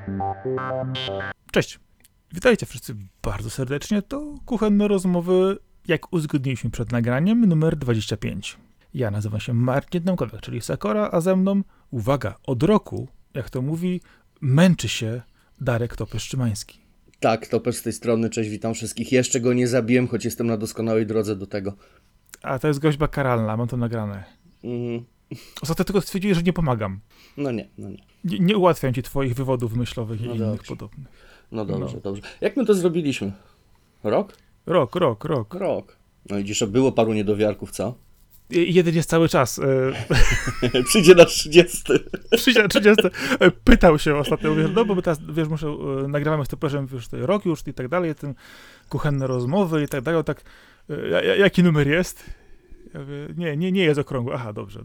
Cześć, witajcie wszyscy bardzo serdecznie. To kuchenne rozmowy, jak uzgodniliśmy przed nagraniem, numer 25. Ja nazywam się Marcin Tomkowiak, czyli Sakora, a ze mną, uwaga, od roku, jak to mówi, męczy się Darek Topesz-Szymański. Tak, Topesz z tej strony, cześć, witam wszystkich. Jeszcze go nie zabiłem, choć jestem na doskonałej drodze do tego. A to jest groźba karalna, mam to nagrane. Ostatnio tylko stwierdziłeś, że nie pomagam. No nie. Nie ułatwiam ci twoich wywodów myślowych i No innych dobrze. podobnych. No dobrze. Jak my to zrobiliśmy? Rok? Rok. No widzisz, było paru niedowiarków, co? Jeden jest cały czas. Przyjdzie na 30. Przyjdzie na 30. Pytał się ostatnio, mówię, no bo my teraz, wiesz, nagrywamy z Toperzem już tutaj rok już i tak dalej, tym kuchenne rozmowy i tak dalej, tak, jaki numer jest? Ja mówię, nie jest okrągły. Aha, dobrze.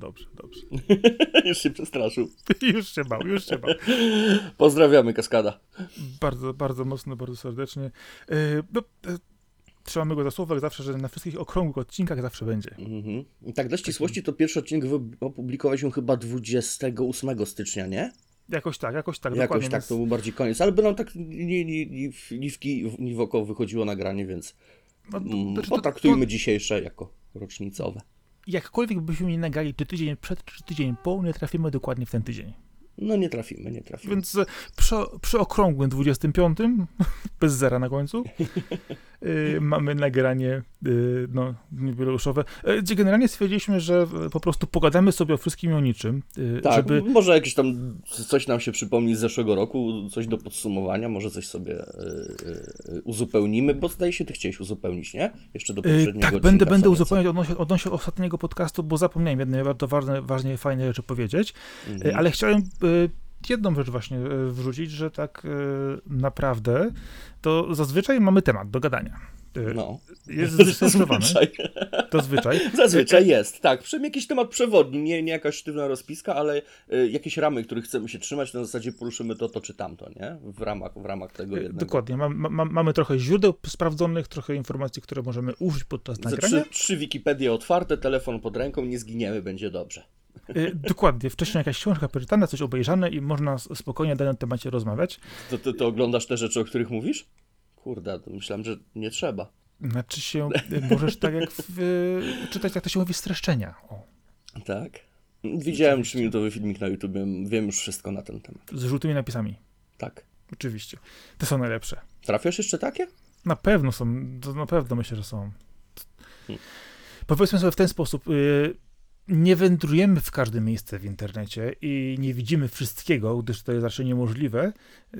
Już się przestraszył. Już się bał. Pozdrawiamy, Kaskada. Bardzo mocno, bardzo serdecznie. Trzymamy go za słowo, jak zawsze, że na wszystkich okrągłych odcinkach zawsze będzie. I tak dla ścisłości, to pierwszy odcinek opublikowaliśmy chyba 28 stycznia, nie? Jakoś tak, dokładnie. Jakoś tak, to był bardziej koniec, ale by nam tak ni w oko wychodziło nagranie, więc potraktujmy dzisiejsze jako rocznicowe. Jakkolwiek byśmy nie nagrali czy tydzień przed, czy tydzień po, nie trafimy dokładnie w ten tydzień. No nie trafimy. Więc przy okrągłym 25, bez zera na końcu, mamy nagranie jubileuszowe, gdzie generalnie stwierdziliśmy, że po prostu pogadamy sobie o wszystkim i o niczym. Tak, może jakieś tam coś nam się przypomni z zeszłego roku, coś do podsumowania, może coś sobie uzupełnimy, bo zdaje się, ty chciałeś uzupełnić, nie? Jeszcze do poprzedniego Tak, będę uzupełniać odnośnie ostatniego podcastu, bo zapomniałem jednej bardzo ważnej, fajnej rzeczy powiedzieć, ale chciałem jedną rzecz właśnie wrzucić, że tak naprawdę to zazwyczaj mamy temat do gadania. No. Jest zazwyczaj. To zwyczaj. Zazwyczaj jest, tak. Przynajmniej jakiś temat przewodni, nie jakaś sztywna rozpiska, ale jakieś ramy, których chcemy się trzymać, na zasadzie poruszymy to czy tamto, nie? W ramach tego jednego. Dokładnie. Mamy trochę źródeł sprawdzonych, trochę informacji, które możemy użyć podczas nagrania. Trzy Wikipedie otwarte, telefon pod ręką, nie zginiemy, będzie dobrze. Dokładnie. Wcześniej jakaś książka przeczytana, coś obejrzane i można spokojnie na danym temacie rozmawiać. To oglądasz te rzeczy, o których mówisz? Kurde, to myślałem, że nie trzeba. Znaczy się, możesz tak jak czytać, jak to się mówi, streszczenia. O. Tak? Widziałem 3-minutowy filmik na YouTube, wiem już wszystko na ten temat. Z żółtymi napisami. Tak. Oczywiście. Te są najlepsze. Trafiasz jeszcze takie? Na pewno są, na pewno myślę, że są. Powiedzmy sobie w ten sposób, nie wędrujemy w każde miejsce w internecie i nie widzimy wszystkiego, gdyż to jest raczej niemożliwe,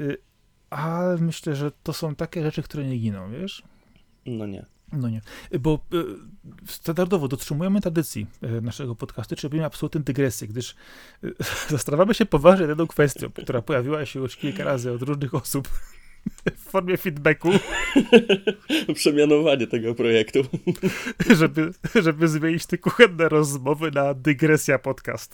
ale myślę, że to są takie rzeczy, które nie giną, wiesz? No nie, bo standardowo dotrzymujemy tradycji naszego podcastu, czyli robimy absolutną dygresję, gdyż zastanawiamy się poważnie nad jedną kwestią, która pojawiła się już kilka razy od różnych osób w formie feedbacku. Przemianowanie tego projektu. żeby zmienić te kuchenne rozmowy na dygresja podcast.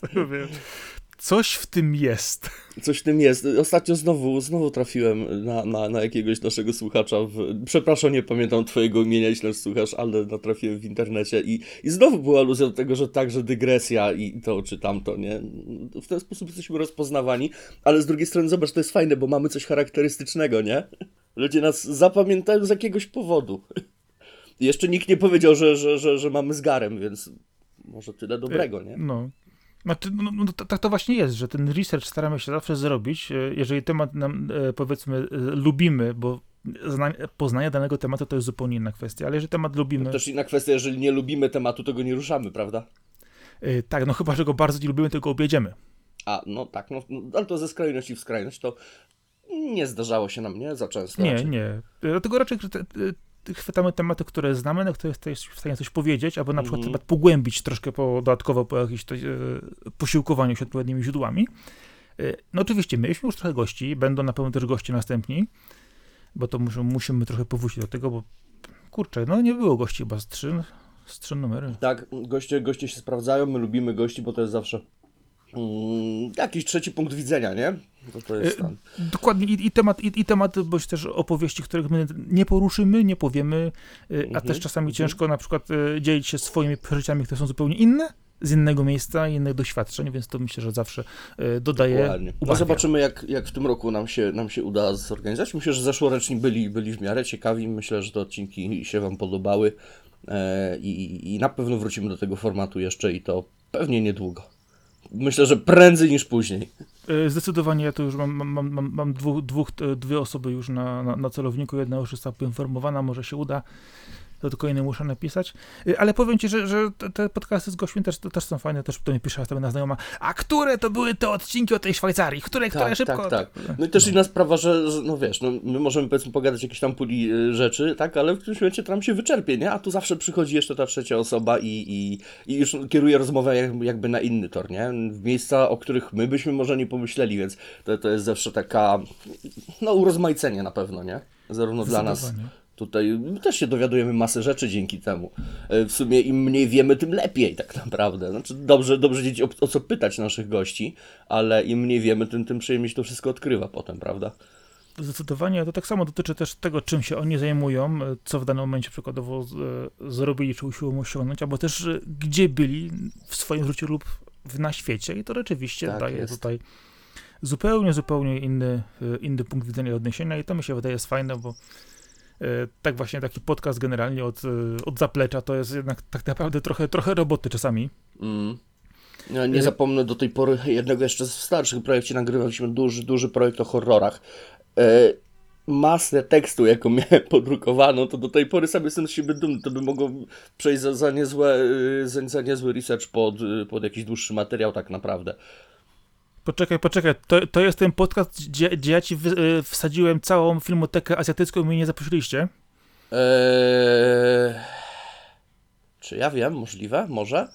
Coś w tym jest. Coś w tym jest. Ostatnio znowu trafiłem na jakiegoś naszego słuchacza. Przepraszam, nie pamiętam twojego imienia, jeśli nas słuchasz, ale natrafiłem w internecie i znowu była aluzja do tego, że także dygresja i to czy tamto, nie? W ten sposób jesteśmy rozpoznawani, ale z drugiej strony zobacz, to jest fajne, bo mamy coś charakterystycznego, nie? Ludzie nas zapamiętają z jakiegoś powodu. I jeszcze nikt nie powiedział, że mamy z garem, więc może tyle dobrego, nie? No. Znaczy, tak to właśnie jest, że ten research staramy się zawsze zrobić, jeżeli temat nam, powiedzmy, lubimy, bo poznanie danego tematu to jest zupełnie inna kwestia, ale jeżeli temat lubimy... To też inna kwestia, jeżeli nie lubimy tematu, to go nie ruszamy, prawda? Tak, chyba, że go bardzo nie lubimy, to go objedziemy. No tak, ale to ze skrajności w skrajność to nie zdarzało się nam, nie? Za często. Nie. Dlatego raczej chwytamy tematy, które znamy, na które jesteś w stanie coś powiedzieć, albo na przykład temat pogłębić troszkę dodatkowo po jakimś posiłkowaniu się odpowiednimi źródłami. No oczywiście, mieliśmy już trochę gości, będą na pewno też goście następni, bo to musimy trochę powrócić do tego, bo kurczę, nie było gości chyba z trzy numery. Tak, goście się sprawdzają, my lubimy gości, bo to jest zawsze jakiś trzeci punkt widzenia, nie? To jest tam. Dokładnie i temat, bądź też opowieści, których my nie poruszymy, nie powiemy, a też czasami ciężko na przykład dzielić się swoimi przeżyciami, które są zupełnie inne, z innego miejsca, innych doświadczeń, więc to myślę, że zawsze dodaje Dokładnie. No ubarwia. zobaczymy, jak w tym roku nam się uda zorganizować. Myślę, że zeszłoroczni byli w miarę ciekawi. Myślę, że te odcinki się wam podobały i na pewno wrócimy do tego formatu jeszcze i to pewnie niedługo. Myślę, że prędzej niż później. Zdecydowanie ja to już mam dwie osoby już na celowniku, jedna już jest poinformowana, może się uda, to tylko inny muszę napisać, ale powiem ci, że te podcasty z gośćmi też są fajne, też to mi pisze na znajoma, a które to były te odcinki o tej Szwajcarii, które szybko... Tak. No i też inna sprawa, że no wiesz, no my możemy powiedzmy pogadać jakieś tam puli rzeczy, tak, ale w którymś momencie to nam się wyczerpie, nie? A tu zawsze przychodzi jeszcze ta trzecia osoba i już kieruje rozmowę jakby na inny tor, nie? W miejsca, o których my byśmy może nie pomyśleli, więc to jest zawsze taka, no urozmaicenie na pewno, nie? Zarówno dla nas. Tutaj też się dowiadujemy masę rzeczy dzięki temu. W sumie im mniej wiemy, tym lepiej tak naprawdę. Znaczy dobrze wiedzieć o co pytać naszych gości, ale im mniej wiemy, tym przyjemniej się to wszystko odkrywa potem, prawda? Zdecydowanie, to tak samo dotyczy też tego, czym się oni zajmują, co w danym momencie przykładowo zrobili, czy usiłują osiągnąć, albo też gdzie byli w swoim życiu lub na świecie i to rzeczywiście tak daje jest. tutaj zupełnie inny punkt widzenia i odniesienia i to mi się wydaje jest fajne, bo tak właśnie taki podcast generalnie od zaplecza to jest jednak tak naprawdę trochę roboty czasami. Ja nie zapomnę do tej pory jednego jeszcze z starszych projekcie, nagrywaliśmy duży projekt o horrorach. Masę tekstu, jaką miałem podrukowaną, to do tej pory sam jestem z siebie dumny. To by mogło przejść za niezły research pod jakiś dłuższy materiał tak naprawdę. Poczekaj, to jest ten podcast, gdzie ja ci wsadziłem całą filmotekę azjatycką i mnie nie zaprosiliście? Czy ja wiem? Możliwe? Może?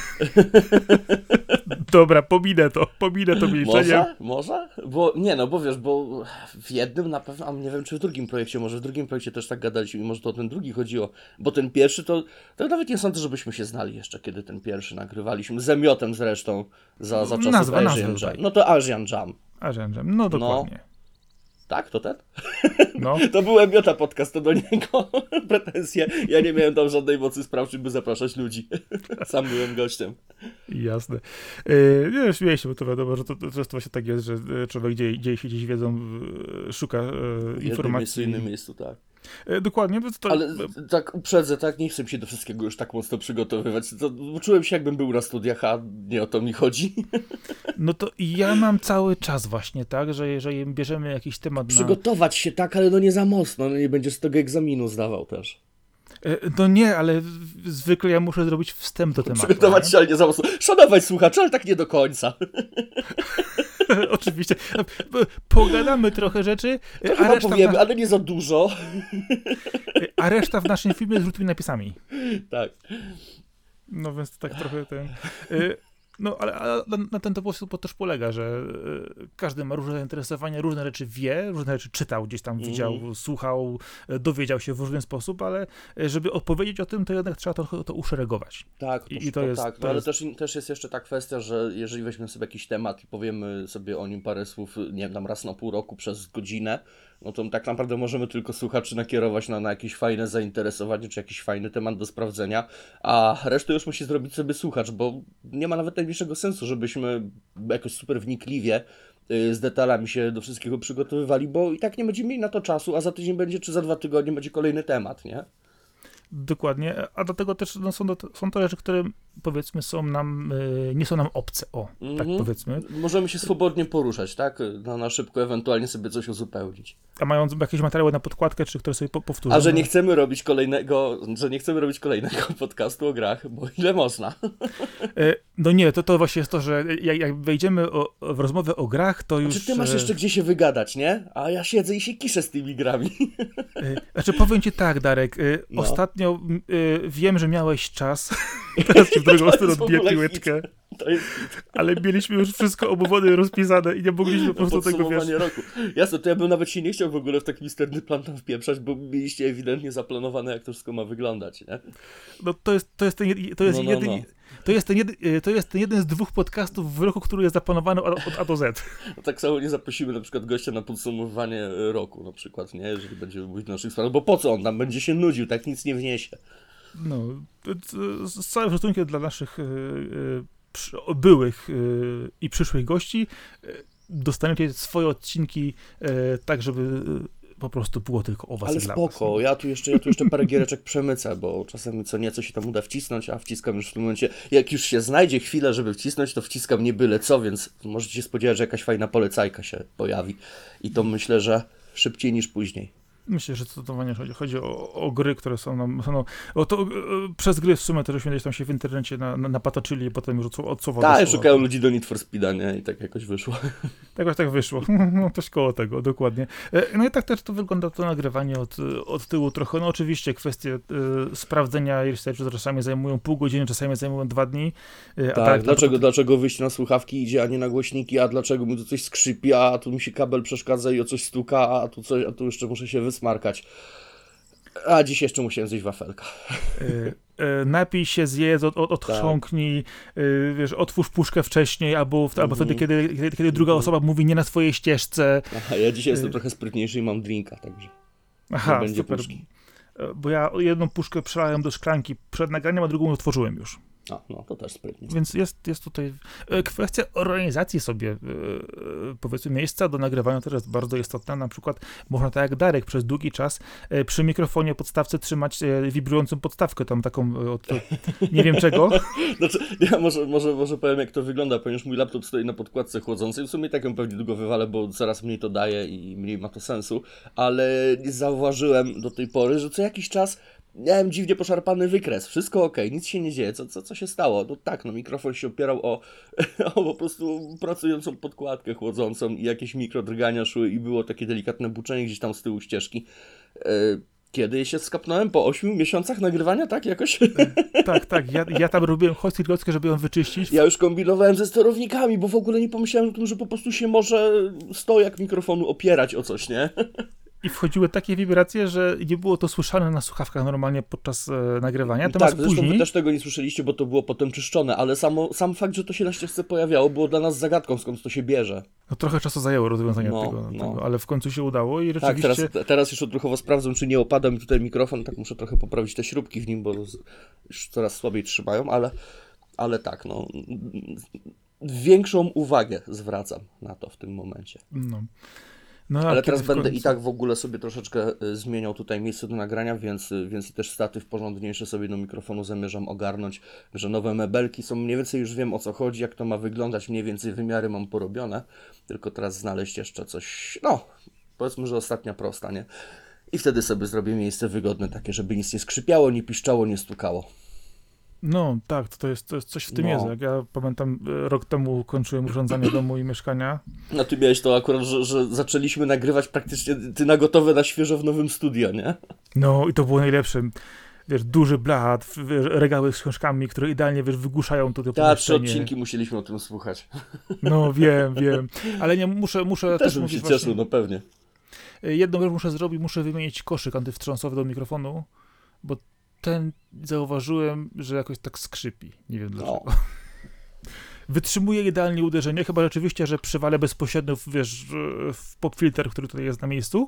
Dobra, pominę to milczenie. Może? Bo nie, no bo wiesz, bo w jednym na pewno, a nie wiem czy w drugim projekcie, może w drugim projekcie też tak gadaliśmy i może to o ten drugi chodziło, bo ten pierwszy to nawet nie sądzę, żebyśmy się znali jeszcze, kiedy ten pierwszy nagrywaliśmy, z Emiotem zresztą, za czasów Asian Jam. No to Asian Jam. Asian Jam, no dokładnie. Tak, to ten? No. To był Emiota podcast, to do niego pretensje. Ja nie miałem tam żadnej mocy sprawczej, by zapraszać ludzi. Sam byłem gościem. Jasne. Nie, śmieję się, bo to wiadomo, że to często właśnie tak jest, że człowiek dzieje się gdzieś wiedzą, szuka informacji. W innym miejscu, tak. Dokładnie. Ale tak uprzedzę, tak, nie chcę się do wszystkiego już tak mocno przygotowywać. Czułem się jakbym był na studiach, a nie o to mi chodzi. No to ja mam cały czas właśnie, tak, że jeżeli bierzemy jakiś temat Przygotować się tak, ale no nie za mocno, no nie będziesz z tego egzaminu zdawał też. No nie, ale zwykle ja muszę zrobić wstęp do tematu. Przygotować się, ale nie za mocno. Szanować słuchaczy, ale tak nie do końca. Oczywiście. Pogadamy trochę rzeczy, a reszta powiemy, ale nie za dużo. A reszta w naszym filmie z rzutnymi napisami. Tak. No więc tak trochę ten... No, ale na ten to też polega, że każdy ma różne zainteresowania, różne rzeczy wie, różne rzeczy czytał, gdzieś tam widział, słuchał, dowiedział się w różny sposób, ale żeby opowiedzieć o tym, to jednak trzeba to uszeregować. Tak, ale też jest jeszcze ta kwestia, że jeżeli weźmiemy sobie jakiś temat i powiemy sobie o nim parę słów, nie wiem, raz na pół roku przez godzinę, no to tak naprawdę możemy tylko słuchaczy nakierować na jakieś fajne zainteresowanie, czy jakiś fajny temat do sprawdzenia, a resztę już musi zrobić sobie słuchacz, bo nie ma nawet najmniejszego sensu, żebyśmy jakoś super wnikliwie z detalami się do wszystkiego przygotowywali, bo i tak nie będziemy mieli na to czasu, a za tydzień będzie, czy za 2 tygodnie będzie kolejny temat, nie? Dokładnie, a dlatego też są to rzeczy, które powiedzmy nie są nam obce, tak powiedzmy. Możemy się swobodnie poruszać, tak? Na szybko ewentualnie sobie coś uzupełnić. A mają jakieś materiały na podkładkę, czy które sobie powtórzą? A że nie chcemy robić kolejnego podcastu o grach, bo ile można? No nie, to właśnie jest to, że jak wejdziemy w rozmowę o grach, to już... Czy ty masz jeszcze gdzie się wygadać, nie? A ja siedzę i się kiszę z tymi grami. Znaczy powiem ci tak, Darek, ostatnio wiem, że miałeś czas, teraz ci w drugą stronę odbiję piłeczkę, ale mieliśmy już wszystko omówione i rozpisane i nie mogliśmy po prostu tego, wiesz... roku. Jasne, to ja bym nawet się nie chciał w ogóle w taki misterny plan tam wpieprzać, bo mieliście ewidentnie zaplanowane, jak to wszystko ma wyglądać, nie? No to jest ten jeden z 2 podcastów w roku, który jest zaplanowany od A do Z. No tak samo nie zaprosimy na przykład gościa na podsumowywanie roku na przykład, nie? Jeżeli będziemy mówić o naszych sprawach, bo po co on tam będzie się nudził, tak nic nie wniesie. No, z całym szacunkiem dla naszych byłych i przyszłych gości, dostaniecie swoje odcinki tak, żeby po prostu było tylko o was. Ale i dla spoko, was. ja tu jeszcze parę giereczek przemycę, bo czasem co nieco się tam uda wcisnąć, a wciskam już w tym momencie, jak już się znajdzie chwilę, żeby wcisnąć, to wciskam nie byle co, więc możecie się spodziewać, że jakaś fajna polecajka się pojawi. I to myślę, że szybciej niż później. Myślę, że zdecydowanie chodzi o gry, które są nam... przez gry w sumie też żeśmy gdzieś tam się w internecie napatoczyli i potem już od słowa Tak, do słowa. szukają ludzi do Need for Speeda, nie? I tak jakoś wyszło. Tak wyszło. No, coś koło tego, dokładnie. No i tak też to wygląda to nagrywanie od tyłu trochę. No oczywiście kwestie sprawdzenia i researchu czasami zajmują pół godziny, czasami zajmują 2 dni. Tak, dlaczego wyjść na słuchawki idzie, a nie na głośniki, a dlaczego mi tu coś skrzypi, a tu mi się kabel przeszkadza i o coś stuka, a tu jeszcze muszę się wysmarkać. A dziś jeszcze musiałem zjeść wafelka. Napij się, zjedz, odchrząknij, wiesz, otwórz puszkę wcześniej, albo wtedy, kiedy druga osoba mówi nie na swojej ścieżce. Aha, ja dzisiaj jestem trochę sprytniejszy i mam drinka, także nie będzie super. puszki. Bo ja jedną puszkę przelałem do szklanki przed nagraniem, a drugą otworzyłem już. A, no to też sprytnie. Więc jest tutaj kwestia organizacji sobie, powiedzmy, miejsca do nagrywania też jest bardzo istotna. Na przykład można tak jak Darek przez długi czas przy mikrofonie podstawce trzymać wibrującą podstawkę, tam taką nie wiem czego. Znaczy, ja może powiem jak to wygląda, ponieważ mój laptop stoi na podkładce chłodzącej, w sumie tak ją pewnie długo wywalę, bo coraz mniej to daje i mniej ma to sensu, ale zauważyłem do tej pory, że co jakiś czas miałem dziwnie poszarpany wykres, wszystko okej, nic się nie dzieje, co się stało? No tak, no mikrofon się opierał o po prostu pracującą podkładkę chłodzącą i jakieś mikrodrgania szły i było takie delikatne buczenie gdzieś tam z tyłu ścieżki. Kiedy się skapnąłem? Po 8 miesiącach nagrywania, tak jakoś? Tak, ja tam robiłem hostilgockę, żeby ją wyczyścić. Ja już kombinowałem ze sterownikami, bo w ogóle nie pomyślałem o tym, że po prostu się może stojak mikrofonu opierać o coś, nie? I wchodziły takie wibracje, że nie było to słyszane na słuchawkach normalnie podczas nagrywania. Tak, zresztą wy też tego nie słyszeliście, bo to było potem czyszczone, ale sam fakt, że to się na ścieżce pojawiało, było dla nas zagadką, skąd to się bierze. No trochę czasu zajęło rozwiązanie tego, ale w końcu się udało i rzeczywiście... Tak, teraz już odruchowo sprawdzam, czy nie opada mi tutaj mikrofon, tak muszę trochę poprawić te śrubki w nim, bo już coraz słabiej trzymają, ale tak, no... Większą uwagę zwracam na to w tym momencie. No, ale teraz będę i tak w ogóle sobie troszeczkę zmieniał tutaj miejsce do nagrania, więc i też statyw porządniejszy sobie do mikrofonu zamierzam ogarnąć, że nowe mebelki są, mniej więcej już wiem o co chodzi, jak to ma wyglądać, mniej więcej wymiary mam porobione, tylko teraz znaleźć jeszcze coś, no powiedzmy, że ostatnia prosta, nie? I wtedy sobie zrobię miejsce wygodne takie, żeby nic nie skrzypiało, nie piszczało, nie stukało. No tak, to jest coś w tym jest. Jak ja pamiętam, rok temu kończyłem urządzanie domu i mieszkania. No ty miałeś to akurat, że zaczęliśmy nagrywać praktycznie ty na gotowe, na świeżo w nowym studio, nie? No i to było najlepsze. Wiesz, duży blat, regały z książkami, które idealnie, wiesz, wygłuszają to pomieszczenie. 3 odcinki musieliśmy o tym słuchać. No wiem. Ale nie, muszę też bym się cieszył, no pewnie. Jedną rzecz muszę zrobić, muszę wymienić koszyk antywstrząsowy do mikrofonu, bo ten zauważyłem, że jakoś tak skrzypi. Nie wiem dlaczego. No. Wytrzymuje idealnie uderzenie, chyba rzeczywiście, że przywalę bezpośrednio, wiesz, w popfilter, który tutaj jest na miejscu,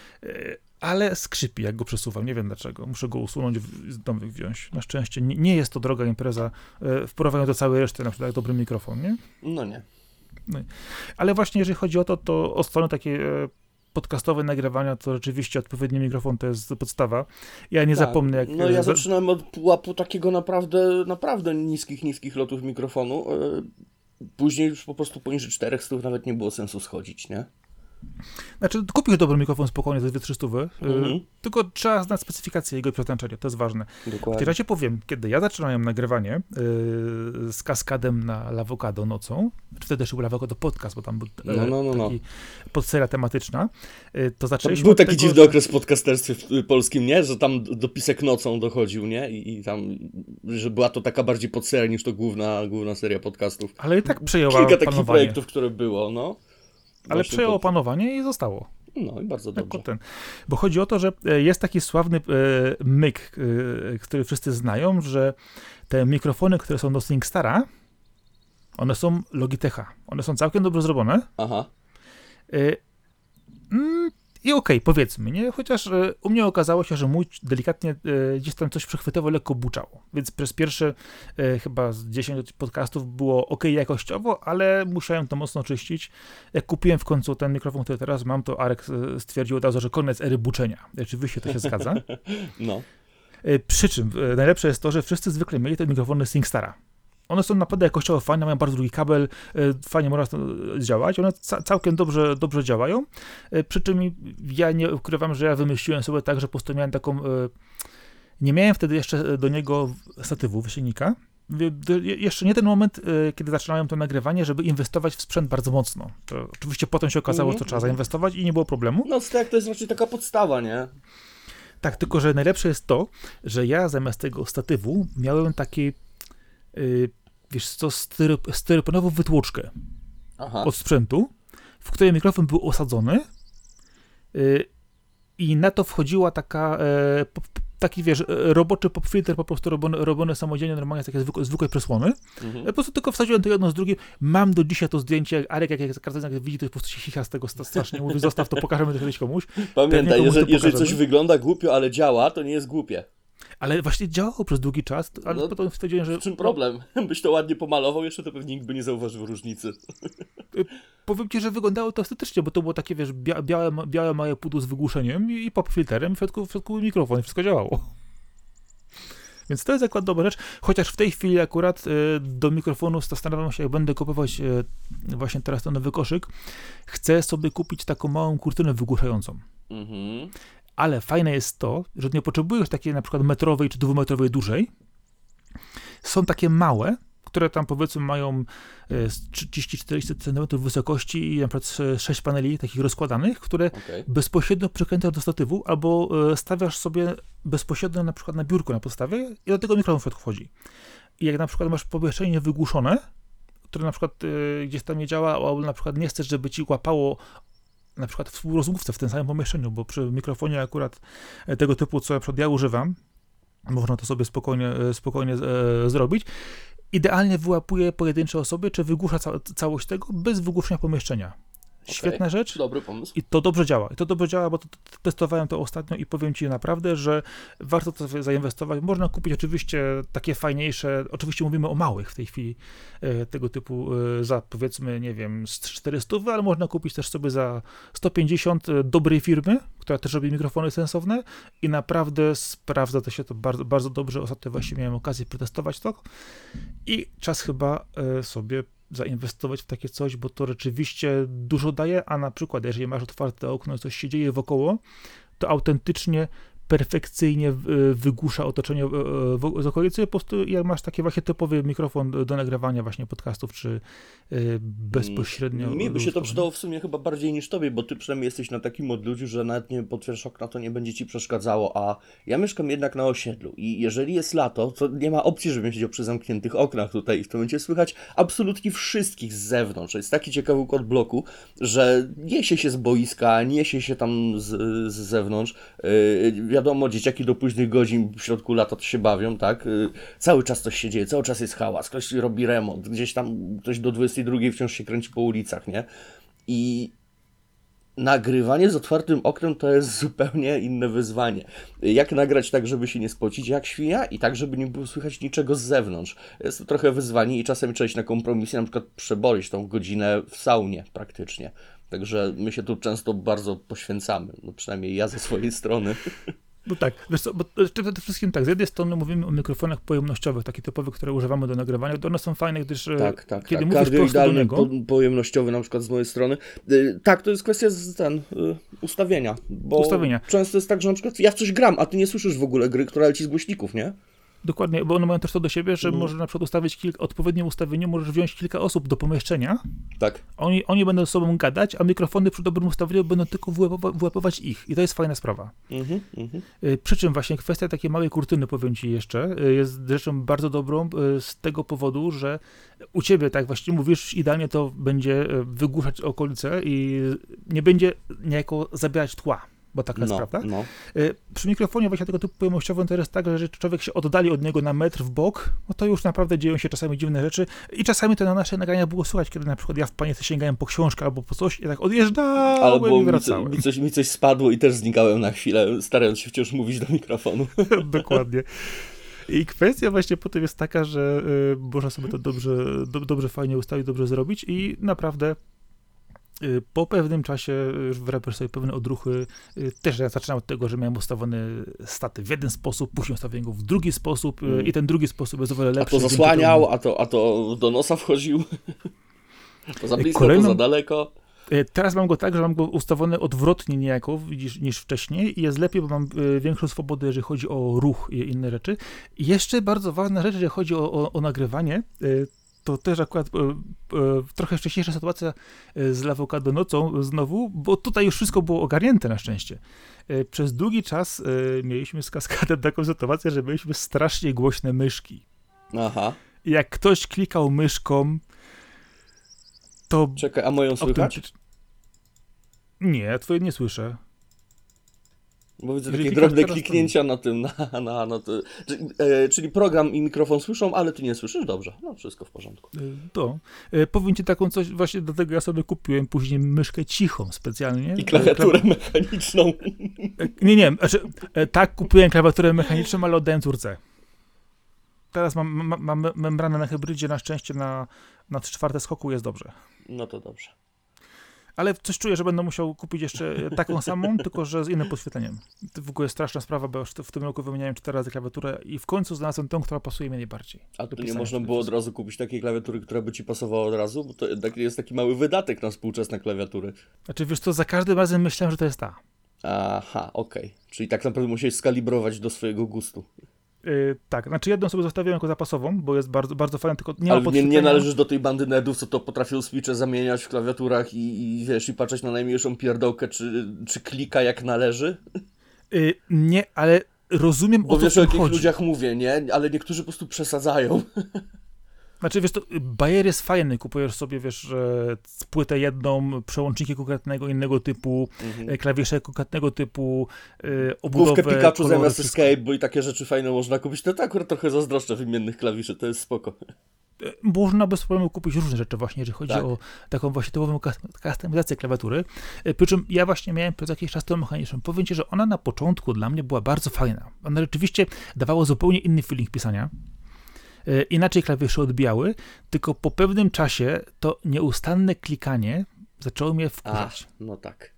ale skrzypi, jak go przesuwam. Nie wiem dlaczego. Muszę go usunąć, z nowych wziąć. Na szczęście nie jest to droga impreza w porównaniu do całej reszty, na przykład jak dobry mikrofon, nie? No nie. No. Ale właśnie jeżeli chodzi o to o strony takie podcastowe nagrywania, to rzeczywiście odpowiedni mikrofon to jest podstawa. Ja nie zapomnę, jak... No ja zaczynałem od pułapu takiego naprawdę niskich lotów mikrofonu. Później już po prostu poniżej 400 nawet nie było sensu schodzić, nie? Znaczy, kupisz dobry mikrofon spokojnie za 200-300, tylko trzeba znać specyfikację jego przeznaczenia, to jest ważne. Dokładnie. Ja ci powiem, kiedy ja zaczynałem nagrywanie z Kaskadem na Lawokado nocą, wtedy też był Lawokado podcast, bo tam był taki podseria tematyczna, to zaczęliśmy był taki dziwny okres w podcasterstwie polskim, nie? Że tam dopisek nocą dochodził, nie? I tam, że była to taka bardziej podseria niż to główna seria podcastów. Ale i tak przejęła kilka takich projektów, które było, no. Ale przejęło panowanie i zostało. No i bardzo dobrze. Bo chodzi o to, że jest taki sławny myk, który wszyscy znają, że te mikrofony, które są do SingStara, one są Logitecha. One są całkiem dobrze zrobione. Aha. I okej, powiedzmy, nie? Chociaż u mnie okazało się, że mój delikatnie gdzieś tam coś przechwytywał, lekko buczało. Więc przez pierwsze chyba z 10 podcastów było okej jakościowo, ale musiałem to mocno czyścić. Jak kupiłem w końcu ten mikrofon, który teraz mam, to Arek stwierdził od razu, że koniec ery buczenia. Oczywiście to się zgadza. No. Przy czym najlepsze jest to, że wszyscy zwykle mieli te mikrofony SingStara. One są naprawdę jakościowo fajne, mają bardzo długi kabel, fajnie można działać, one całkiem dobrze działają, przy czym ja nie ukrywam, że ja wymyśliłem sobie tak, że po prostu miałem taką, nie miałem wtedy jeszcze do niego statywu, wysięgnika, jeszcze nie ten moment, kiedy zaczynałem to nagrywanie, żeby inwestować w sprzęt bardzo mocno. To oczywiście potem się okazało, że to trzeba zainwestować i nie było problemu. No tak, to jest raczej taka podstawa, nie? Tak, tylko że najlepsze jest to, że ja zamiast tego statywu miałem taki wiesz co, styropianową wytłoczkę od sprzętu, w której mikrofon był osadzony i na to wchodziła taki, wiesz, roboczy popfilter po prostu robiony samodzielnie, normalnie takie zwykłe przesłony. Po prostu tylko wsadziłem to jedno z drugim. Mam do dzisiaj to zdjęcie. Arek, jak widzi, to po prostu się chicha z tego strasznie. Mówi, zostaw to, pokażemy to kiedyś komuś. Pamiętaj, jeżeli coś wygląda głupio, ale działa, to nie jest głupie. Ale właśnie działało przez długi czas, ale potem stwierdziłem, że... W czym problem? Byś to ładnie pomalował, jeszcze to pewnie nikt by nie zauważył różnicy. Powiem ci, że wyglądało to estetycznie, bo to było takie, wiesz, białe małe pudło z wygłuszeniem i pop filterem, w środku mikrofon i wszystko działało. Więc to jest akurat dobra rzecz, chociaż w tej chwili akurat do mikrofonu zastanawiam się, jak będę kupować właśnie teraz ten nowy koszyk, chcę sobie kupić taką małą kurtynę wygłuszającą. Ale fajne jest to, że nie potrzebujesz takiej na przykład metrowej czy dwumetrowej dużej. Są takie małe, które tam powiedzmy mają 30-40 cm wysokości i na przykład 6 paneli takich rozkładanych, które bezpośrednio przykręcasz do statywu albo stawiasz sobie bezpośrednio na przykład na biurko na podstawie i do tego mikrofon w środku wchodzi. I jak na przykład masz pomieszczenie wygłuszone, które na przykład gdzieś tam nie działa, albo na przykład nie chcesz, żeby ci łapało na przykład w współrozmówce w tym samym pomieszczeniu, bo przy mikrofonie akurat tego typu, co na przykład ja używam, można to sobie spokojnie zrobić. Idealnie wyłapuje pojedyncze osoby, czy wygłusza całość tego bez wygłuszenia pomieszczenia. Świetna rzecz. Dobry pomysł. I to dobrze działa. Bo testowałem to ostatnio i powiem ci naprawdę, że warto to zainwestować. Można kupić oczywiście takie fajniejsze, oczywiście mówimy o małych w tej chwili tego typu za powiedzmy, nie wiem, z 400, ale można kupić też sobie za 150 dobrej firmy, która też robi mikrofony sensowne i naprawdę sprawdza to się to bardzo, bardzo dobrze. Ostatnio właśnie miałem okazję przetestować to i czas chyba sobie zainwestować w takie coś, bo to rzeczywiście dużo daje, a na przykład jeżeli masz otwarte okno i coś się dzieje wokoło, to autentycznie perfekcyjnie wygłusza otoczenie z okolicy, po prostu jak masz taki właśnie typowy mikrofon do nagrywania właśnie podcastów, czy bezpośrednio... Mi by się to przydało w sumie chyba bardziej niż tobie, bo ty przynajmniej jesteś na takim odludziu, że nawet nie otwierasz okna, to nie będzie ci przeszkadzało, a ja mieszkam jednak na osiedlu i jeżeli jest lato, to nie ma opcji, żebym siedział przy zamkniętych oknach tutaj i w tym momencie słychać absolutnie wszystkich z zewnątrz. Jest taki ciekawy kod bloku, że niesie się z boiska, niesie się tam z zewnątrz, wiadomo, dzieciaki do późnych godzin w środku lata to się bawią, tak? Cały czas coś się dzieje, cały czas jest hałas, ktoś robi remont, gdzieś tam ktoś do 22 wciąż się kręci po ulicach, nie? I nagrywanie z otwartym oknem to jest zupełnie inne wyzwanie. Jak nagrać tak, żeby się nie spocić jak świnia i tak, żeby nie było słychać niczego z zewnątrz. Jest to trochę wyzwanie i czasem trzeba iść na kompromisy, na przykład przebolić tą godzinę w saunie praktycznie. Także my się tu często bardzo poświęcamy, no przynajmniej ja ze swojej strony. No tak, wiesz co, bo przede wszystkim tak, z jednej strony mówimy o mikrofonach pojemnościowych, takie typowe, które używamy do nagrywania, to one są fajne, gdyż kiedy mówisz prosto do niego... pojemnościowy na przykład z mojej strony. Tak, to jest kwestia ustawienia, bo często jest tak, że na przykład ja w coś gram, a ty nie słyszysz w ogóle gry, która leci z głośników, nie? Dokładnie, bo one mają też to do siebie, że możesz na przykład ustawić odpowiednie ustawienie, możesz wziąć kilka osób do pomieszczenia. Tak. Oni będą ze sobą gadać, a mikrofony przy dobrym ustawieniu będą tylko wyłapywać ich. I to jest fajna sprawa. Przy czym właśnie kwestia takiej małej kurtyny, powiem ci jeszcze, jest rzeczą bardzo dobrą z tego powodu, że u ciebie, tak właśnie mówisz, idealnie to będzie wygłuszać okolice i nie będzie niejako zabierać tła. bo taka jest prawda. No. Przy mikrofonie właśnie tego typu pojemnościowym to jest tak, że człowiek się oddali od niego na metr w bok, no to już naprawdę dzieją się czasami dziwne rzeczy i czasami to na nasze nagrania było słychać, kiedy na przykład ja w paniece sięgałem po książkę albo po coś i tak odjeżdżałem Albo i wracałem. mi coś spadło i też znikałem na chwilę, starając się wciąż mówić do mikrofonu. Dokładnie. I kwestia właśnie potem jest taka, że można sobie to dobrze, fajnie ustawić, dobrze zrobić i naprawdę po pewnym czasie już wyrabiasz sobie pewne odruchy. Też ja zaczynałem od tego, że miałem ustawiony statyw w jeden sposób, później ustawiłem go w drugi sposób i ten drugi sposób jest o wiele lepszy. A to zasłaniał, a to do nosa wchodził, to za blisko, to za daleko. Teraz mam go tak, że mam go ustawiony odwrotnie niejako niż wcześniej i jest lepiej, bo mam większą swobodę, jeżeli chodzi o ruch i inne rzeczy. I jeszcze bardzo ważna rzecz, jeżeli chodzi o nagrywanie, to też akurat trochę wcześniejsza sytuacja z Lawokado nocą znowu, bo tutaj już wszystko było ogarnięte na szczęście. Przez długi czas mieliśmy z Kaskadem taką sytuację, że mieliśmy strasznie głośne myszki. Aha. I jak ktoś klikał myszką, to... Czekaj, a moją słychać? Nie, twoje nie słyszę. Bo widzę takie drobne kliknięcia na tym, czyli program i mikrofon słyszą, ale ty nie słyszysz? Dobrze, no wszystko w porządku. Powiem ci taką coś, właśnie dlatego ja sobie kupiłem później myszkę cichą specjalnie. I klawiaturę mechaniczną. Nie, znaczy, tak, kupiłem klawiaturę mechaniczną, ale oddałem córce. Teraz mam membranę na hybrydzie, na szczęście na 3/4 skoku jest dobrze. No to dobrze. Ale coś czuję, że będę musiał kupić jeszcze taką samą, tylko że z innym podświetleniem. To w ogóle jest straszna sprawa, bo już w tym roku wymieniałem 4 razy klawiaturę i w końcu znalazłem tą, która pasuje mi najbardziej. A tu nie można było od razu kupić takiej klawiatury, która by ci pasowała od razu? Bo to jednak jest taki mały wydatek na współczesne klawiatury. Znaczy, wiesz co, za każdym razem myślałem, że to jest ta. Aha, okej. Czyli tak naprawdę musiałeś skalibrować do swojego gustu. Tak, znaczy jedną sobie zostawiłem jako zapasową, bo jest bardzo, bardzo fajna, tylko nie ma ale podświetlenia. nie należysz do tej bandy nerdów, co to potrafią switche zamieniać w klawiaturach i wiesz, i patrzeć na najmniejszą pierdołkę, czy klika jak należy? Nie, ale rozumiem, bo o co wiesz, o jakich chodzi. ludziach mówię, nie? Ale niektórzy po prostu przesadzają. Znaczy, wiesz, to bajer jest fajny, kupujesz sobie, wiesz, płytę jedną, przełączniki konkretnego innego typu, klawisze konkretnego typu, obudowę, główkę Pikachu zamiast wszystko. Escape, bo i takie rzeczy fajne można kupić. To akurat trochę zazdroszczę wymiennych klawiszy, to jest spoko. Można bez problemu kupić różne rzeczy właśnie, jeżeli chodzi o taką właśnie typową kustomizację klawiatury. Przy czym ja właśnie miałem przez jakiś czas tą mechaniczną. Powiem ci, że ona na początku dla mnie była bardzo fajna. Ona rzeczywiście dawała zupełnie inny feeling pisania. Inaczej klawisze odbijały, tylko po pewnym czasie to nieustanne klikanie zaczęło mnie wkurzać. No tak.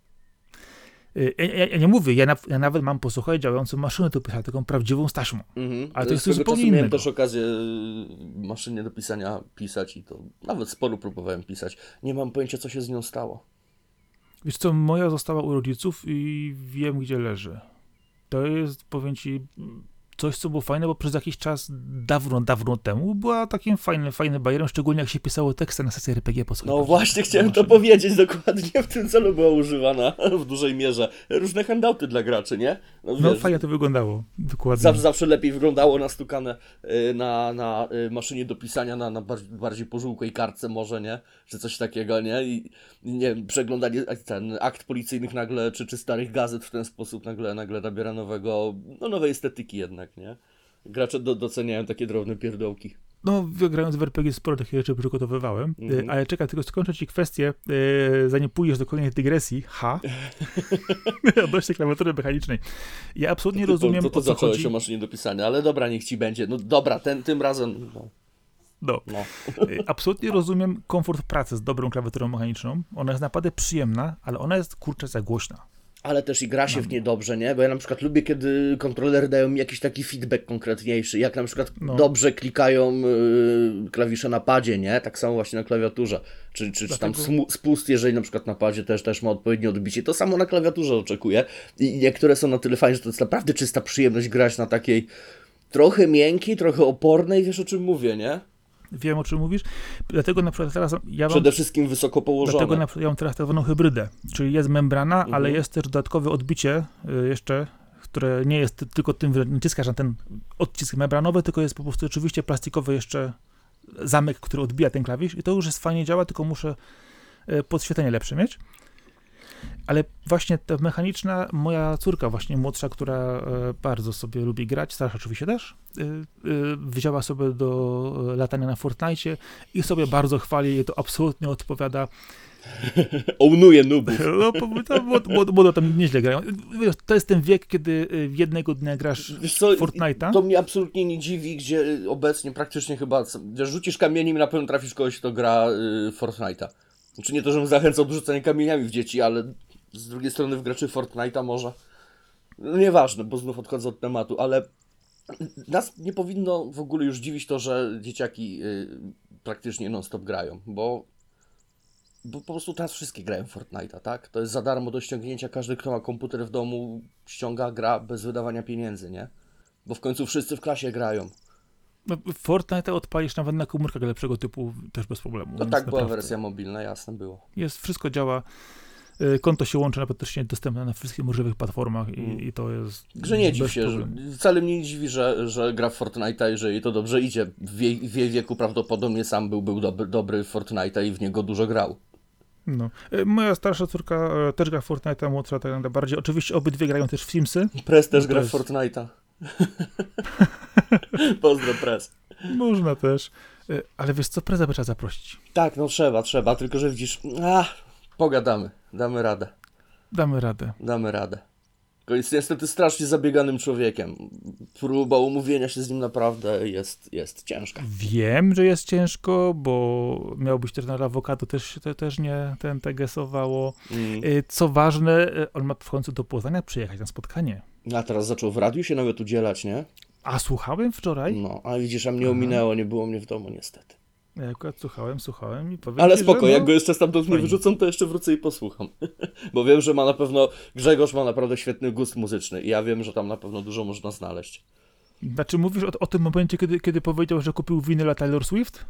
Ja nie mówię, ja nawet mam, posłuchaj, działającą maszynę do pisania, taką prawdziwą z taśmą. Ale to jest coś zupełnie innego. Miałem też okazję maszynie do pisania pisać i to nawet sporo próbowałem pisać. Nie mam pojęcia, co się z nią stało. Wiesz co, moja została u rodziców i wiem, gdzie leży. To jest, powiem ci, coś, co było fajne, bo przez jakiś czas, dawno temu, była takim fajnym bajerem, szczególnie jak się pisało teksty na sesji RPG po sobie. No właśnie, chciałem to powiedzieć, dokładnie w tym celu była używana w dużej mierze. Różne handouty dla graczy, nie? No wiesz, fajnie to wyglądało, dokładnie. Zawsze lepiej wyglądało nastukane na maszynie do pisania, na bardziej pożółkłej kartce może, nie? Czy coś takiego, nie? I nie wiem, przeglądanie ten akt policyjnych nagle, czy starych gazet w ten sposób nagle nabiera nowej estetyki jednak. Nie? Gracze doceniają takie drobne pierdołki. No, grając w RPG sporo takich rzeczy przygotowywałem, ale czekaj, tylko skończę ci kwestię, zanim pójdziesz do kolejnej dygresji, odnośnie klawiatury mechanicznej. Ja absolutnie rozumiem, to o co zacząłeś chodzi. o maszynie do pisania, ale dobra, niech ci będzie. No dobra, tym razem... No. Absolutnie rozumiem komfort pracy z dobrą klawiaturą mechaniczną. Ona jest naprawdę przyjemna, ale ona jest, kurczę, za głośna. Ale też i gra się w nie dobrze, nie? Bo ja na przykład lubię, kiedy kontrolery dają mi jakiś taki feedback konkretniejszy. Jak na przykład dobrze klikają klawisze na padzie, nie? Tak samo właśnie na klawiaturze. Czy tam spust, jeżeli na przykład na padzie też ma odpowiednie odbicie. To samo na klawiaturze oczekuję. I niektóre są na tyle fajne, że to jest naprawdę czysta przyjemność grać na takiej trochę miękkiej, trochę opornej, wiesz o czym mówię, nie? Wiem, o czym mówisz. Dlatego na przykład teraz przede wszystkim wysoko położone. Dlatego na przykład ja mam teraz tak zwaną hybrydę, czyli jest membrana, ale jest też dodatkowe odbicie jeszcze, które nie jest tylko tym, że naciskasz na ten odcisk membranowy, tylko jest po prostu oczywiście plastikowy jeszcze zamek, który odbija ten klawisz i to już jest fajnie działa, tylko muszę podświetlenie lepsze mieć. Ale właśnie ta mechaniczna, moja córka właśnie młodsza, która bardzo sobie lubi grać, starsza oczywiście też, wzięła sobie do latania na Fortnite i sobie bardzo chwali, jej to absolutnie odpowiada. Ołnuje nubów. No, bo tam nieźle grają. Wiesz, to jest ten wiek, kiedy jednego dnia grasz w Fortnite'a. To mnie absolutnie nie dziwi, gdzie obecnie praktycznie chyba rzucisz kamieniem i na pewno trafisz kogoś, kto gra Fortnite'a. Znaczy nie to, żebym zachęcał do rzucania kamieniami w dzieci, ale z drugiej strony w graczy Fortnite'a może. No nieważne, bo znów odchodzę od tematu, ale nas nie powinno w ogóle już dziwić to, że dzieciaki praktycznie non-stop grają, bo po prostu teraz wszystkie grają w Fortnite'a, tak? To jest za darmo do ściągnięcia, każdy, kto ma komputer w domu, ściąga, gra bez wydawania pieniędzy, nie? Bo w końcu wszyscy w klasie grają. No, Fortnite odpalisz nawet na komórkach lepszego typu też bez problemu. No tak, była wersja mobilna, jasne było. Wszystko działa, konto się łączy, nawet też dostępne na wszystkich możliwych platformach i to jest... Że nie dziw się, wcale mnie nie dziwi, że gra w Fortnite'a i że jej to dobrze idzie. W jej wieku prawdopodobnie sam był dobry w Fortnite'a i w niego dużo grał. No. Moja starsza córka też gra w Fortnite'a, młodsza tak najbardziej. Oczywiście obydwie grają też w Simsy. Press też gra w Fortnite'a. Pozdro, Press. Można też. Ale wiesz co, Preza by trzeba zaprosić. Tak, no trzeba, tylko że widzisz, pogadamy, damy radę. Damy radę. Tylko jest niestety strasznie zabieganym człowiekiem. Próba umówienia się z nim naprawdę jest ciężka. Wiem, że jest ciężko, bo miał być też na awokado, też nie tegesowało. Co ważne, on ma w końcu do Poznania przyjechać na spotkanie. A teraz zaczął w radiu się nawet udzielać, nie? A słuchałem wczoraj? No, a widzisz, a mnie ominęło, nie było mnie w domu niestety. Ja akurat słuchałem i powiem ale ci, spoko, że jak go jeszcze stamtąd nie wyrzucą, to jeszcze wrócę i posłucham. Bo wiem, że ma na pewno, Grzegorz ma naprawdę świetny gust muzyczny i ja wiem, że tam na pewno dużo można znaleźć. Znaczy mówisz o tym momencie, kiedy powiedział, że kupił winyla Taylor Swift?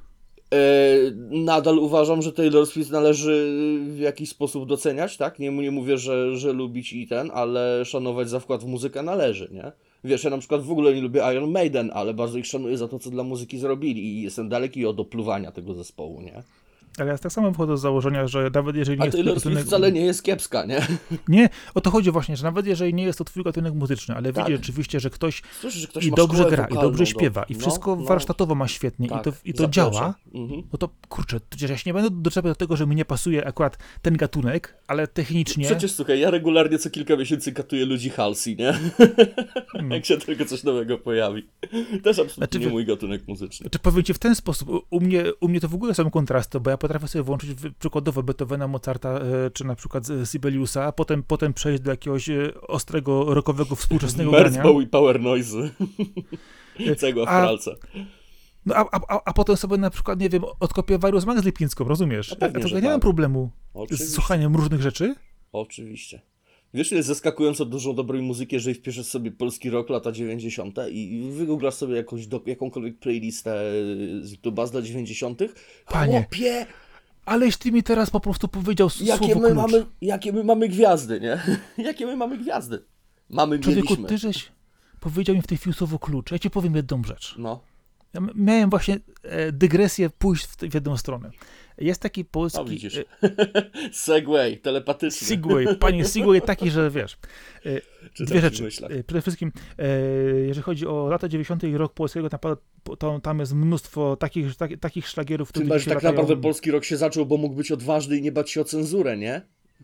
Nadal uważam, że Taylor Swift należy w jakiś sposób doceniać, tak? Nie mówię, że lubić ale szanować za wkład w muzykę należy, nie? Wiesz, ja na przykład w ogóle nie lubię Iron Maiden, ale bardzo ich szanuję za to, co dla muzyki zrobili i jestem daleki od opluwania tego zespołu, nie? Ale ja tak samo wychodzę z założenia, że nawet jeżeli nie jest... A Taylor Swift wcale nie jest kiepska, nie? Nie, o to chodzi właśnie, że nawet jeżeli nie jest to twój gatunek muzyczny, ale widzi rzeczywiście, że ktoś, i dobrze gra, i dobrze śpiewa, i wszystko warsztatowo ma świetnie, tak, i to działa, no to kurczę, przecież ja się nie będę doczepiał do tego, że mi nie pasuje akurat ten gatunek, ale technicznie... Przecież słuchaj, ja regularnie co kilka miesięcy katuję ludzi Halsey, nie? Jak się tylko coś nowego pojawi. Też absolutnie nie mój gatunek muzyczny. Czy powiem ci w ten sposób, u mnie to w ogóle są kontrasty, bo ja potrafię sobie włączyć przykładowo Beethovena, Mozarta, czy na przykład Sibeliusa, a potem przejść do jakiegoś ostrego, rockowego, współczesnego grania. Bowie, Power Noise. Cegła w pralce. No a potem sobie na przykład, nie wiem, odkopię Warius Max Lipińską, rozumiesz? Ja nie mam problemu z słuchaniem różnych rzeczy. Oczywiście. Wiesz, jest zaskakująco dużo dobrej muzyki, jeżeli wpiszesz sobie polski rock lata 90. i wygooglasz sobie jakąkolwiek playlistę z YouTube'a z lat 90. Panie, chłopie! Aleś ty mi teraz po prostu powiedział słowo jakie my mamy gwiazdy, nie? Jakie my mamy gwiazdy? Człowieku, ty żeś powiedział mi w tej chwili słowo klucz. Ja ci powiem jedną rzecz. No. Ja miałem właśnie dygresję pójść w jedną stronę. Jest taki polski... O, widzisz. Segway, telepatyczny. Segway taki, że wiesz. Dwie rzeczy. Przede wszystkim, jeżeli chodzi o lata 90. i rok polskiego, to tam jest mnóstwo takich szlagierów, które tak naprawdę polski rok się zaczął, bo mógł być odważny i nie bać się o cenzurę, nie?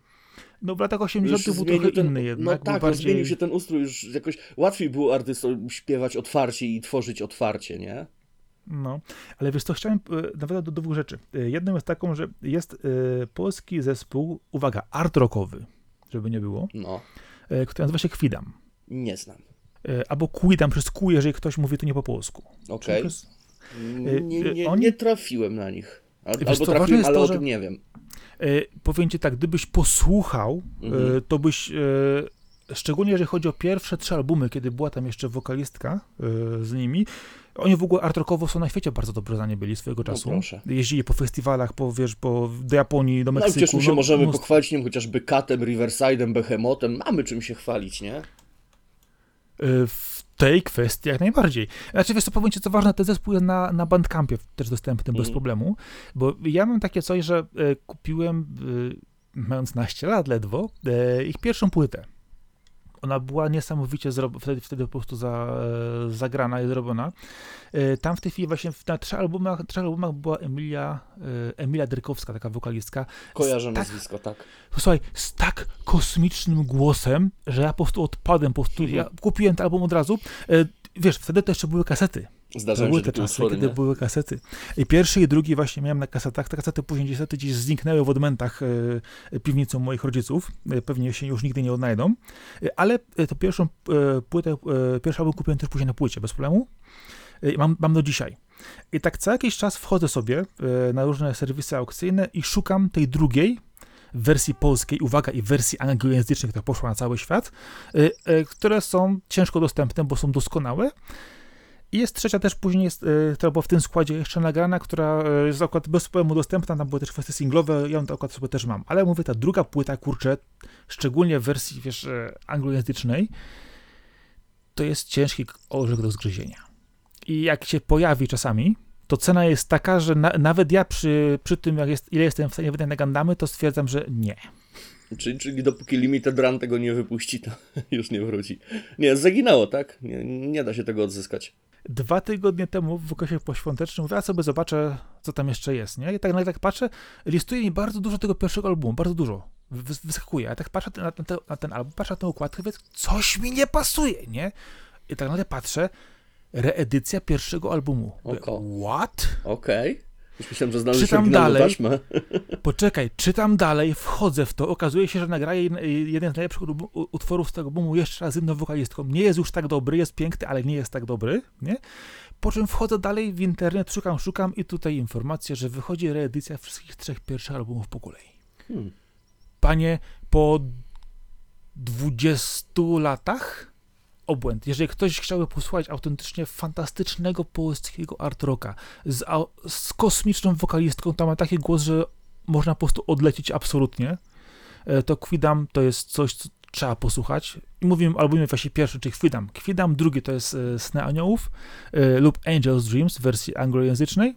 No w latach 80. był trochę inny jednak. No tak, zmienił się ten ustrój, już jakoś łatwiej było artystom śpiewać otwarcie i tworzyć otwarcie, nie? No, ale wiesz co, chciałem nawiązać do dwóch rzeczy. Jedną jest taką, że jest polski zespół, uwaga, art rockowy, żeby nie było, który nazywa się Kwidam. Nie znam. Albo Quidam przez Q, jeżeli ktoś mówi to nie po polsku. Okej. Nie trafiłem na nich. Albo trafiłem, ale o tym nie wiem. Powiem ci tak, gdybyś posłuchał, to byś... Szczególnie jeżeli chodzi o pierwsze 3 albumy, kiedy była tam jeszcze wokalistka z nimi, oni w ogóle art rockowo są na świecie bardzo dobrze znani byli swojego czasu. Jeździli po festiwalach, do Japonii, do Meksyku. No przecież się możemy pochwalić nim chociażby Katem, Riverside'em, Behemotem. Mamy czym się chwalić, nie? W tej kwestii jak najbardziej. Znaczy, wiesz co, powiem ci, co ważne, ten zespół jest na Bandcampie też dostępny bez problemu, bo ja mam takie coś, że kupiłem mając naście lat ledwo, ich pierwszą płytę. Ona była niesamowicie wtedy po prostu zagrana i zrobiona. Tam w tej chwili właśnie na trzech albumach była Emilia Dyrkowska, taka wokalistka. Kojarzę nazwisko, tak. Słuchaj, z tak kosmicznym głosem, że ja po prostu odpadłem, ja kupiłem ten album od razu. Wiesz, wtedy to jeszcze były kasety. Zdarzają się te czasy, kiedy były kasety. I pierwszy i drugi właśnie miałem na kasetach. Te kasety później niestety gdzieś zniknęły w odmętach piwnicą moich rodziców. Pewnie się już nigdy nie odnajdą. Ale to pierwszy album kupiłem też później na płycie, bez problemu. Mam do dzisiaj. I tak co jakiś czas wchodzę sobie na różne serwisy aukcyjne i szukam tej drugiej, w wersji polskiej, uwaga, i w wersji anglojęzycznej, która poszła na cały świat, które są ciężko dostępne, bo są doskonałe. I jest trzecia też później, która była w tym składzie jeszcze nagrana, która jest akurat bez problemu dostępna, tam były też kwestie singlowe, ja ją to akurat sobie też mam. Ale mówię, ta druga płyta, kurczę, szczególnie w wersji, wiesz, anglojęzycznej, to jest ciężki orzech do zgryzienia. I jak się pojawi czasami, to cena jest taka, że nawet ja przy tym, ile jestem w stanie wydać na Gundamy, to stwierdzam, że nie. Czyli dopóki Limited Run tego nie wypuści, to już nie wróci. Nie, zaginęło, tak? Nie da się tego odzyskać. 2 tygodnie temu w okresie poświątecznym mówię, ja sobie zobaczę, co tam jeszcze jest, nie? I tak patrzę, listuje mi bardzo dużo tego pierwszego albumu, bardzo dużo. Wyskakuje. Ja tak patrzę na ten album, patrzę na tę okładkę, więc coś mi nie pasuje, nie? I tak nagle patrzę, reedycja pierwszego albumu. What? Okej. Już myślałem, że znalazłeś czytam dalej, taśmę. Poczekaj, czytam dalej, wchodzę w to, okazuje się, że nagraje jeden z najlepszych utworów z tego albumu jeszcze raz z inną wokalistką. Nie jest już tak dobry, jest piękny, ale nie jest tak dobry, nie? Po czym wchodzę dalej w internet, szukam i tutaj informacja, że wychodzi reedycja wszystkich 3 pierwszych albumów po kolei. Panie, po 20 latach obłęd. Jeżeli ktoś chciałby posłuchać autentycznie fantastycznego polskiego art rocka z kosmiczną wokalistką, to ma taki głos, że można po prostu odlecieć absolutnie, to Quidam to jest coś, co trzeba posłuchać. I mówimy o albumie właśnie pierwszy, czyli Quidam. Quidam, drugi to jest Sny Aniołów lub Angel's Dreams w wersji anglojęzycznej.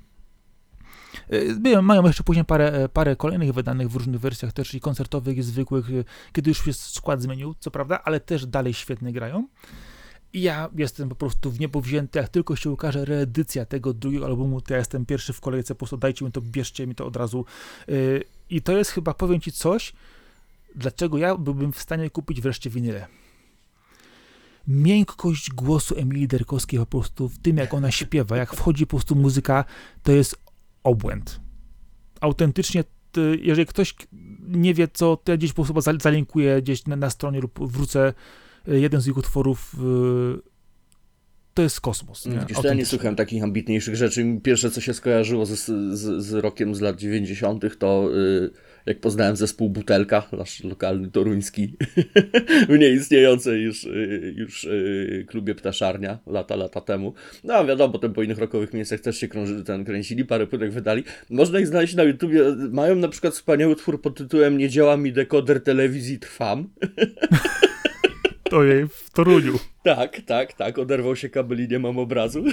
Mają jeszcze później parę kolejnych wydanych w różnych wersjach, też i koncertowych, i zwykłych, kiedy już się skład zmienił, co prawda, ale też dalej świetnie grają. I ja jestem po prostu w niebo wzięty, jak tylko się ukaże reedycja tego drugiego albumu, to ja jestem pierwszy w kolejce, po prostu dajcie mi to, bierzcie mi to od razu. I to jest chyba, powiem ci coś, dlaczego ja byłbym w stanie kupić wreszcie winylę. Miękkość głosu Emilii Dyrkowskiej po prostu w tym, jak ona śpiewa, jak wchodzi po prostu muzyka, to jest obłęd. Autentycznie, jeżeli ktoś nie wie co, to ja gdzieś po prostu zalinkuję gdzieś na stronie lub wrócę jeden z ich utworów. To jest kosmos. Widzisz, to ja nie słucham takich ambitniejszych rzeczy. Pierwsze, co się skojarzyło z rockiem z lat 90., to jak poznałem zespół Butelka, nasz lokalny toruński, w nieistniejącej już klubie Ptaszarnia lata temu. No a wiadomo, potem po innych rockowych miejscach też się kręcili, parę płytek wydali. Można ich znaleźć na YouTubie. Mają na przykład wspaniały utwór pod tytułem Nie działa mi dekoder telewizji, trwam. Ojej, w Toruniu. Tak, oderwał się kabel i nie mam obrazu.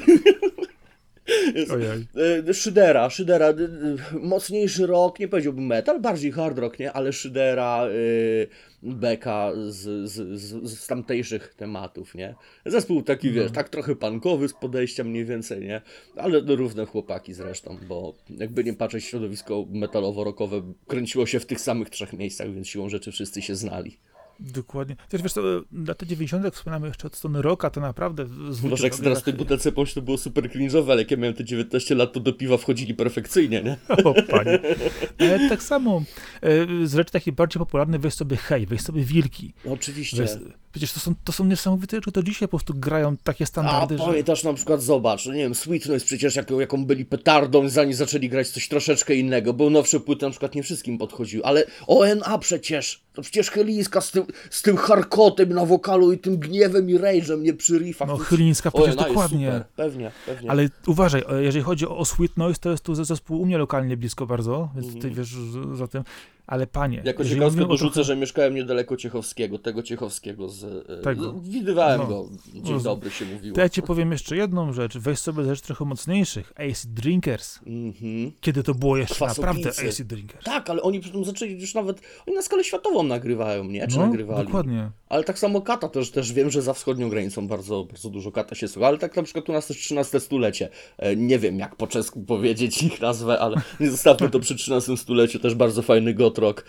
Ojej. Szydera, mocniejszy rock, nie powiedziałbym metal, bardziej hard rock, nie? Ale Szydera, beka z tamtejszych tematów, nie? Zespół taki, wiesz, tak trochę punkowy z podejścia mniej więcej, nie? Ale równe chłopaki zresztą, bo jakby nie patrzeć, środowisko metalowo-rockowe kręciło się w tych samych 3 miejscach, więc siłą rzeczy wszyscy się znali. Dokładnie. Też wiesz, to lata 90. jak wspominamy jeszcze od strony rocka, to naprawdę... Może jak teraz w tej butelce pomyśl, to było super cringe'owe, ale jak ja miałem te 19 lat, to do piwa wchodzili perfekcyjnie, nie? O panie. Ale tak samo z rzeczy takich bardziej popularnych weź sobie Hej, weź sobie Wilki. Oczywiście. Przecież to są niesamowite rzeczy, to dzisiaj po prostu grają takie standardy, że... pamiętasz na przykład, zobacz, nie wiem, Sweetness przecież jaką byli petardą, zanim zaczęli grać coś troszeczkę innego. Był nowsze płyty, na przykład nie wszystkim podchodził, ale ONA przecież Chylińska z tym harkotem na wokalu i tym gniewem i rage'em, nie przy riffach. No Chylińska przecież dokładnie. Super. Pewnie. Ale uważaj, jeżeli chodzi o Sweet Noise, to jest tu zespół u mnie lokalnie blisko bardzo, więc ty wiesz za tym. Ale panie... Jako ciekawostkę dorzucę, że mieszkałem niedaleko Ciechowskiego, tego Ciechowskiego widywałem go, dzień dobry się mówiło. To ja ci powiem jeszcze jedną rzecz, weź sobie rzecz trochę mocniejszych, AC Drinkers. Kiedy to było jeszcze naprawdę AC Drinkers. Tak, ale oni przy tym zaczęli już nawet, oni na skalę światową nagrywają, nie? Czy nagrywali? Dokładnie. Ale tak samo Kata też wiem, że za wschodnią granicą bardzo, bardzo dużo Kata się słucha, ale tak na przykład u nas też 13 stulecie. Nie wiem jak po czesku powiedzieć ich nazwę, ale nie zostawmy to przy 13 stuleciu, też bardzo fajny goth rock.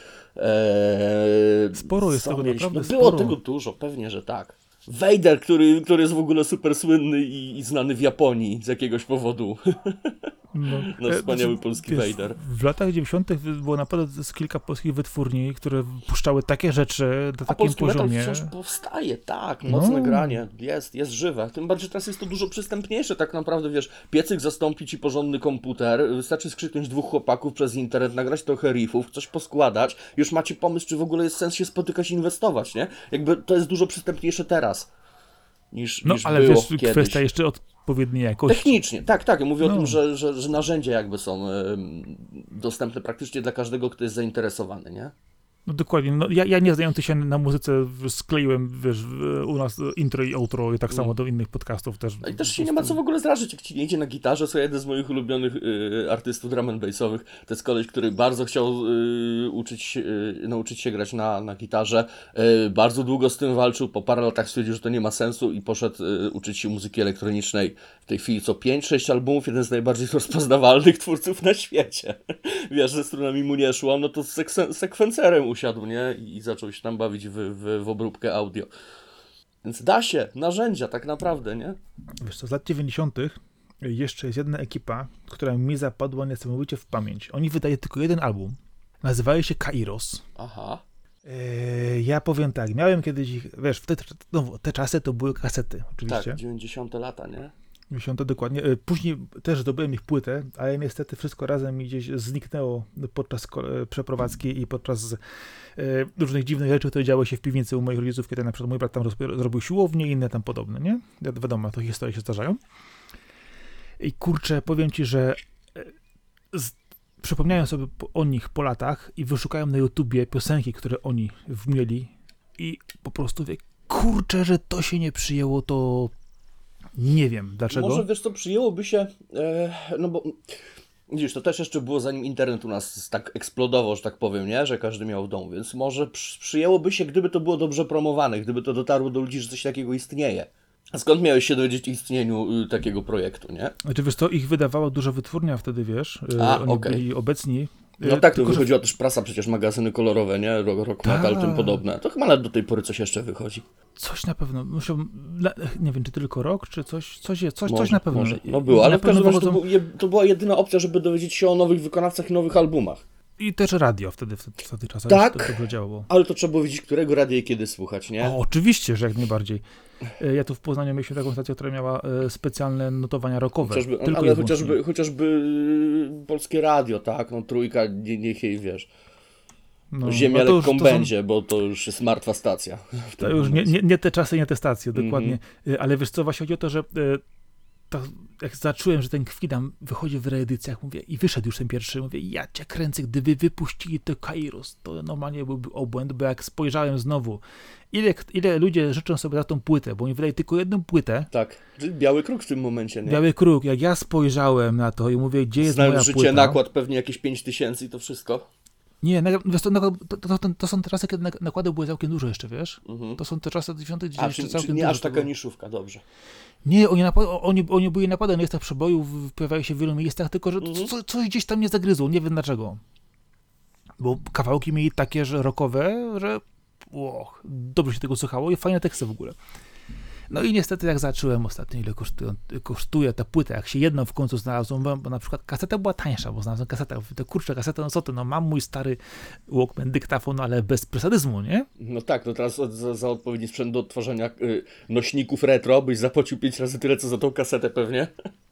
Sporo jest tego naprawdę, było tego dużo, pewnie, że tak. Vader, który jest w ogóle super słynny i znany w Japonii z jakiegoś powodu. Wspaniały polski Vader. W latach 90. było naprawdę kilka polskich wytwórni, które puszczały takie rzeczy na takim poziomie. Metal wciąż powstaje, tak, mocne granie, jest żywe. Tym bardziej teraz jest to dużo przystępniejsze, tak naprawdę, wiesz, piecyk zastąpi ci porządny komputer, wystarczy skrzyknąć 2 chłopaków przez internet, nagrać trochę riffów, coś poskładać, już macie pomysł, czy w ogóle jest sens się spotykać i inwestować, nie? Jakby to jest dużo przystępniejsze teraz. Niż ale było wiesz, kiedyś. kwestia jeszcze odpowiedniej jakości. Technicznie, tak. Ja mówię o tym, że narzędzia jakby są dostępne praktycznie dla każdego, kto jest zainteresowany, nie? No dokładnie. No, ja nie znający się na muzyce skleiłem, wiesz, u nas intro i outro i tak samo do innych podcastów też. No i też się nie ma co w ogóle zdarzyć, jak ci nie idzie na gitarze. Słuchaj, jeden z moich ulubionych artystów drum and bassowych, to jest koleś, który bardzo chciał nauczyć się grać na gitarze. Bardzo długo z tym walczył, po parę latach stwierdził, że to nie ma sensu i poszedł uczyć się muzyki elektronicznej. W tej chwili 5-6 albumów, jeden z najbardziej rozpoznawalnych twórców na świecie. Wiesz, ze strunami mu nie szło, no to z sekwencerem usiadł, nie? I zaczął się tam bawić w obróbkę audio. Więc da się, narzędzia tak naprawdę, nie? Wiesz co, z lat 90. jeszcze jest jedna ekipa, która mi zapadła niesamowicie w pamięć. Oni wydają tylko jeden album. Nazywają się Kairos. Aha. Ja powiem tak, miałem kiedyś ich, wiesz, te czasy to były kasety, oczywiście. Tak, 90 lata, nie? 90 dokładnie. Później też zdobyłem ich płytę, ale niestety wszystko razem mi gdzieś zniknęło podczas przeprowadzki i podczas różnych dziwnych rzeczy, które działy się w piwnicy u moich rodziców, kiedy na przykład mój brat tam zrobił siłownię i inne tam podobne, nie? Wiadomo, to historie się zdarzają. I kurczę, powiem ci, że przypomniałem sobie o nich po latach i wyszukałem na YouTubie piosenki, które oni mieli i po prostu kurczę, że to się nie przyjęło, to nie wiem dlaczego. Może wiesz co, przyjęłoby się, no bo widzisz, to też jeszcze było zanim internet u nas tak eksplodował, że tak powiem, nie? Że każdy miał w domu, więc może przyjęłoby się, gdyby to było dobrze promowane, gdyby to dotarło do ludzi, że coś takiego istnieje. A skąd miałeś się dowiedzieć o istnieniu takiego projektu, nie? Znaczy wiesz, to ich wydawała duża wytwórnia wtedy, wiesz, oni byli obecni. No tak, to wychodziła też prasa, przecież magazyny kolorowe, nie? Rock Metal, tym podobne. To chyba nawet do tej pory coś jeszcze wychodzi. Coś na pewno, nie wiem, czy tylko rok, czy coś na pewno. Może. No było, ale w każdym razie to była jedyna opcja, żeby dowiedzieć się o nowych wykonawcach i nowych albumach. I też radio wtedy w tych czasach tak, to działało. Ale to trzeba było wiedzieć, którego radia i kiedy słuchać, nie? O, oczywiście, że jak najbardziej. Ja tu w Poznaniu mieliśmy taką stację, która miała specjalne notowania rockowe. Chociażby polskie radio, tak? No Trójka, niech jej wiesz. Ziemia lekką będzie, bo to już jest martwa stacja. To już nie te czasy, nie te stacje, dokładnie. Ale wiesz co, właśnie chodzi o to, że jak zacząłem, że ten Kwidam wychodzi w reedycjach, mówię, i wyszedł już ten pierwszy, mówię, ja cię kręcę, gdyby wypuścili to Kairos, to normalnie byłby obłęd, bo jak spojrzałem znowu, ile ludzie życzą sobie za tą płytę, bo oni wydają tylko jedną płytę. Tak, biały kruk w tym momencie, nie? Biały kruk, jak ja spojrzałem na to i mówię, gdzie jest moja życie, płyta. nakład pewnie jakieś 5000 i to wszystko. Nie, to są te czasy, kiedy nakłady były całkiem duże jeszcze, wiesz? To są te czasy 90, gdzie jeszcze całkiem nie duże. aż taka niszówka, dobrze. Nie, oni byli napadani na listach przebojów, pojawiają się w wielu miejscach, tylko że coś gdzieś tam nie zagryzło, nie wiem dlaczego. Bo kawałki mieli takie, że rockowe, że dobrze się tego słuchało i fajne teksty w ogóle. No i niestety jak zacząłem ostatnio, ile kosztuje ta płyta, jak się jedną w końcu znalazłem, bo na przykład kaseta była tańsza, bo znalazłem kasetę, te kurczę, kasetę, no co ty, no mam mój stary Walkman, dyktafon, ale bez presadyzmu, nie? No tak, no teraz za odpowiedni sprzęt do odtwarzania nośników retro byś zapłacił 5 razy tyle, co za tą kasetę pewnie.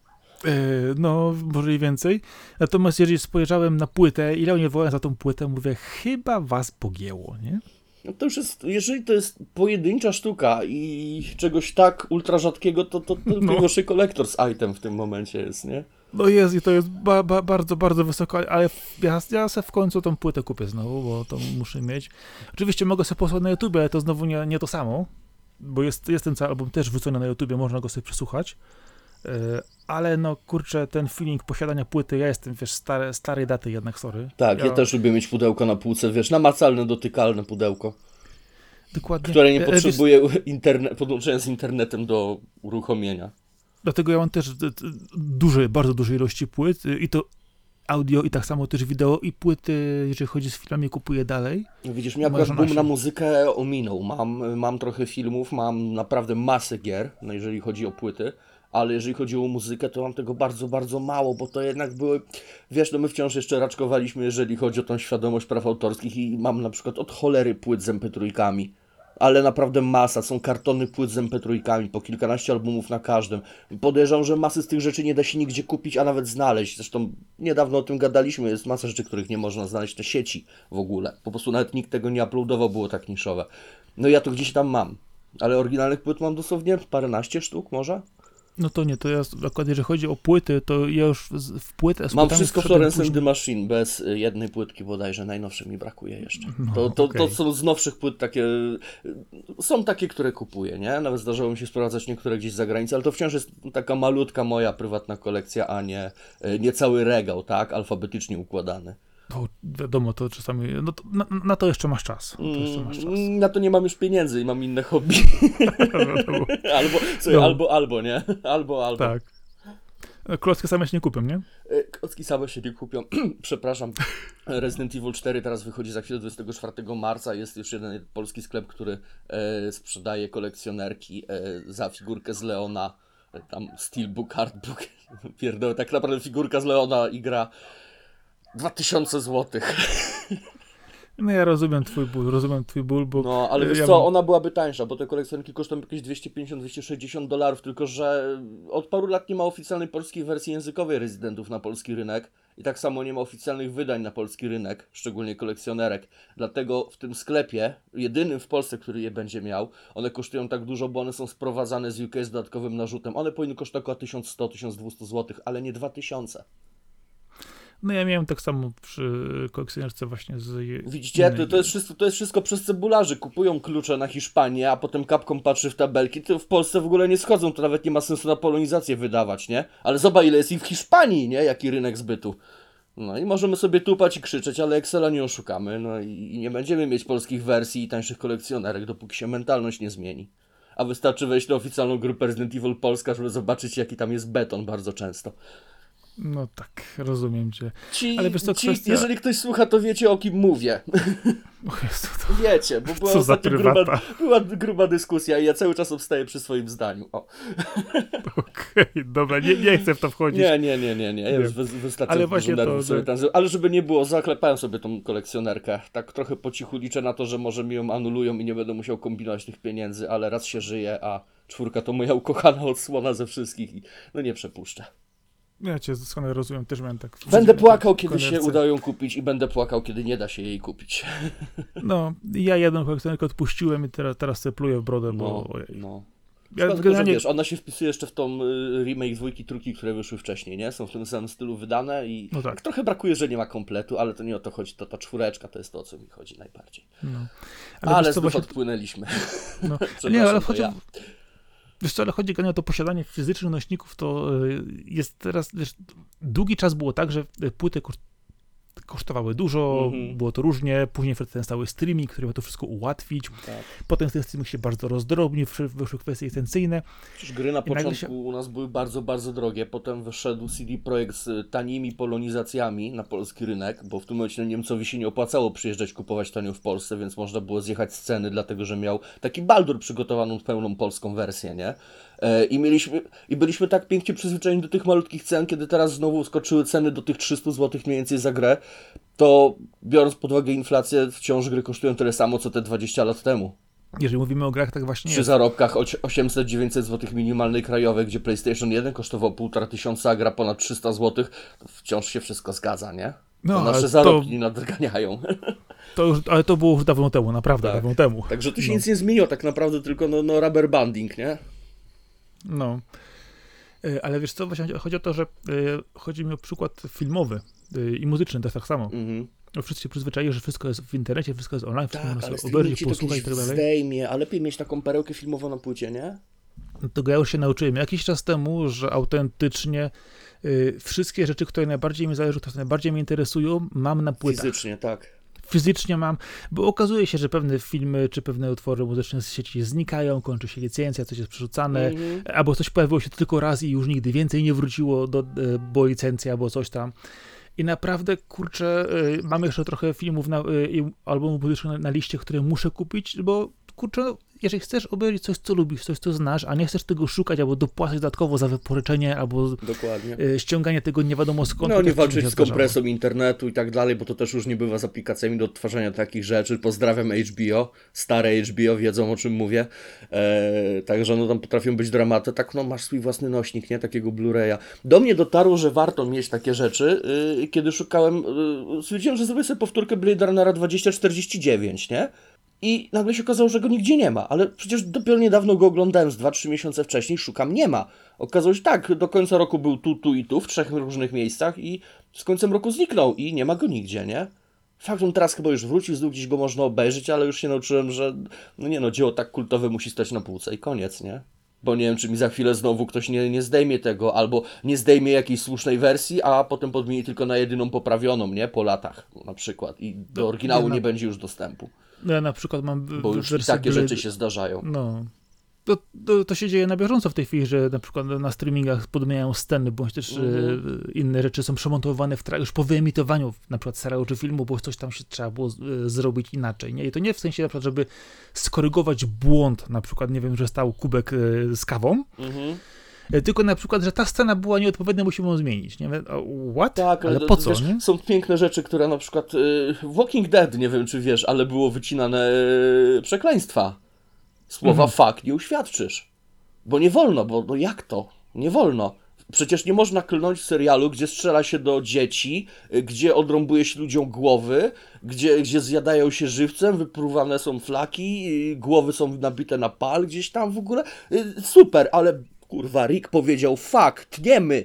No, może i więcej. Natomiast jeżeli spojrzałem na płytę, ile oni wołają za tą płytę, mówię, chyba was pogięło, nie? No to już jest, jeżeli to jest pojedyncza sztuka i czegoś tak ultra rzadkiego, to tylko collector's item w tym momencie jest, nie? No jest i to jest bardzo, bardzo wysoko, ale ja sobie w końcu tą płytę kupię znowu, bo to muszę mieć. Oczywiście mogę sobie posłuchać na YouTubie, ale to znowu nie to samo, bo jest ten cały album też wrzucony na YouTubie, można go sobie przesłuchać. Ale no kurczę, ten feeling posiadania płyty, ja jestem, wiesz, starej daty jednak, sorry. Tak, ja też lubię mieć pudełko na półce, wiesz, namacalne, dotykalne pudełko. Dokładnie. Które nie potrzebuje podłączenia z internetem do uruchomienia. Dlatego ja mam też bardzo duże ilości płyt i to audio i tak samo też wideo i płyty, jeżeli chodzi z filmami, kupuję dalej. Widzisz, mnie akurat boom na muzykę ominął. Mam trochę filmów, mam naprawdę masę gier, no jeżeli chodzi o płyty, ale jeżeli chodzi o muzykę, to mam tego bardzo, bardzo mało, bo to jednak były, wiesz, no my wciąż jeszcze raczkowaliśmy, jeżeli chodzi o tą świadomość praw autorskich i mam na przykład od cholery płyt z MP3, ale naprawdę masa, są kartony płyt z MP3, po kilkanaście albumów na każdym. Podejrzewam, że masy z tych rzeczy nie da się nigdzie kupić, a nawet znaleźć. Zresztą niedawno o tym gadaliśmy, jest masa rzeczy, których nie można znaleźć na sieci w ogóle. Po prostu nawet nikt tego nie uploadował, było tak niszowe. No ja to gdzieś tam mam, ale oryginalnych płyt mam dosłownie paręnaście sztuk może? No to nie, to ja akurat jeżeli chodzi o płyty, to ja już w płytę... Mam wszystko Florence and the Machine, bez jednej płytki bodajże, najnowszej mi brakuje jeszcze. No, to są z nowszych płyt takie, są takie, które kupuję, nie? Nawet zdarzało mi się sprowadzać niektóre gdzieś za granicę, ale to wciąż jest taka malutka moja prywatna kolekcja, a nie cały regał, tak? Alfabetycznie układany. No, wiadomo, to czasami, no to, na to jeszcze masz czas. Na to nie mam już pieniędzy i mam inne hobby. Albo, nie? Albo. Tak. Klocki same się nie kupią, nie? Klocki same się nie kupią. Przepraszam. Resident Evil 4 teraz wychodzi za chwilę, 24 marca. Jest już jeden polski sklep, który sprzedaje kolekcjonerki za figurkę z Leona. Tam Steelbook, Artbook. Pierdolę, tak naprawdę figurka z Leona i gra 2000 zł. No ja rozumiem twój ból, bo... No, ale wiesz co, ona byłaby tańsza, bo te kolekcjonerki kosztują jakieś $250-260, tylko że od paru lat nie ma oficjalnej polskiej wersji językowej Rezydentów na polski rynek i tak samo nie ma oficjalnych wydań na polski rynek, szczególnie kolekcjonerek. Dlatego w tym sklepie, jedynym w Polsce, który je będzie miał, one kosztują tak dużo, bo one są sprowadzane z UK z dodatkowym narzutem. One powinny kosztować około 1100-1200 zł, ale nie 2000. No ja miałem tak samo przy kolekcjonerce właśnie z... Widzicie, to jest wszystko przez cebularzy. Kupują klucze na Hiszpanię, a potem Capcom patrzy w tabelki, to w Polsce w ogóle nie schodzą, to nawet nie ma sensu na polonizację wydawać, nie? Ale zobacz, ile jest ich w Hiszpanii, nie? Jaki rynek zbytu. No i możemy sobie tupać i krzyczeć, ale Excela nie oszukamy, no i nie będziemy mieć polskich wersji i tańszych kolekcjonerek, dopóki się mentalność nie zmieni. A wystarczy wejść na oficjalną grupę Resident Evil Polska, żeby zobaczyć, jaki tam jest beton bardzo często. No tak, rozumiem cię. Ale wiesz co, kwestia... Jeżeli ktoś słucha, to wiecie, o kim mówię. O Jezu, to... Wiecie, bo była była gruba dyskusja i ja cały czas obstaję przy swoim zdaniu. Okej, dobra, nie chcę w to wchodzić. Nie. Ja już wystarczy. Ale właśnie to, że... Ale żeby nie było, zaklepałem sobie tą kolekcjonerkę. Tak trochę po cichu liczę na to, że może mi ją anulują i nie będę musiał kombinować tych pieniędzy, ale raz się żyje, a 4 to moja ukochana odsłona ze wszystkich i no nie przepuszczę. Ja cię doskonale rozumiem, też miałem tak... Będę płakał, kiedy się uda ją kupić i będę płakał, kiedy nie da się jej kupić. No, ja jedną kolekcjonerkę odpuściłem i teraz sobie pluję w brodę, bo... No. Ja generalnie... Wiesz, ona się wpisuje jeszcze w tą remake 2 i 3, które wyszły wcześniej, nie? Są w tym samym stylu wydane i no tak. Trochę brakuje, że nie ma kompletu, ale to nie o to chodzi, to ta 4 to jest to, o co mi chodzi najbardziej. No. Ale znów odpłynęliśmy. No. Nie, ale chodzi... Wiesz co, ale chodzi o to posiadanie fizycznych nośników, to jest teraz, wiesz, długi czas było tak, że płyty kosztowały dużo, było to różnie, później ten stały streaming, który ma to wszystko ułatwić, tak. Potem ten streaming się bardzo rozdrobnił, wyszły kwestie licencyjne. Przecież gry na początku u nas były bardzo, bardzo drogie, potem wyszedł CD Projekt z tanimi polonizacjami na polski rynek, bo w tym momencie Niemcowi się nie opłacało przyjeżdżać kupować tanio w Polsce, więc można było zjechać z ceny, dlatego że miał taki Baldur przygotowaną pełną polską wersję, nie? I byliśmy tak pięknie przyzwyczajeni do tych malutkich cen, kiedy teraz znowu skoczyły ceny do tych 300 zł mniej więcej za grę, to biorąc pod uwagę inflację, wciąż gry kosztują tyle samo, co te 20 lat temu. Jeżeli mówimy o grach, tak właśnie Przy zarobkach 800-900 zł minimalnej krajowej, gdzie PlayStation 1 kosztował 1500, a gra ponad 300 zł, to wciąż się wszystko zgadza, nie? No, to nasze zarobki nadganiają. Ale to było już dawno temu, naprawdę tak. Dawno temu. Także tu się nic nie zmieniło, tak naprawdę tylko rubber banding, nie? No. Ale wiesz co, właśnie chodzi o to, że chodzi mi o przykład filmowy i muzyczny, to jest tak samo. Mhm. Wszyscy się przyzwyczaili, że wszystko jest w internecie, wszystko jest online, wszystko Tak, można ale sobie obejrzeć, ci to posłuchać i kiedyś tak dalej. zdejmie, a lepiej mieć taką perełkę filmową na płycie, nie? No to ja już się nauczyłem jakiś czas temu, że autentycznie wszystkie rzeczy, które najbardziej mi zależą, które najbardziej mnie interesują, mam na płytach. Fizycznie, tak. Fizycznie mam, bo okazuje się, że pewne filmy czy pewne utwory muzyczne z sieci znikają, kończy się licencja, coś jest przerzucane, albo coś pojawiło się tylko raz i już nigdy więcej nie wróciło, bo licencja, albo coś tam. I naprawdę, kurczę, mam jeszcze trochę filmów i albumów muzycznych na liście, które muszę kupić, bo kurczę, jeżeli chcesz obejrzeć coś, co lubisz, coś, co znasz, a nie chcesz tego szukać, albo dopłacać dodatkowo za wypożyczenie, albo ściąganie tego nie wiadomo skąd. No nie walczyć z kompresją internetu i tak dalej, bo to też już nie bywa z aplikacjami do odtwarzania takich rzeczy. Pozdrawiam HBO, stare HBO, wiedzą o czym mówię. Także no tam potrafią być dramaty. Tak, no masz swój własny nośnik, nie? Takiego Blu-raya. Do mnie dotarło, że warto mieć takie rzeczy, kiedy szukałem, stwierdziłem, że zrobię sobie powtórkę Blade Runnera 2049, nie? I nagle się okazało, że go nigdzie nie ma, ale przecież dopiero niedawno go oglądałem, z 2-3 miesiące wcześniej, szukam, nie ma. Okazało się tak, do końca roku był tu i tu, w 3 różnych miejscach i z końcem roku zniknął i nie ma go nigdzie, nie? Fakt, on teraz chyba już wrócił, znów gdzieś go można obejrzeć, ale już się nauczyłem, że dzieło tak kultowe musi stać na półce i koniec, nie? Bo nie wiem, czy mi za chwilę znowu ktoś nie zdejmie tego, albo nie zdejmie jakiejś słusznej wersji, a potem podmieni tylko na jedyną poprawioną, nie? Po latach na przykład i do oryginału nie będzie już dostępu. No ja na przykład mam bo już i takie rzeczy się zdarzają. No. To się dzieje na bieżąco w tej chwili, że na przykład na streamingach podmieniają sceny, bądź też inne rzeczy są przemontowane już po wyemitowaniu na przykład serialu czy filmu, bo coś tam się trzeba było zrobić inaczej. Nie? I to nie w sensie na przykład, żeby skorygować błąd, na przykład, nie wiem, że stał kubek z kawą, tylko na przykład, że ta scena była nieodpowiednia, musimy ją zmienić. Nie wiem, what? Tak, ale po co? Wiesz, są piękne rzeczy, które na przykład w Walking Dead, nie wiem czy wiesz, ale było wycinane przekleństwa. Słowa fuck nie uświadczysz. Bo nie wolno, bo jak to? Nie wolno. Przecież nie można klnąć w serialu, gdzie strzela się do dzieci, gdzie odrąbuje się ludziom głowy, gdzie zjadają się żywcem, wypruwane są flaki, głowy są nabite na pal gdzieś tam w ogóle. Super, ale kurwa, Rick powiedział fuck, tniemy.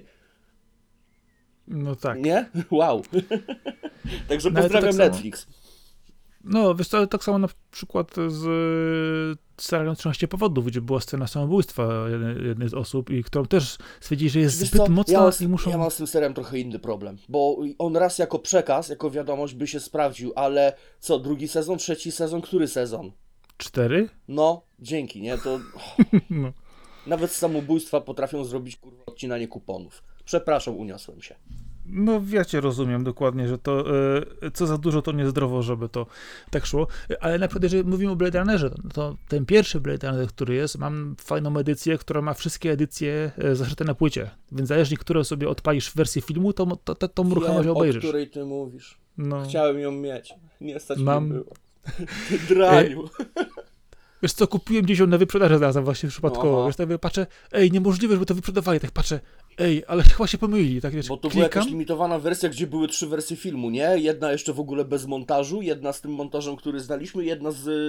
No tak. Nie? Wow. Także pozdrawiam tak Netflix. No, wiesz co, tak samo na przykład z serialem 13 powodów, gdzie była scena samobójstwa jednej z osób i którą też stwierdzili, że jest zbyt mocna i muszą... Ja mam z tym serialem trochę inny problem, bo on raz jako przekaz, jako wiadomość by się sprawdził, ale co, drugi sezon, trzeci sezon, który sezon? 4? No, dzięki, nie? To... No. Nawet z samobójstwa potrafią zrobić kurwa odcinanie kuponów. Przepraszam, uniosłem się. No ja cię rozumiem dokładnie, że to co za dużo to niezdrowo, żeby to tak szło, ale na przykład jeżeli mówimy o Blade Runnerze, to ten pierwszy Blade Runner, który jest, mam fajną edycję, która ma wszystkie edycje zaszyte na płycie, więc zależnie, które sobie odpalisz w wersji filmu, to uruchomisz i obejrzysz. O której ty mówisz. No. Chciałem ją mieć, nie stać mnie było. Ty draniu. Wiesz co, kupiłem gdzieś ją na wyprzedaży znalazłem właśnie przypadkowo. Wiesz, tak patrzę, niemożliwe, żeby to wyprzedawali. Tak patrzę, ale chyba się pomylili. Tak, wiesz, bo to była jakaś limitowana wersja, gdzie były 3 wersje filmu, nie? Jedna jeszcze w ogóle bez montażu, jedna z tym montażem, który znaliśmy, jedna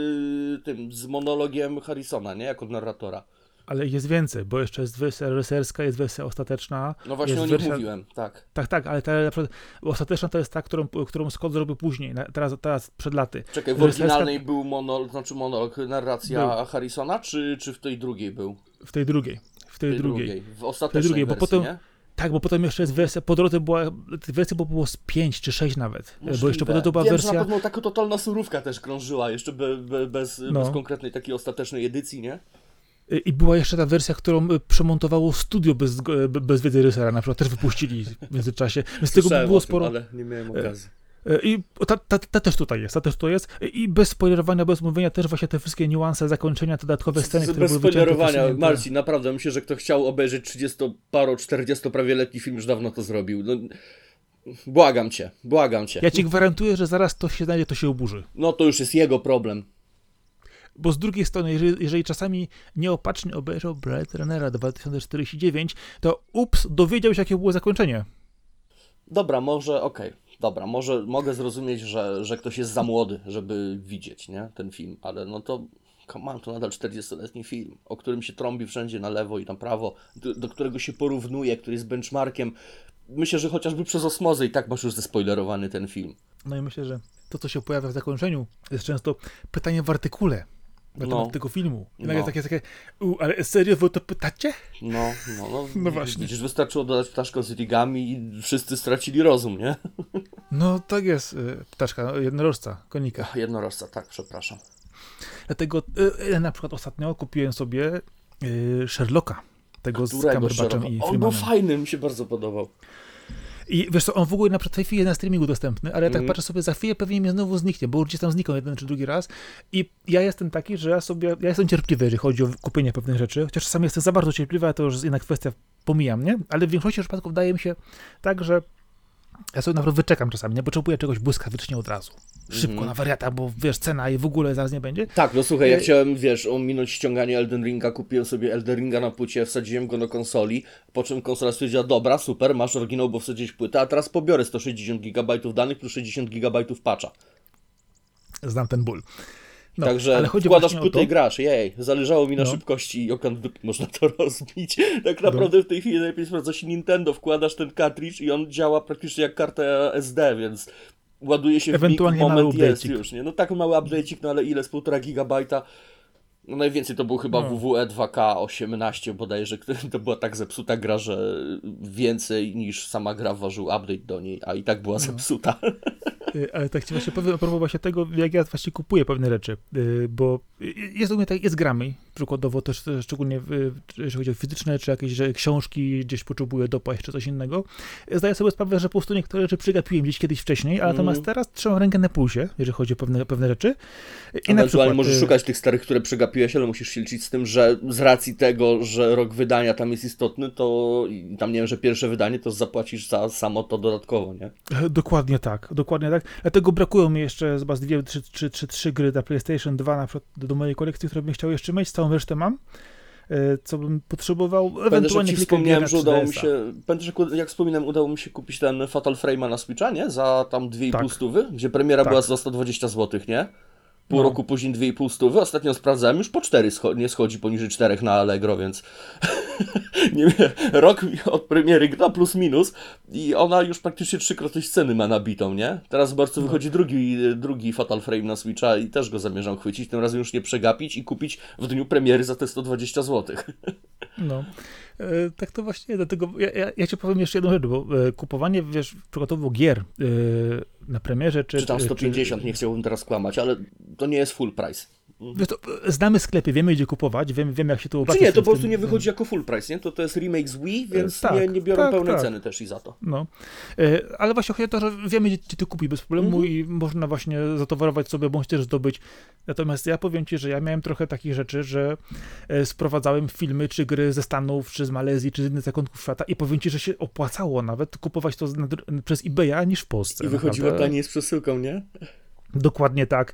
z monologiem Harrisona, nie? Jako narratora. Ale jest więcej, bo jeszcze jest wersja reżyserska, jest wersja ostateczna. No właśnie o niej mówiłem, tak. Tak, ale ta na przykład ostateczna to jest ta, którą Scott zrobił później, teraz przed laty. Czekaj, w oryginalnej był monolog, narracja Harrisona, czy w tej drugiej był? W tej drugiej. W ostatecznej wersji, potem, nie? Tak, bo potem jeszcze jest wersja, po drodze była, wersja było z 5 czy 6 nawet. Możliwe. Bo jeszcze potem to była wersja... Że na pewno taka totalna surówka też krążyła, jeszcze bez konkretnej takiej ostatecznej edycji, nie? I była jeszcze ta wersja, którą przemontowało studio bez wiedzy reżysera, na przykład też wypuścili w międzyczasie. Więc tego było sporo. Ale nie miałem okazji. I ta też tutaj jest, I bez spoilerowania, bez mówienia też właśnie te wszystkie niuanse, zakończenia, te dodatkowe sceny, które były wycięte. Bez spoilerowania, Marcin, naprawdę myślę, że kto chciał obejrzeć 40 prawie letni film, już dawno to zrobił. No, błagam cię. Ja ci gwarantuję, że zaraz to się znajdzie, to się oburzy. No to już jest jego problem. Bo z drugiej strony, jeżeli czasami nieopatrznie obejrzał Blade Runnera 2049, to dowiedział się, jakie było zakończenie. Dobra, może mogę zrozumieć, że ktoś jest za młody, żeby widzieć, nie, ten film, ale no to come on, to nadal 40-letni film, o którym się trąbi wszędzie na lewo i na prawo, do którego się porównuje, który jest benchmarkiem. Myślę, że chociażby przez osmozę i tak masz już zespoilerowany ten film. No i myślę, że to, co się pojawia w zakończeniu, jest często pytanie w artykule na temat tego filmu. I nagle jest takie, ale serio wy to pytacie? No właśnie. Widzisz, wystarczyło dodać ptaszkę z rigami i wszyscy stracili rozum, nie? No tak jest, ptaszka, jednorożca, konika. Jednorożca, tak, przepraszam. Dlatego na przykład ostatnio kupiłem sobie Sherlocka, tego z Cumberbatchem i Freemanem. On był fajny, mi się bardzo podobał. I wiesz co, on w ogóle na przykład w tej chwili jest na streamingu dostępny, ale ja tak patrzę sobie, za chwilę pewnie mnie znowu zniknie, bo gdzieś tam znikał jeden czy drugi raz i ja jestem taki, że ja jestem cierpliwy, jeżeli chodzi o kupienie pewnych rzeczy, chociaż czasami jestem za bardzo cierpliwy, ale to już jest inna kwestia, pomijam, nie? Ale w większości przypadków wydaje mi się tak, że ja sobie naprawdę wyczekam czasami, nie potrzebuję czegoś błyskawicznie od razu. Szybko na wariata, bo wiesz, cena i w ogóle zaraz nie będzie. Tak, no słuchaj, ja chciałem, wiesz, ominąć ściąganie Elden Ringa, kupiłem sobie Elden Ringa na płycie, wsadziłem go do konsoli, po czym konsola stwierdziła, dobra, super, masz oryginał, bo wsadziłeś płytę, a teraz pobiorę 160 GB danych plus 60 GB patcha. Znam ten ból. No, także ale chodzi wkładasz właśnie płytę o i grasz, zależało mi na szybkości i okan dupy można to rozbić. Tak naprawdę w tej chwili najlepiej sprawdza się Nintendo, wkładasz ten cartridge i on działa praktycznie jak karta SD, więc ładuje się ewentualnie w moment mały jest już, nie? No tak mały update'ik, no ale ile z 1,5 gigabajta? No najwięcej to był chyba WWE 2K18 bodajże, to była tak zepsuta gra, że więcej niż sama gra ważył update do niej, a i tak była zepsuta. Ale tak ci właśnie powiem a propos właśnie tego, jak ja właśnie kupuję pewne rzeczy, bo jest u mnie tak, jest grami, przykładowo też szczególnie jeżeli chodzi o fizyczne, czy jakieś książki, gdzieś potrzebuję dopaść, czy coś innego. Zdaję sobie sprawę, że po prostu niektóre rzeczy przegapiłem gdzieś kiedyś wcześniej, a natomiast teraz trzymam rękę na pulsie, jeżeli chodzi o pewne rzeczy. I na przykład możesz szukać tych starych, które przegapiłeś, ale musisz się liczyć z tym, że z racji tego, że rok wydania tam jest istotny, to tam nie wiem, że pierwsze wydanie to zapłacisz za samo to dodatkowo, nie? Dokładnie tak. Dlatego brakują mi jeszcze chyba 2 czy 3 gry na PlayStation 2 na przykład do mojej kolekcji, które bym chciał jeszcze mieć, całą resztę mam, co bym potrzebował. Ewentualnie jak wspomniałem, że udało mi się, jak wspominałem, udało mi się kupić ten Fatal Frame'a na Switcha, nie? Za tam 2,5 stówy, gdzie premiera była za 120 zł, nie? Pół roku później 2,5 stówy. Ostatnio sprawdzałem, już po 4 nie schodzi poniżej 4 na Allegro, więc nie wiem, rok od premiery gra plus minus i ona już praktycznie 3-krotność ceny ma nabitą, nie? Teraz w marcu wychodzi drugi Fatal Frame na Switcha i też go zamierzam chwycić, tym razem już nie przegapić i kupić w dniu premiery za te 120 zł. No. Tak to właśnie, dlatego ja ci powiem jeszcze jedną rzecz, bo kupowanie, wiesz, przykładowo gier na premierze, czy tam 150, nie chciałbym teraz kłamać, ale to nie jest full price. Wiesz, to znamy sklepy, wiemy gdzie kupować, wiemy jak się to opłaca. Czy nie, to po prostu nie wychodzi jako full price, nie? To jest remake z Wii, więc nie biorą pełnej ceny też i za to. No, ale właśnie chodzi o to, że wiemy gdzie ty kupić bez problemu i można właśnie zatowarować sobie, bądź też zdobyć. Natomiast ja powiem ci, że ja miałem trochę takich rzeczy, że sprowadzałem filmy czy gry ze Stanów, czy z Malezji, czy z innych zakątków świata i powiem ci, że się opłacało nawet kupować to przez eBaya niż w Polsce. I wychodziło taniej z przesyłką, nie? Dokładnie tak.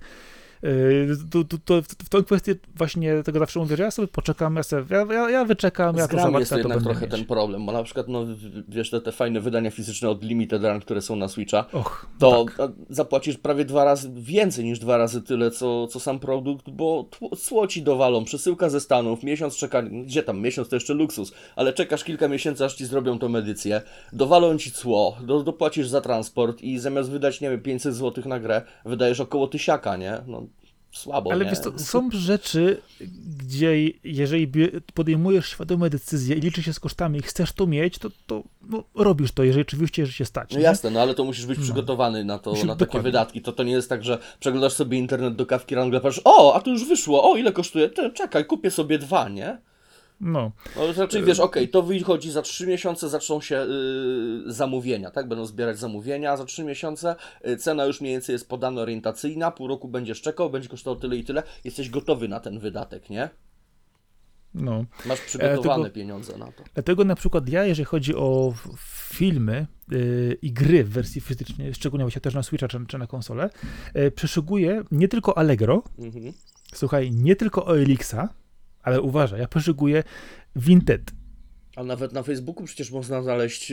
W tą kwestię właśnie tego zawsze mówię, że ja sobie poczekam, ja wyczekam, ja to załatwię. Jest to jednak trochę ten problem, bo na przykład, no wiesz, te fajne wydania fizyczne od Limited Run, które są na Switcha, to zapłacisz prawie 2 razy więcej niż 2 razy tyle, co sam produkt, bo cło ci dowalą, przesyłka ze Stanów, miesiąc czekania, gdzie tam, miesiąc to jeszcze luksus, ale czekasz kilka miesięcy, aż ci zrobią tą edycję, dowalą ci cło, dopłacisz za transport i zamiast wydać, nie wiem, 500 zł na grę, wydajesz około 1000, nie? No, słabo, ale nie? wiesz co, są rzeczy, gdzie jeżeli podejmujesz świadome decyzje i liczysz się z kosztami i chcesz to mieć, to robisz to, jeżeli oczywiście się stać. No jasne, no ale to musisz być przygotowany na to, na takie wydatki. To nie jest tak, że przeglądasz sobie internet do kawki, nagle patrzysz, a to już wyszło, ile kosztuje? Czekaj, kupię sobie 2, nie? No raczej wiesz, to wychodzi za 3 miesiące, zaczną się zamówienia, tak? Będą zbierać zamówienia za 3 miesiące, cena już mniej więcej jest podana orientacyjna, pół roku będziesz czekał, będzie kosztowało tyle i tyle, jesteś gotowy na ten wydatek, nie? No. Masz przygotowane pieniądze na to. Dlatego na przykład ja, jeżeli chodzi o filmy i gry w wersji fizycznej, szczególnie właśnie też na Switcha czy na konsolę, przeszukuję nie tylko Allegro, słuchaj, nie tylko OLX-a, ale uważaj, ja poszukuję Vinted. A nawet na Facebooku przecież można znaleźć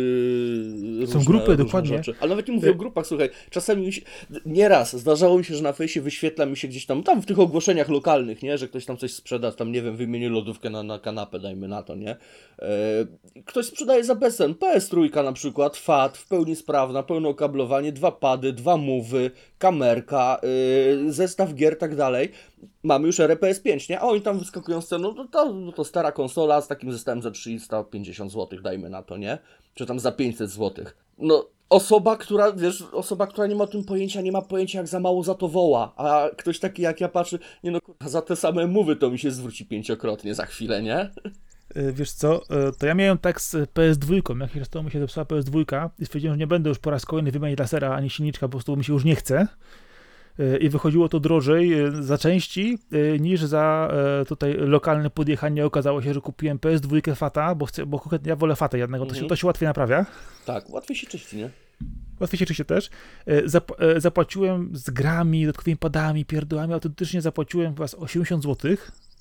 Są grupy, różne dokładnie. rzeczy. Ale nawet nie mówię o grupach, słuchaj, czasami nieraz zdarzało mi się, że na fejsie wyświetla mi się gdzieś tam w tych ogłoszeniach lokalnych, nie, że ktoś tam coś sprzeda, tam nie wiem, wymienię lodówkę na kanapę, dajmy na to, nie. Ktoś sprzedaje za bezcen, PS3 na przykład, FAT, w pełni sprawna, pełne okablowanie, 2 pady, 2 move'y, kamerka, zestaw gier, tak dalej. Mamy już erę PS5, nie? A oni tam wyskakują z ceną, to stara konsola z takim zestawem za 350 zł, dajmy na to, nie? Czy tam za 500 zł. No, osoba, która nie ma o tym pojęcia, nie ma pojęcia, jak za mało za to woła. A ktoś taki jak ja patrzy, nie no, kurwa, za te same mowy to mi się zwróci 5-krotnie za chwilę, nie? Wiesz co, to ja miałem tak z PS2, jakiś czas temu mi się zepsuła PS2 i stwierdziłem, że nie będę już po raz kolejny wymieniać lasera ani silniczka, po prostu mi się już nie chce. I wychodziło to drożej za części niż za tutaj lokalne podjechanie. Okazało się, że kupiłem PS2 Fata, bo ja wolę Fata jednego, to się łatwiej naprawia. Tak, łatwiej się czyści, nie? Łatwiej się czyści też. Zapłaciłem z grami, dodatkowymi padami, pierdołami, autentycznie zapłaciłem chyba z 80 zł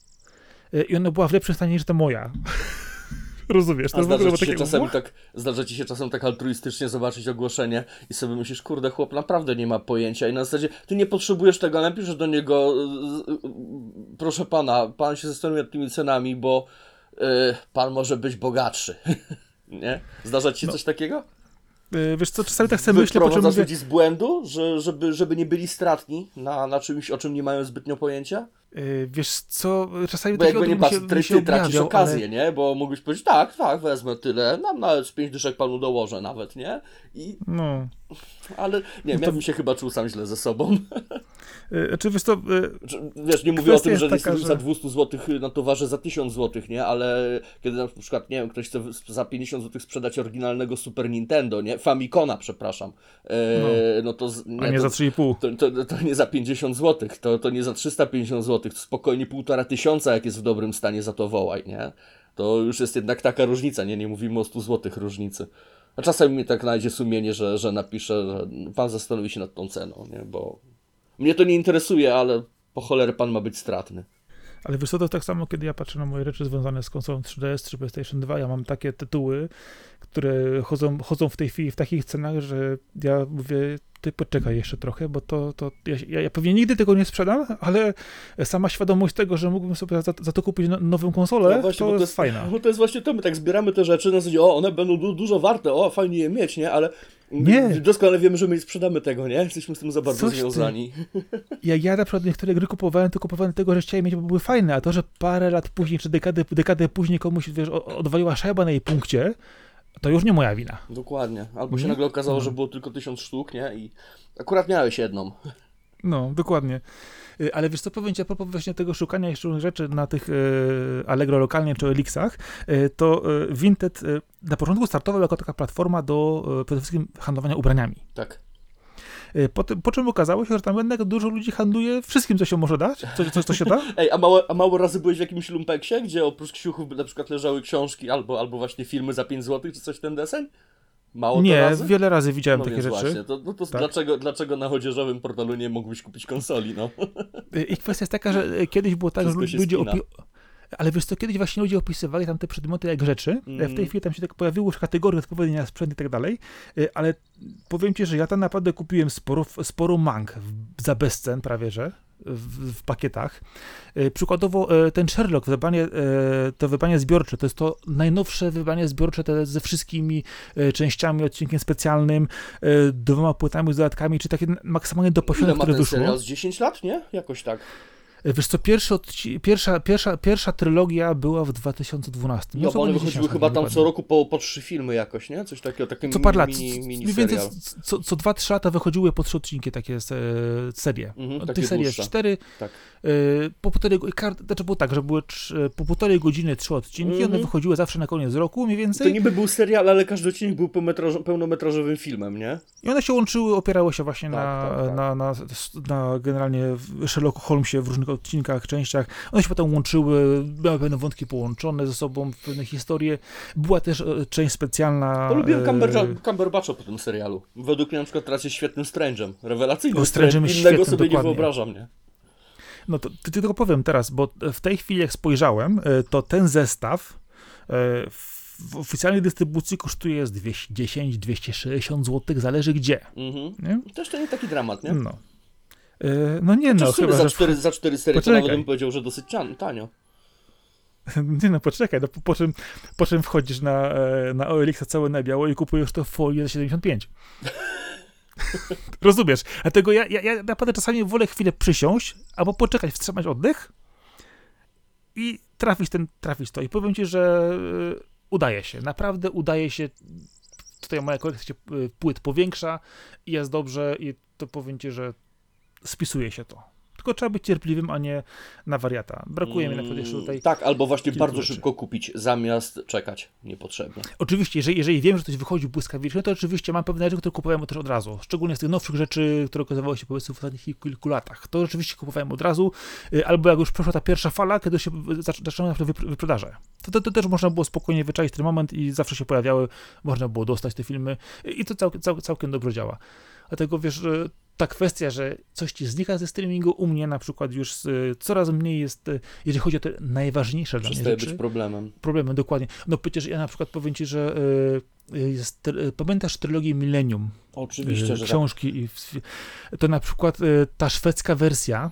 i ona była w lepszym stanie niż ta moja. Rozumiesz? To zdarza ci się czasem tak altruistycznie zobaczyć ogłoszenie i sobie myślisz, kurde, chłop naprawdę nie ma pojęcia i na zasadzie ty nie potrzebujesz tego, napiszesz do niego, proszę pana, pan się zastanawia nad tymi cenami, bo pan może być bogatszy. Nie? Zdarza ci się coś takiego? Wiesz co, czasami tak sobie myślę, Wyprowadzasz ludzi z błędu, żeby nie byli stratni na czymś, o czym nie mają zbytnio pojęcia? Wiesz co, czasami bo takiego jakby nie patrz, ty tracisz okazję, ale... nie? Bo mógłbyś powiedzieć, tak, wezmę tyle, nawet z 5 dyszek panu dołożę nawet, nie? No. Ale nie, ja bym się chyba czuł sam źle ze sobą. Czy wiesz to... Wiesz, nie mówię o tym, że jest za 200 zł na towarze za 1000 zł, nie? Ale kiedy na przykład, nie wiem, ktoś chce za 50 zł sprzedać oryginalnego Super Nintendo, nie? Famicona, przepraszam. No to... Nie, a nie za 3,5. To nie za 50 zł, to nie za 350 zł, to spokojnie 1500, jak jest w dobrym stanie, za to wołaj, nie? To już jest jednak taka różnica, nie mówimy o 100 zł różnicy. A czasem mi tak najdzie sumienie, że napiszę, że pan zastanowi się nad tą ceną, nie? Bo mnie to nie interesuje, ale po cholerę pan ma być stratny. Ale wiesz co, to tak samo, kiedy ja patrzę na moje rzeczy związane z konsolą 3DS czy PlayStation 2, ja mam takie tytuły, które chodzą w tej chwili w takich cenach, że ja mówię, ty poczekaj jeszcze trochę, bo ja pewnie nigdy tego nie sprzedam, ale sama świadomość tego, że mógłbym sobie za to kupić nową konsolę, no właśnie, to jest fajna. Bo to jest właśnie to, my tak zbieramy te rzeczy, na zasadzie, one będą dużo warte, fajnie je mieć, nie? Ale nie. Doskonale wiemy, że my nie sprzedamy tego, nie? Jesteśmy z tym za bardzo związani. Ja na przykład niektóre gry kupowałem tego, że chciałem mieć, bo były fajne, a to, że parę lat później, czy dekadę później komuś, wiesz, odwaliła szajba na jej punkcie, to już nie moja wina. Dokładnie. Albo się nagle okazało, że było tylko 1000 sztuk, nie? I akurat miałeś jedną. No, dokładnie. Ale wiesz co, powiem ci a propos właśnie tego szukania jeszcze rzeczy na tych Allegro lokalnie czy Elixach, to Vinted na początku startował jako taka platforma do przede wszystkim handlowania ubraniami. Tak. Po czym okazało się, że tam jednak dużo ludzi handluje wszystkim, co się może dać, co się da. Ej, a mało razy byłeś w jakimś lumpeksie, gdzie oprócz kciuchów na przykład leżały książki albo właśnie filmy za 5 zł, czy coś ten deseń? Mało nie, razy? Wiele razy widziałem takie rzeczy. Właśnie, to tak. Dlaczego na chodzieżowym portalu nie mógłbyś kupić konsoli, no? I kwestia jest taka, że kiedyś było tak, że ludzie ale wiesz co, kiedyś właśnie ludzie opisywali tam te przedmioty jak rzeczy. W tej chwili tam się tak pojawiły już kategorie odpowiednie na sprzęt i tak dalej, ale powiem ci, że ja tam naprawdę kupiłem sporo mang za bezcen prawie, że w pakietach. Przykładowo ten Sherlock, to wydanie zbiorcze, to jest to najnowsze wydanie zbiorcze ze wszystkimi częściami, odcinkiem specjalnym, 2 płytami z dodatkami, czy takie maksymalnie do posiadania, które wyszło. Ile ma ten serial? Z 10 lat, nie? Jakoś tak. Wiesz co, pierwsza trylogia była w 2012. No, bo one wychodziły chyba tam co roku po 3 filmy jakoś, nie? Coś takiego, takie co parę lat, mini serial. Co 2-3 lata wychodziły po 3 odcinki takie serie. Tych serii jest 4. Tak. Po półtorej, znaczy było tak, że były po 1,5 godziny 3 odcinki, one wychodziły zawsze na koniec roku mniej więcej. To niby był serial, ale każdy odcinek był pełnometrażowym filmem, nie? I one się łączyły, opierały się właśnie na generalnie Sherlocku Holmesie w różnych odcinkach, częściach. One się potem łączyły, miały pewne wątki połączone ze sobą, pewne historie. Była też część specjalna. Lubiłem Cumberbatcha po tym serialu. Według mnie na przykład teraz jest świetnym Strange'em. Rewelacyjnym Strange'em. Innego sobie dokładnie nie wyobrażam, nie? No to tylko powiem teraz, bo w tej chwili jak spojrzałem, to ten zestaw W oficjalnej dystrybucji kosztuje z 210-260 zł, zależy gdzie. Nie? Też to nie taki dramat, nie? No. No nie no, chyba, za 4 serie to nawet bym powiedział, że dosyć tanio. Nie no, poczekaj, no, po czym wchodzisz na OLX całe na biało i kupujesz to w folii za 75. Rozumiesz? Dlatego ja naprawdę czasami wolę chwilę przysiąść, albo poczekać, wstrzymać oddech i trafić to. I powiem ci, że udaje się, naprawdę udaje się. Tutaj moja kolekcja płyt powiększa i jest dobrze i to powiem ci, że spisuje się to. Tylko trzeba być cierpliwym, a nie na wariata. Brakuje mi na przykład jeszcze tutaj... Tak, albo właśnie bardzo szybko kupić, zamiast czekać niepotrzebnie. Oczywiście, jeżeli wiem, że coś wychodzi błyskawicznie, to oczywiście mam pewne rzeczy, które kupowałem też od razu. Szczególnie z tych nowszych rzeczy, które okazywały się powiedzmy w ostatnich kilku latach. To rzeczywiście kupowałem od razu, albo jak już przeszła ta pierwsza fala, kiedy się zaczęły wyprzedaże. To też można było spokojnie wyczaić ten moment i zawsze się pojawiały, można było dostać te filmy i to całkiem dobrze działa. Dlatego wiesz, ta kwestia, że coś ci znika ze streamingu, u mnie na przykład już coraz mniej jest, jeżeli chodzi o te najważniejsze dla mnie rzeczy. Przestaje być problemem. Problemem, dokładnie. No przecież ja na przykład powiem ci, że pamiętasz trylogię Millennium? Oczywiście, że książki. To na przykład ta szwedzka wersja,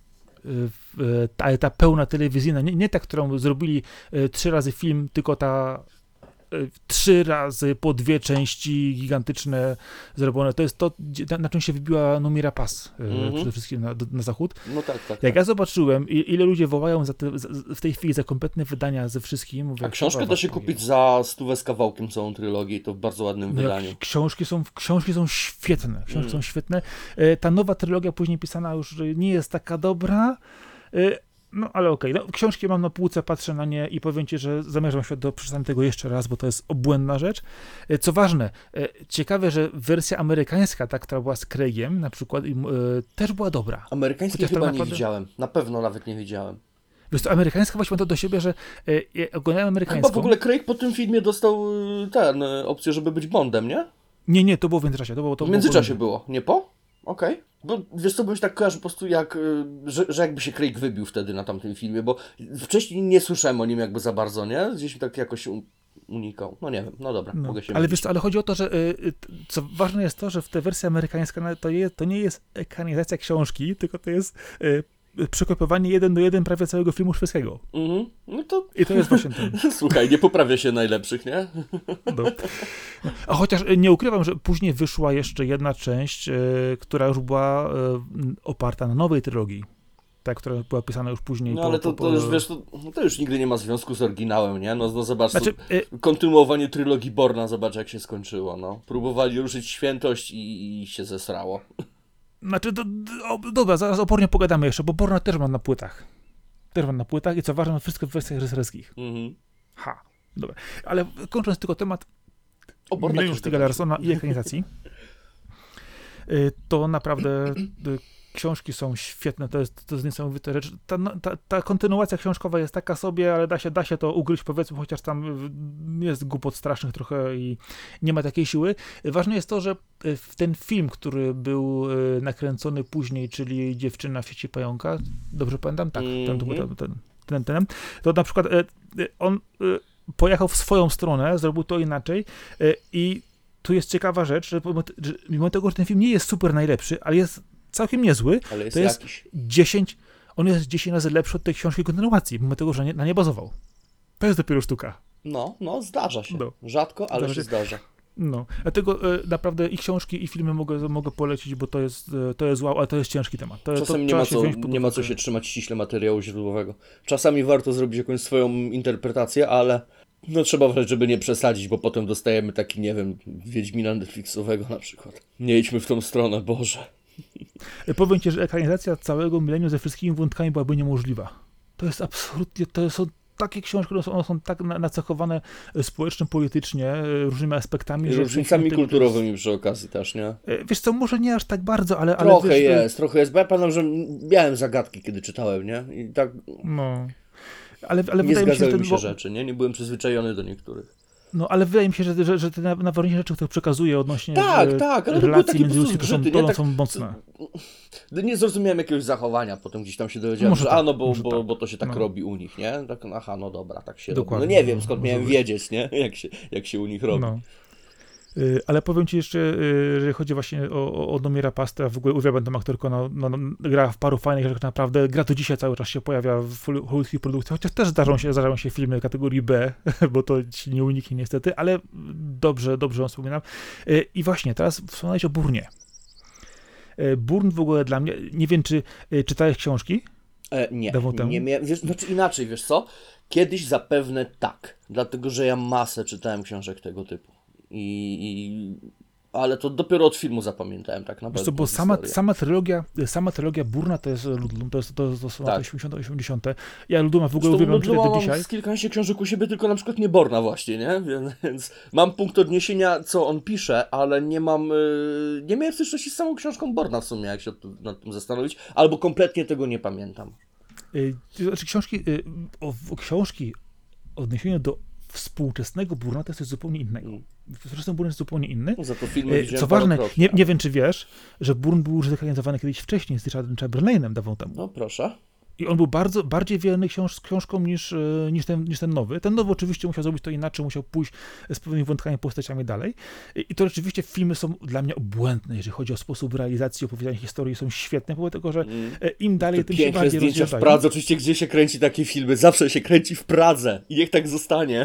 ta pełna telewizyjna, nie ta, którą zrobili 3 razy film, tylko ta 3 razy po 2 części gigantyczne zrobione. To jest to, na czym się wybiła Noomi Rapace przede wszystkim na zachód. No tak. Jak ja zobaczyłem, ile ludzie wołają w tej chwili za kompletne wydania ze wszystkim. Mówię, a książkę da się kupić za 100 z kawałkiem całą trylogię i to w bardzo ładnym wydaniu. Książki są świetne. Są świetne. Ta nowa trylogia później pisana już nie jest taka dobra. No ale okej. No, książki mam na półce, patrzę na nie i powiem ci, że zamierzam się do przeczytania tego jeszcze raz, bo to jest obłędna rzecz. Co ważne, ciekawe, że wersja amerykańska, ta, która była z Craigiem na przykład, też była dobra. Amerykańskiej chyba nie widziałem. Na pewno nawet nie widziałem. Wiesz, to amerykańska właśnie ma to do siebie, że oglądałem amerykańską. Chyba w ogóle Craig po tym filmie dostał opcję, żeby być Bondem, nie? Nie, to było w międzyczasie. W międzyczasie było, nie po? Okej. Bo wiesz co, bym się tak kojarzył po prostu że jakby się Craig wybił wtedy na tamtym filmie, bo wcześniej nie słyszałem o nim jakby za bardzo, nie? Gdzieś mi tak jakoś unikał. No nie wiem, no dobra, mogę się ale wiesz co, ale chodzi o to, że co ważne jest to, że w tej wersji amerykańska to nie jest ekranizacja książki, tylko to jest przekopiowanie 1:1 prawie całego filmu szwedzkiego. No to... I to jest właśnie ten. Słuchaj, nie poprawia się najlepszych, nie? No. A chociaż nie ukrywam, że później wyszła jeszcze jedna część, która już była oparta na nowej trylogii. Ta, która była pisana już później. No ale to już, wiesz, to już nigdy nie ma związku z oryginałem, nie? No zobacz, kontynuowanie trylogii Borna, zobacz jak się skończyło, no. Próbowali ruszyć świętość i się zesrało. Znaczy, dobra, zaraz opornie pogadamy jeszcze, bo Borna też mam na płytach. I co ważne, wszystko w wersjach reżyserskich. Dobra. Ale kończąc tylko temat Millennium Stiega Larssona i ekranizacji, to naprawdę książki są świetne, to jest niesamowita rzecz. Ta kontynuacja książkowa jest taka sobie, ale da się to ugryźć, powiedzmy, chociaż tam jest głupot strasznych trochę i nie ma takiej siły. Ważne jest to, że w ten film, który był nakręcony później, czyli Dziewczyna w sieci pająka, dobrze pamiętam? Tak, to na przykład on pojechał w swoją stronę, zrobił to inaczej i tu jest ciekawa rzecz, że mimo tego, że ten film nie jest super najlepszy, ale jest całkiem niezły, ale jest to jest jakiś. On jest 10 razy lepszy od tej książki kontynuacji, mimo tego, że na nie bazował. To jest dopiero sztuka. No, zdarza się. No. Rzadko, ale się zdarza. No, dlatego naprawdę i książki, i filmy mogę polecić, bo to jest wow, ale to jest ciężki temat. Czasem nie ma co się trzymać ściśle materiału źródłowego. Czasami warto zrobić jakąś swoją interpretację, ale no trzeba uważać, żeby nie przesadzić, bo potem dostajemy taki, nie wiem, Wiedźmina Netflixowego na przykład. Nie idźmy w tą stronę, Boże. Powiem ci, że ekranizacja całego Millennium ze wszystkimi wątkami byłaby niemożliwa. To jest absolutnie, to są takie książki, one są tak nacechowane społeczno-politycznie, różnymi aspektami. Różnicami kulturowymi przy okazji też, nie? Wiesz co, może nie aż tak bardzo, ale trochę jest, bo ja pamiętam, że miałem zagadki, kiedy czytałem, nie? I tak... No. Ale nie zgadzały mi się rzeczy, nie? Nie byłem przyzwyczajony do niektórych. No, ale wydaje mi się, że te najważniejsze rzeczy, które przekazuje odnośnie tak, ale relacji międzyludzkich, zgrzyty, są mocne. Nie zrozumiałem jakiegoś zachowania, potem gdzieś tam się dowiedziałem, Może że tak, bo to się tak robi u nich, nie? Tak, aha, no dobra, tak się Dokładnie, robi. No nie wiem, skąd może miałem być. wiedzieć, nie? Jak się u nich robi. No. Ale powiem ci jeszcze, jeżeli chodzi właśnie o Domira Pasta, w ogóle uwielbiam tę aktorkę, gra w paru fajnych rzeczach, naprawdę, gra do dzisiaj cały czas się pojawia w hollywoodskich produkcjach, chociaż też zdarzają się filmy kategorii B, bo to ci nie uniknie niestety, ale dobrze ją wspominam. I właśnie, teraz wspomniałeś o Burnie. Burn w ogóle dla mnie, nie wiem, czy czytałeś książki? Nie miałem, znaczy inaczej, wiesz co? Kiedyś zapewne tak, dlatego że ja masę czytałem książek tego typu. Ale to dopiero od filmu zapamiętałem tak naprawdę. Bo sama trylogia Burna to jest Ludlum, to są lata 80. Ja Ludluma w ogóle uwielbiam czytać do dzisiaj. Mam z kilkanaście książek u siebie, tylko na przykład nie Borna właśnie, nie? Więc mam punkt odniesienia, co on pisze, ale nie miałem styczności z samą książką Borna w sumie, jak się nad tym zastanowić, albo kompletnie tego nie pamiętam. Znaczy książki w odniesieniu do współczesnego Burna to jest coś zupełnie innego. Współczesny Burn jest zupełnie inny. Za to filmy Co ważne, nie wiem, czy wiesz, że Burn był zrekranizowany kiedyś wcześniej z Richardem Chamberlainem dawno temu. No proszę. I on był bardziej wierny książką niż ten nowy. Ten nowy oczywiście musiał zrobić to inaczej, musiał pójść z pewnymi wątkami, postaciami dalej. I to rzeczywiście filmy są dla mnie obłędne, jeżeli chodzi o sposób realizacji, opowiadania historii, są świetne, pomimo tego, że im dalej, tym się bardziej zdjęcia rozjeżdżają. w Pradze, oczywiście gdzie się kręci takie filmy, zawsze się kręci w Pradze i niech tak zostanie.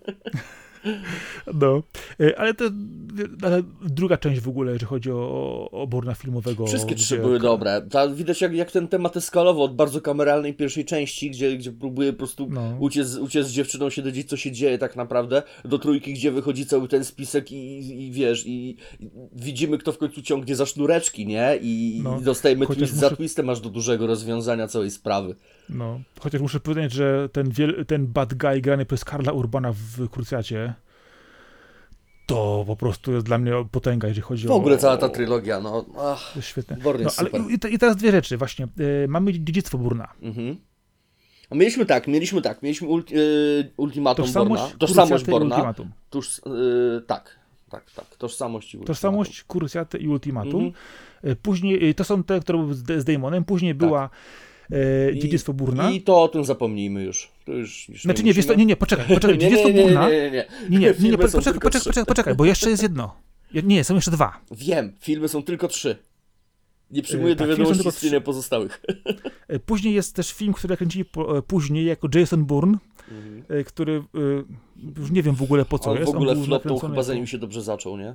No, ale druga część w ogóle, jeżeli chodzi o Borna filmowego. Wszystkie trzy były dobre. Widać jak ten temat eskalował od bardzo kameralnej pierwszej części, gdzie próbuje po prostu uciec z dziewczyną, się dowiedzieć, co się dzieje tak naprawdę, do trójki, gdzie wychodzi cały ten spisek i wiesz, i widzimy, kto w końcu ciągnie za sznureczki, nie? I dostajemy twist za twistem aż do dużego rozwiązania całej sprawy. No, chociaż muszę powiedzieć, że ten bad guy grany przez Karla Urbana w Krucjacie to po prostu jest dla mnie potęga, jeżeli chodzi o... W ogóle cała ta trylogia, jest świetne. Born jest super. I teraz dwie rzeczy właśnie. Mamy dziedzictwo Burna. A mieliśmy ultimatum Borna. Tożsamość Borna. Tak. Tożsamość i ultimatum. Tożsamość, Krucjatę i ultimatum. Później, to są te, które były z Daemonem. Później była dziedzictwo Burna. I to o tym zapomnijmy już. To już znaczy nie, wiesz co, poczekaj. Dziedzictwo Burna... Nie, poczekaj, bo jeszcze jest jedno. Nie, są jeszcze dwa. Wiem, filmy są tylko 3. Nie przyjmuję do wiadomości istnienia pozostałych. Później jest też film, który kręcili później jako Jason Bourne, który już nie wiem w ogóle po co jest. On w ogóle flopnął chyba zanim się dobrze zaczął, nie?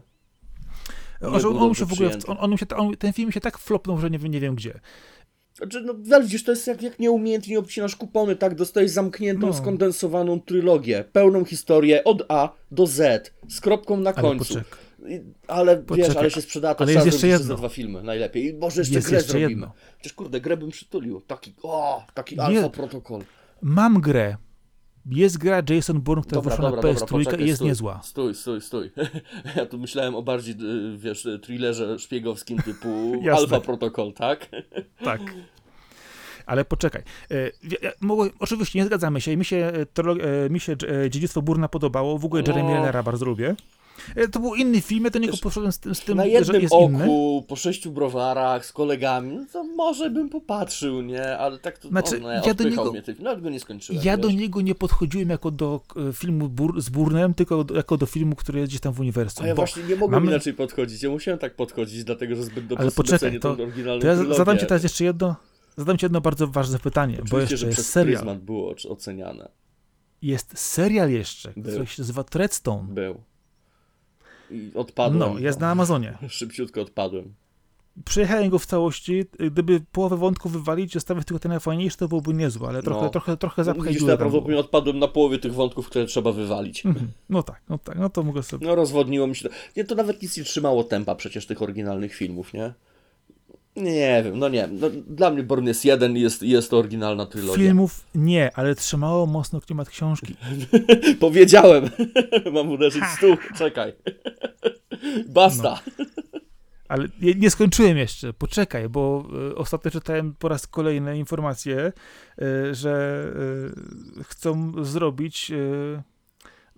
Ten film się tak flopnął, że nie wiem gdzie. Znaczy, widzisz, to jest jak nieumiejętnie obcinasz kupony, tak? Dostajesz zamkniętą, skondensowaną trylogię, pełną historię od A do Z, z kropką na końcu. Ale się sprzeda, to trzeba zrobić za 2 filmy, najlepiej. I może jeszcze grę zrobimy. Jedno. Przecież kurde, grę bym przytulił. Taki Alpha Protocol. Mam grę. Jest gra Jason Bourne, która wyszła na PS3 i jest niezła. Stój. Ja tu myślałem o bardziej, thrillerze szpiegowskim typu Alpha Protocol, tak? Tak. Ale poczekaj. Oczywiście nie zgadzamy się. Mi się dziedzictwo Bourna podobało. W ogóle Jeremy Rennera bardzo lubię. To był inny film, ja do niego poszedłem z tym, na jednym że jest oku, inny. po 6 browarach, z kolegami, to może bym popatrzył, nie? Ale tak to odpychał mnie ten film. Nawet go nie skończyłem. Ja do niego nie podchodziłem jako do filmu z Bournem, tylko jako do filmu, który jest gdzieś tam w uniwersum. A ja właśnie nie mogłem inaczej podchodzić. Ja musiałem tak podchodzić, dlatego że zbyt dobrze docenię tę oryginalną to ja zadam ci teraz jeszcze jedno bardzo ważne pytanie, oczywiście, bo jeszcze że jest przez serial. Pryzmat było oceniane. Jest serial jeszcze, który się nazywa Treadstone. Był. I odpadłem. Jest na Amazonie. Szybciutko odpadłem. Przejechałem go w całości. Gdyby połowę wątków wywalić, zostawić tylko te najfajniejsze, to byłoby niezłe, ale trochę zapchaj dziurę. Prawdopodobnie odpadłem na połowie tych wątków, które trzeba wywalić. No to mogę sobie... rozwodniło mi się to. Nie, to nawet nic nie trzymało tempa przecież tych oryginalnych filmów, nie? Nie wiem, dla mnie Bourne jest jeden i jest to oryginalna trylogia. Filmów nie, ale trzymało mocno klimat książki. Powiedziałem. Mam uderzyć w stół. Czekaj. Basta. Ale nie skończyłem jeszcze. Poczekaj, bo ostatnio czytałem po raz kolejny informację, że chcą zrobić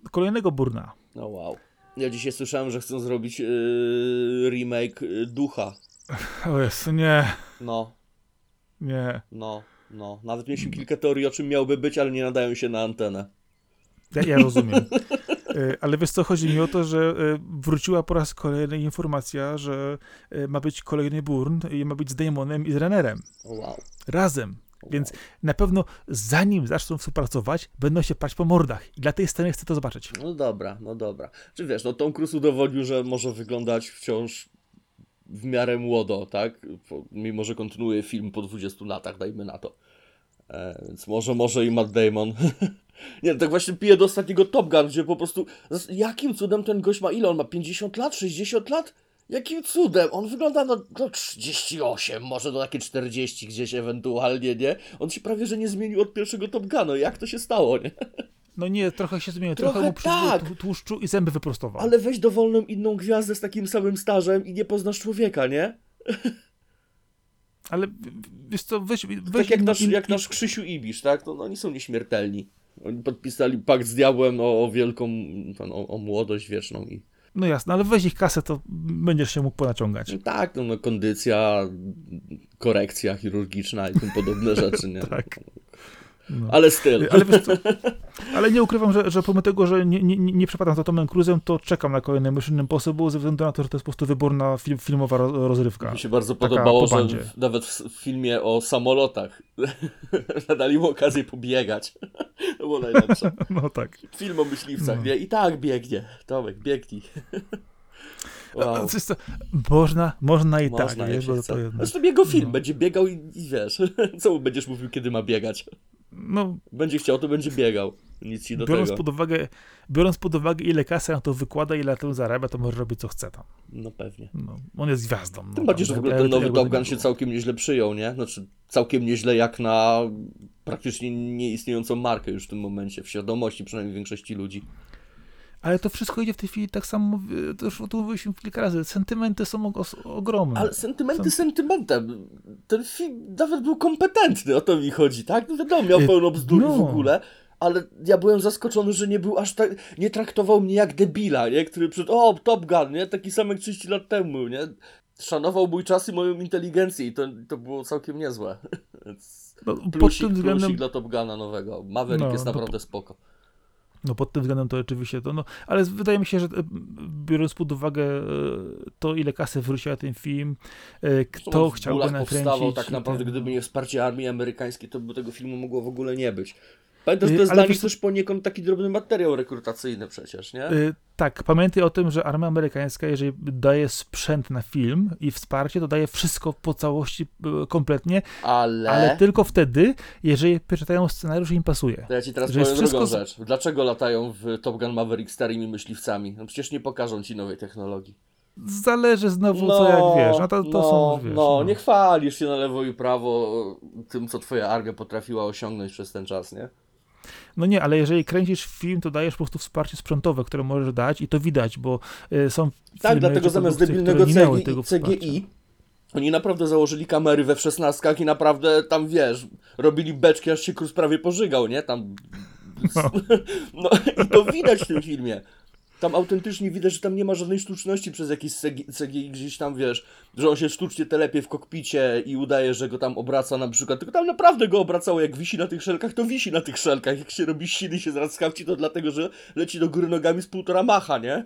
kolejnego Bourna. No wow. Ja dzisiaj słyszałem, że chcą zrobić remake Ducha. O Jezu, nie. No. Nie. No. Nawet mieliśmy kilka teorii, o czym miałby być, ale nie nadają się na antenę. Ja rozumiem. Ale wiesz co, chodzi mi o to, że wróciła po raz kolejny informacja, że ma być kolejny Bourne i ma być z Damonem i z Rennerem. Wow. Razem. Więc na pewno zanim zaczną współpracować, będą się paść po mordach. I dla tej sceny chcę to zobaczyć. No dobra. Czy wiesz, Tom Cruise udowodnił, że może wyglądać wciąż w miarę młodo, tak? Mimo, że kontynuuje film po 20 latach, dajmy na to. Więc może i Matt Damon. Nie, tak właśnie piję do ostatniego Top Gun, gdzie po prostu... Jakim cudem ten gość ma ile? On ma 50 lat? 60 lat? Jakim cudem? On wygląda na 38, może do takie 40 gdzieś ewentualnie, nie? On się prawie, że nie zmienił od pierwszego Top Guna. Jak to się stało, nie? No nie, trochę się zmienił. Trochę mu przybyło tłuszczu i zęby wyprostował. Ale weź dowolną inną gwiazdę z takim samym stażem i nie poznasz człowieka, nie? Ale wiesz co, weź tak jak nasz Krzysiu Ibisz, tak? To oni są nieśmiertelni. Oni podpisali pakt z diabłem o wielką, o młodość wieczną i... No jasne, ale weź ich kasę, to będziesz się mógł ponaciągać. No tak, no kondycja, korekcja chirurgiczna i tym podobne rzeczy, nie? Tak. No. Ale styl. Ale wiesz co, ale nie ukrywam, że pomimo tego, że nie przepadam za Tomem Cruise'em, to czekam na kolejny Mission Impossible ze względu na to, że to jest po prostu wyborna filmowa rozrywka. Mi się bardzo podobało, że nawet w filmie o samolotach dali mu okazję pobiegać. To było najlepsze. No tak. Film o myśliwcach, nie? I tak biegnie. Tomek, biegnij. Wow. Można i tak. Wiesz, bo to jest to jego film, będzie biegał i wiesz, co mu będziesz mówił, kiedy ma biegać. No, będzie chciał, to będzie biegał. Nic ci do tego. Biorąc pod uwagę, ile kasy na to wykłada, ile na to zarabia, to może robić, co chce tam. No pewnie. No, on jest gwiazdą. No, tym bardziej, że w ogóle ten nowy Top Gun się całkiem nieźle przyjął, nie? Znaczy, całkiem nieźle jak na praktycznie nieistniejącą markę już w tym momencie, w świadomości przynajmniej większości ludzi. Ale to wszystko idzie w tej chwili tak samo, to już o tym mówiliśmy kilka razy, sentymenty są ogromne. Ale sentymenty sentymentem. Ten film nawet był kompetentny, o to mi chodzi, tak? No wiadomo, miał pełno bzdur w ogóle, ale ja byłem zaskoczony, że nie był aż tak, nie traktował mnie jak debila, nie? Który Top Gun, nie? Taki sam jak 30 lat temu, nie? Szanował mój czas i moją inteligencję i to było całkiem niezłe. Plusik dla Top Guna nowego. Maverick jest naprawdę spoko. No pod tym względem to oczywiście to, ale wydaje mi się, że biorąc pod uwagę to, ile kasy wróciła ten film, kto chciałby nakręcić... powstawał tak naprawdę, gdyby nie wsparcie armii amerykańskiej, to by tego filmu mogło w ogóle nie być. Pamiętasz, to jest dla nich też poniekąd taki drobny materiał rekrutacyjny przecież, nie? Tak, pamiętaj o tym, że armia amerykańska, jeżeli daje sprzęt na film i wsparcie, to daje wszystko po całości kompletnie, ale tylko wtedy, jeżeli przeczytają scenariusz i im pasuje. To ja ci teraz powiem drugą rzecz. Dlaczego latają w Top Gun Maverick starymi myśliwcami? No przecież nie pokażą ci nowej technologii. Zależy znowu, co jak wiesz. Nie chwalisz się na lewo i prawo tym, co twoja armia potrafiła osiągnąć przez ten czas, nie? No nie, ale jeżeli kręcisz film, to dajesz po prostu wsparcie sprzętowe, które możesz dać i to widać, bo są tak, dlatego zamiast debilnego CGI oni naprawdę założyli kamery we F-16 i naprawdę tam, wiesz, robili beczki, aż się Cruise prawie pożygał, nie? Tam... No i to widać w tym filmie. Tam autentycznie widać, że tam nie ma żadnej sztuczności przez jakiś CGI gdzieś tam, wiesz, że on się sztucznie telepie w kokpicie i udaje, że go tam obraca na przykład, tylko tam naprawdę go obracało, jak wisi na tych szelkach, to wisi na tych szelkach, jak się robi silny się zaraz skawci, to dlatego, że leci do góry nogami z 1,5 macha, nie?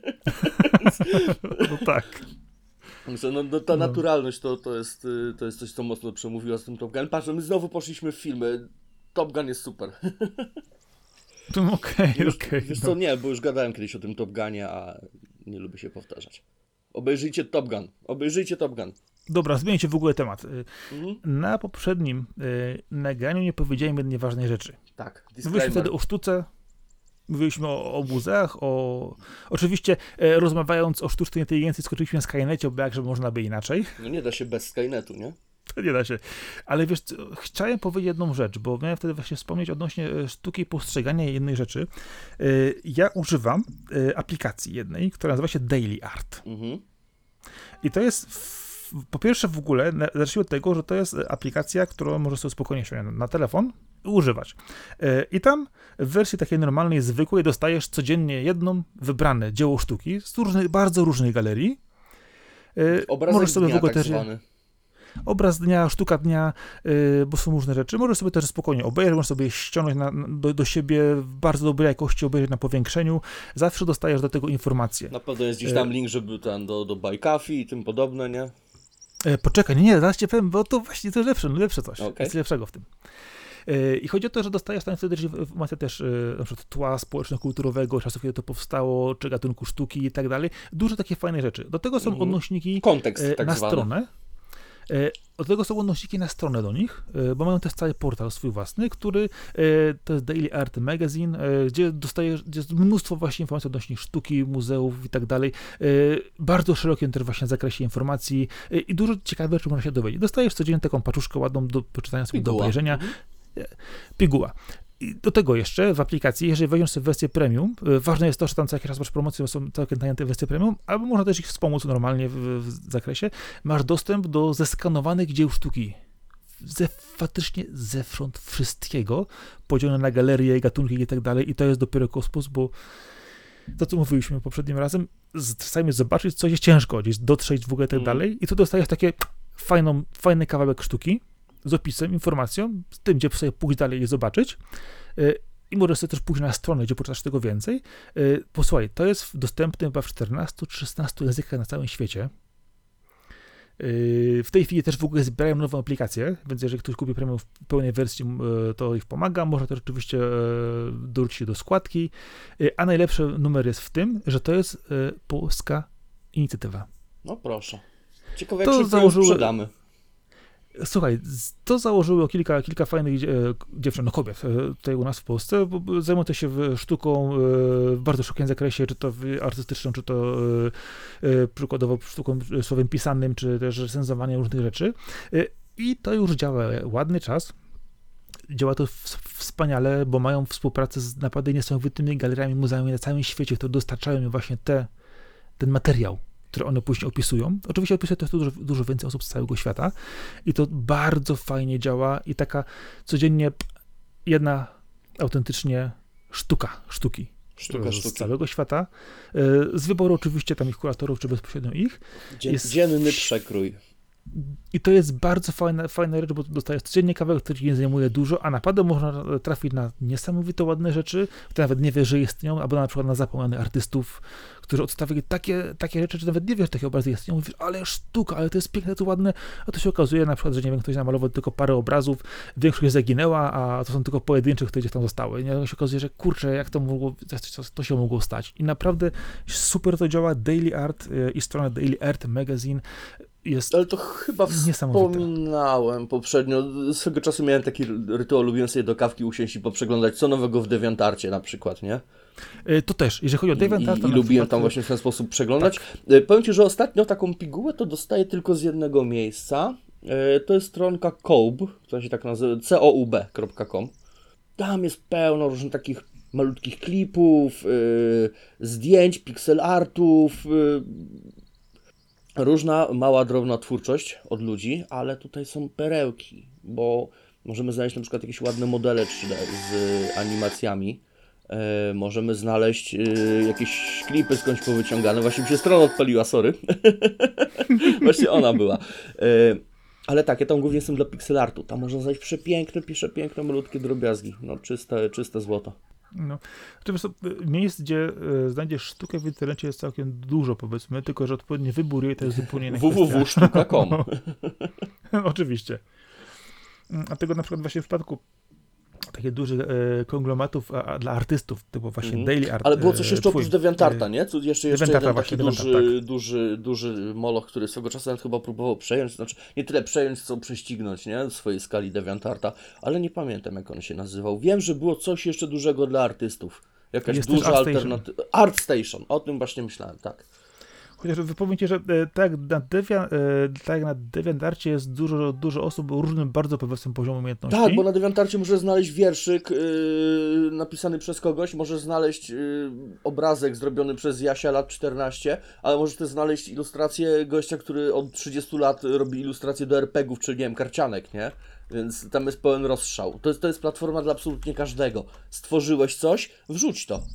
No tak. Ta naturalność to jest coś, co mocno przemówiła z tym Top Gun. Patrz, my znowu poszliśmy w filmy. Top Gun jest super. Okej. Wiesz co, nie, bo już gadałem kiedyś o tym Top Gunie, a nie lubię się powtarzać. Obejrzyjcie Top Gun. Dobra, zmieńcie w ogóle temat. Na poprzednim nagraniu nie powiedziałem jednej ważnej rzeczy. Tak, mówiliśmy wtedy o sztuce, mówiliśmy o muzeach, oczywiście rozmawiając o sztucznej inteligencji skoczyliśmy na Skynecie, bo jakże można by inaczej. No nie da się bez Skynetu, nie? To nie da się. Ale wiesz, chciałem powiedzieć jedną rzecz, bo miałem wtedy właśnie wspomnieć odnośnie sztuki postrzegania jednej rzeczy. Ja używam aplikacji jednej, która nazywa się Daily Art. I to jest po pierwsze w ogóle zacznijmy od tego, że to jest aplikacja, którą możesz sobie spokojnie ściągnąć na telefon i używać. I tam w wersji takiej normalnej, zwykłej dostajesz codziennie jedno wybrane dzieło sztuki z bardzo różnej galerii. Obrazek sobie dnia tak zwany. Obraz dnia, sztuka dnia, bo są różne rzeczy. Możesz sobie też spokojnie obejrzeć, możesz sobie ściągnąć do siebie w bardzo dobrej jakości, obejrzeć na powiększeniu. Zawsze dostajesz do tego informacje. Na pewno jest gdzieś tam link, żeby ten do Buy Coffee i tym podobne, nie? Poczekaj, nie, zaraz ci powiem, bo to właśnie to lepsze coś. Okay. Jest lepszego w tym. I chodzi o to, że dostajesz tam wtedy informacje też na przykład tła społeczno-kulturowego, czasów, kiedy to powstało, czy gatunku sztuki i tak dalej. Dużo takie fajne rzeczy. Do tego są odnośniki kontekst, tak na zwany. Stronę. Do tego są odnośniki na stronę do nich, bo mają też cały portal swój własny, który to jest Daily Art Magazine, gdzie jest mnóstwo właśnie informacji odnośnie sztuki, muzeów i tak dalej. Bardzo szerokim też właśnie zakresie informacji i dużo ciekawych rzeczy można się dowiedzieć. Dostajesz codziennie taką paczuszkę ładną do poczytania sobie, do obejrzenia. Piguła. I do tego jeszcze w aplikacji, jeżeli weźmiesz sobie wersję premium, ważne jest to, że tam co jakiś raz masz promocję, bo są całkiem tanie te wersje premium, albo można też ich wspomóc normalnie w zakresie, masz dostęp do zeskanowanych dzieł sztuki. Faktycznie zewsząd wszystkiego, podzielone na galerie, gatunki i tak dalej, i to jest dopiero kosmos, bo to, co mówiliśmy poprzednim razem, czasami zobaczyć coś jest ciężko, gdzieś dotrzeć w ogóle i tak dalej, i tu dostajesz takie fajny kawałek sztuki, z opisem, informacją, z tym, gdzie sobie pójść dalej i zobaczyć. I możesz sobie też pójść na stronę, gdzie poczytasz tego więcej. Posłuchaj, to jest dostępne chyba w 14-16 językach na całym świecie. W tej chwili też w ogóle zbierają nową aplikację, więc jeżeli ktoś kupi premium w pełnej wersji, to ich pomaga. Można też oczywiście dorzucić się do składki. A najlepszy numer jest w tym, że to jest polska inicjatywa. No proszę. Ciekawe, jak szybko ją sprzedamy. Słuchaj, to założyło kilka fajnych dziewczyn, kobiet tutaj u nas w Polsce, bo zajmują się sztuką w bardzo szerokim zakresie, czy to artystyczną, czy to przykładowo sztuką słowem pisanym, czy też recenzowaniem różnych rzeczy. I to już działa ładny czas. Działa to wspaniale, bo mają współpracę z naprawdę niesamowitymi galeriami, muzeami na całym świecie, które dostarczają im właśnie ten materiał, które one później opisują. Oczywiście opisuje to dużo więcej osób z całego świata i to bardzo fajnie działa i taka codziennie jedna autentycznie sztuki z całego świata. Z wyboru oczywiście tam ich kuratorów, czy bezpośrednio ich. Dzienny przekrój. I to jest bardzo fajna rzecz, bo dostajesz codziennie kawałek, który ci nie zajmuje dużo, a naprawdę można trafić na niesamowite ładne rzeczy, które nawet nie wiesz, że istnieją, albo na przykład na zapomnianych artystów, którzy odstawili takie rzeczy, że nawet nie wiesz, że takie obrazy istnieją. Mówisz, ale sztuka, ale to jest piękne, to ładne, a to się okazuje na przykład, że nie wiem, ktoś namalował tylko parę obrazów, większość zaginęła, a to są tylko pojedyncze, które gdzieś tam zostały. I się okazuje, że kurczę, jak to się mogło stać. I naprawdę super to działa. Daily Art i strona Daily Art Magazine jest. Ale to chyba wspominałem poprzednio. Swego czasu miałem taki rytuał, lubiłem sobie do kawki usiąść i poprzeglądać co nowego w DeviantArcie na przykład, nie? To też, jeżeli chodzi o DeviantArt, I lubiłem tam właśnie w ten sposób przeglądać. Tak. Powiem Ci, że ostatnio taką pigułę to dostaję tylko z jednego miejsca. To jest stronka Coub, która się tak nazywa, coub.com. Tam jest pełno różnych takich malutkich klipów, zdjęć, pixel artów, różna mała, drobna twórczość od ludzi, ale tutaj są perełki, bo możemy znaleźć na przykład jakieś ładne modele 3D z animacjami, możemy znaleźć jakieś klipy skądś powyciągane, właśnie mi się strona odpaliła, sorry, właśnie ona była, ale tak, ja tam głównie jestem dla pixel artu, tam można znaleźć przepiękne, malutkie drobiazgi, no czyste złoto. No, miejsc, gdzie znajdziesz sztukę w internecie jest całkiem dużo, powiedzmy, tylko że odpowiedni wybór jej to jest zupełnie inna www.sztuka.com. Oczywiście. A tego na przykład właśnie w przypadku takich dużych konglomeratów dla artystów, typu właśnie Daily Art. Ale było coś jeszcze oprócz DeviantArta, nie? Jeszcze jeden taki duży moloch, który swego czasu nawet chyba próbował przejąć, znaczy nie tyle przejąć, co prześcignąć, nie? W swojej skali DeviantArta, ale nie pamiętam, jak on się nazywał. Wiem, że było coś jeszcze dużego dla artystów. Jakaś duża alternatywa. ArtStation, o tym właśnie myślałem, tak. Chociaż wypowiem ci, że tak jak na DeviantArcie jest dużo osób o różnym bardzo powiedzmy poziomie umiejętności. Tak, bo na DeviantArcie możesz znaleźć wierszyk napisany przez kogoś, możesz znaleźć obrazek zrobiony przez Jasia lat 14, ale możesz też znaleźć ilustrację gościa, który od 30 lat robi ilustracje do RPG-ów, czy nie wiem, karcianek, nie? Więc tam jest pełen rozstrzał. To jest platforma dla absolutnie każdego. Stworzyłeś coś, wrzuć to.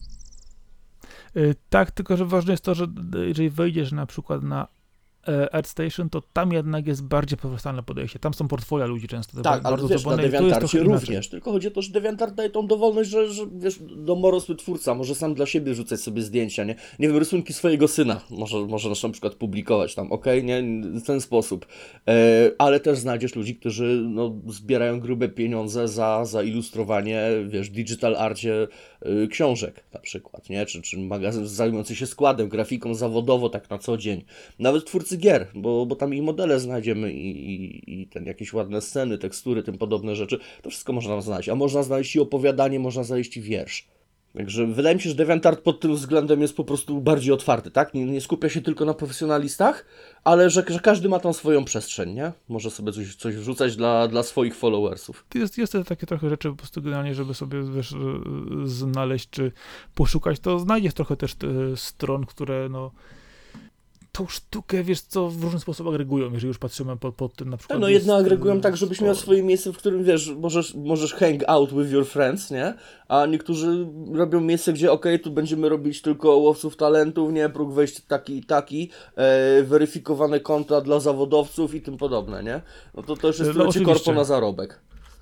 Tak, tylko że ważne jest to, że jeżeli wejdziesz na przykład na ArtStation, to tam jednak jest bardziej profesjonalne podejście. Tam są portfolia ludzi często. Tak, ale wiesz, na DeviantArcie również. Tylko chodzi o to, że DeviantArt daje tą dowolność, że wiesz, domorosły twórca może sam dla siebie rzucać sobie zdjęcia, nie? Nie wiem, rysunki swojego syna może na przykład publikować tam, okej, nie? W ten sposób. Ale też znajdziesz ludzi, którzy no, zbierają grube pieniądze za ilustrowanie, wiesz, digital arcie książek na przykład, nie? Czy magazyn zajmujący się składem, grafiką zawodowo tak na co dzień. Nawet twórcy gier, bo tam i modele znajdziemy i jakieś ładne sceny, tekstury, tym podobne rzeczy. To wszystko można znaleźć. A można znaleźć i opowiadanie, można znaleźć i wiersz. Także wydaje mi się, że DeviantArt pod tym względem jest po prostu bardziej otwarty, tak? Nie skupia się tylko na profesjonalistach, ale że każdy ma tam swoją przestrzeń, nie? Może sobie coś wrzucać dla swoich followersów. Jest to takie trochę rzeczy po prostu generalnie, żeby sobie wiesz, znaleźć czy poszukać, to znajdziesz trochę też stron, które no tą sztukę, wiesz co, w różny sposób agregują, jeżeli już patrzymy pod tym na przykład. No jedno agregują tak, żebyś miał swoje miejsce, w którym wiesz, możesz hang out with your friends, nie? A niektórzy robią miejsce, gdzie tu będziemy robić tylko łowców talentów, nie? Próg wejść taki i taki, weryfikowane konta dla zawodowców i tym podobne, nie? No to już jest tyle korpo na zarobek.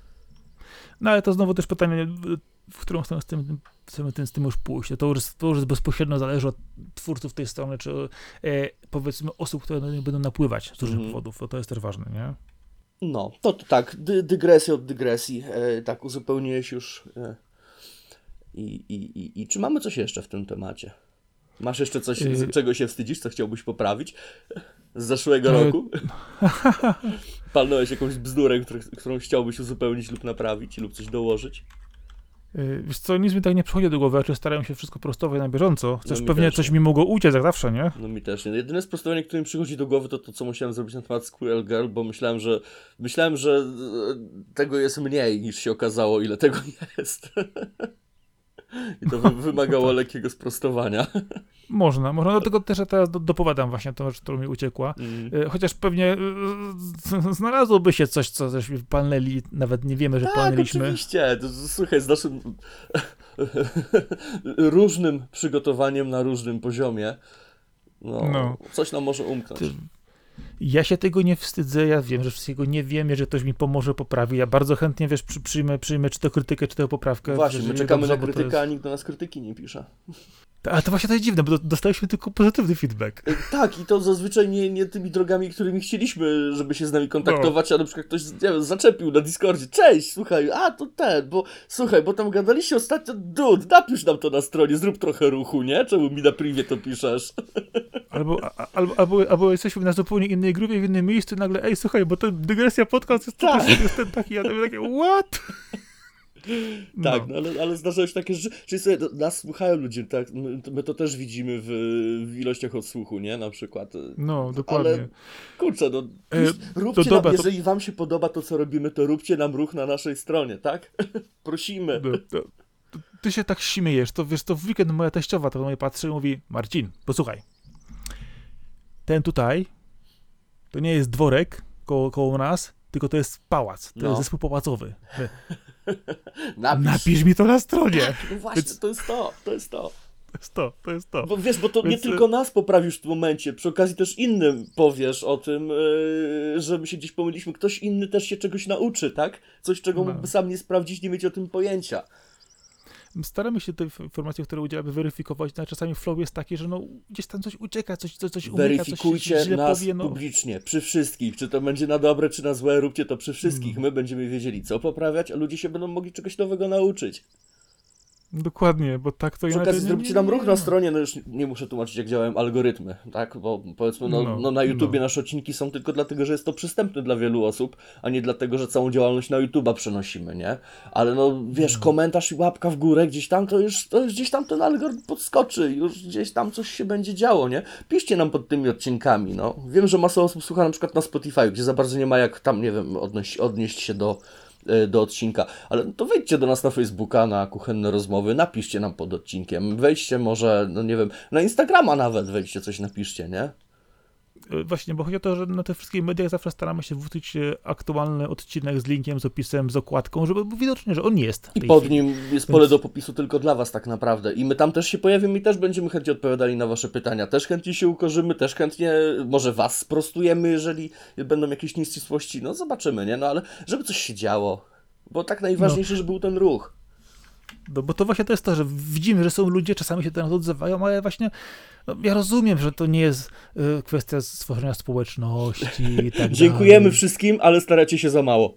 No ale to znowu też pytanie, w którą stronę z tym już pójść. To już bezpośrednio zależy od twórców tej strony, czy powiedzmy osób, które będą napływać z różnych powodów. To jest też ważne, nie? No, to tak, dygresja od dygresji. Tak uzupełniłeś już. I czy mamy coś jeszcze w tym temacie? Masz jeszcze coś, czego się wstydzisz, co chciałbyś poprawić z zeszłego roku? Palnąłeś jakąś bzdurę, którą chciałbyś uzupełnić lub naprawić, lub coś dołożyć? Wiesz co, nic mi tak nie przychodzi do głowy, raczej starają się wszystko prostować na bieżąco. Chociaż pewnie coś mi mogło uciec, jak zawsze, nie? No mi też nie. Jedyne sprostowanie, które mi przychodzi do głowy, to to, co musiałem zrobić na temat Squirrel Girl, bo myślałem, że tego jest mniej, niż się okazało, ile tego jest. I to wymagało lekkiego sprostowania. Można, dlatego też ja teraz dopowiadam właśnie tą rzecz, którą mi uciekła. Chociaż pewnie znalazłoby się coś, co żeśmy palnęli, nawet nie wiemy, że palnęliśmy. Tak, oczywiście. Słuchaj, z naszym różnym przygotowaniem na różnym poziomie, coś nam może umknąć. Ja się tego nie wstydzę, ja wiem, że wszystkiego nie wiem, że ktoś mi pomoże, poprawi. Ja bardzo chętnie, wiesz, przyjmę czy to krytykę, czy to poprawkę. Właśnie, my czekamy na krytykę, a nikt do nas krytyki nie pisze. Ale to właśnie to jest dziwne, bo dostaliśmy tylko pozytywny feedback. Tak, i to zazwyczaj nie tymi drogami, którymi chcieliśmy, żeby się z nami kontaktować, a na przykład ktoś, nie wiem, zaczepił na Discordzie. Cześć, słuchaj, to bo tam gadaliście ostatnio, dude, napisz nam to na stronie, zrób trochę ruchu, nie? Czemu mi na privie to piszesz? Albo jesteśmy na zupełnie innej grupie, w innym miejscu i nagle, słuchaj, bo to dygresja podcast jest ten taki, ja to takie, what? Tak, ale zdarzają się takie rzeczy, czyli sobie nas słuchają ludzie, tak, my to też widzimy w ilościach odsłuchu, nie, na przykład. No, dokładnie. Ale kurczę, róbcie nam, jeżeli wam się podoba to, co robimy, to róbcie nam ruch na naszej stronie, tak? Prosimy. Ty się tak śmiejesz, to wiesz, to w weekend moja teściowa to do mnie patrzy i mówi, Marcin, posłuchaj, ten tutaj, to nie jest dworek koło nas, tylko to jest pałac, to jest zespół pałacowy. Napisz mi to na stronie. No właśnie, to jest to. To jest to. Bo wiesz, bo to nie tylko nas poprawisz w tym momencie, przy okazji też innym powiesz o tym, że my się gdzieś pomyliliśmy, ktoś inny też się czegoś nauczy, tak? Coś, czego mógłby sam nie sprawdzić, nie mieć o tym pojęcia. Staramy się te informacje, które udzielamy, weryfikować, no, czasami flow jest taki, że gdzieś tam coś ucieka, coś umyka, weryfikujcie coś źle nas powie, publicznie, przy wszystkich, czy to będzie na dobre, czy na złe, róbcie to przy wszystkich, my będziemy wiedzieli, co poprawiać, a ludzie się będą mogli czegoś nowego nauczyć. Dokładnie, bo tak to Przy okazji zróbcie nam ruch na stronie, no już nie muszę tłumaczyć, jak działają algorytmy, tak? Bo powiedzmy, na YouTubie nasze odcinki są tylko dlatego, że jest to przystępne dla wielu osób, a nie dlatego, że całą działalność na YouTuba przenosimy, nie? Ale wiesz, komentarz i łapka w górę gdzieś tam, to już gdzieś tam ten algorytm podskoczy, już gdzieś tam coś się będzie działo, nie? Piszcie nam pod tymi odcinkami, no. Wiem, że masa osób słucha na przykład na Spotify, gdzie za bardzo nie ma jak tam, nie wiem, odnieść się do odcinka, ale to wejdźcie do nas na Facebooka, na Kuchenne Rozmowy, napiszcie nam pod odcinkiem, wejdźcie może, no nie wiem, na Instagrama nawet wejdźcie, coś napiszcie, nie? Właśnie, bo chodzi o to, że na tych wszystkich mediach zawsze staramy się wrzucić aktualny odcinek z linkiem, z opisem, z okładką, żeby było widocznie, że on jest. I pod nim jest pole do popisu tylko dla was tak naprawdę. I my tam też się pojawimy i też będziemy chętnie odpowiadali na wasze pytania. Też chętnie się ukorzymy, też chętnie może was sprostujemy, jeżeli będą jakieś nieścisłości. No zobaczymy, nie? No ale żeby coś się działo. Bo tak najważniejsze, żeby był ten ruch. No bo to właśnie to jest to, że widzimy, że są ludzie, czasami się do nas odzywają, ale właśnie ja rozumiem, że to nie jest kwestia stworzenia społeczności i tak Dziękujemy dalej. wszystkim, ale staracie się za mało.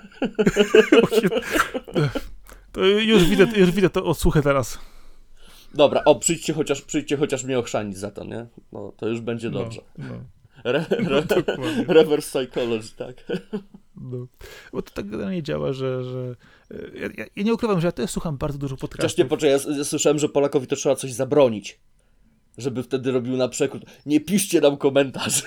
To już widzę to odsłuchę teraz. Dobra, przyjdźcie chociaż mnie ochrzanić za to, nie? No to już będzie dobrze. Reverse psychology, tak. No. Bo to tak generalnie działa, że ja nie ukrywam, że ja też słucham bardzo dużo podcastów. Chociaż nie, poczekaj, ja słyszałem, że Polakowi to trzeba coś zabronić, żeby wtedy robił na przekrót. Nie piszcie nam komentarzy.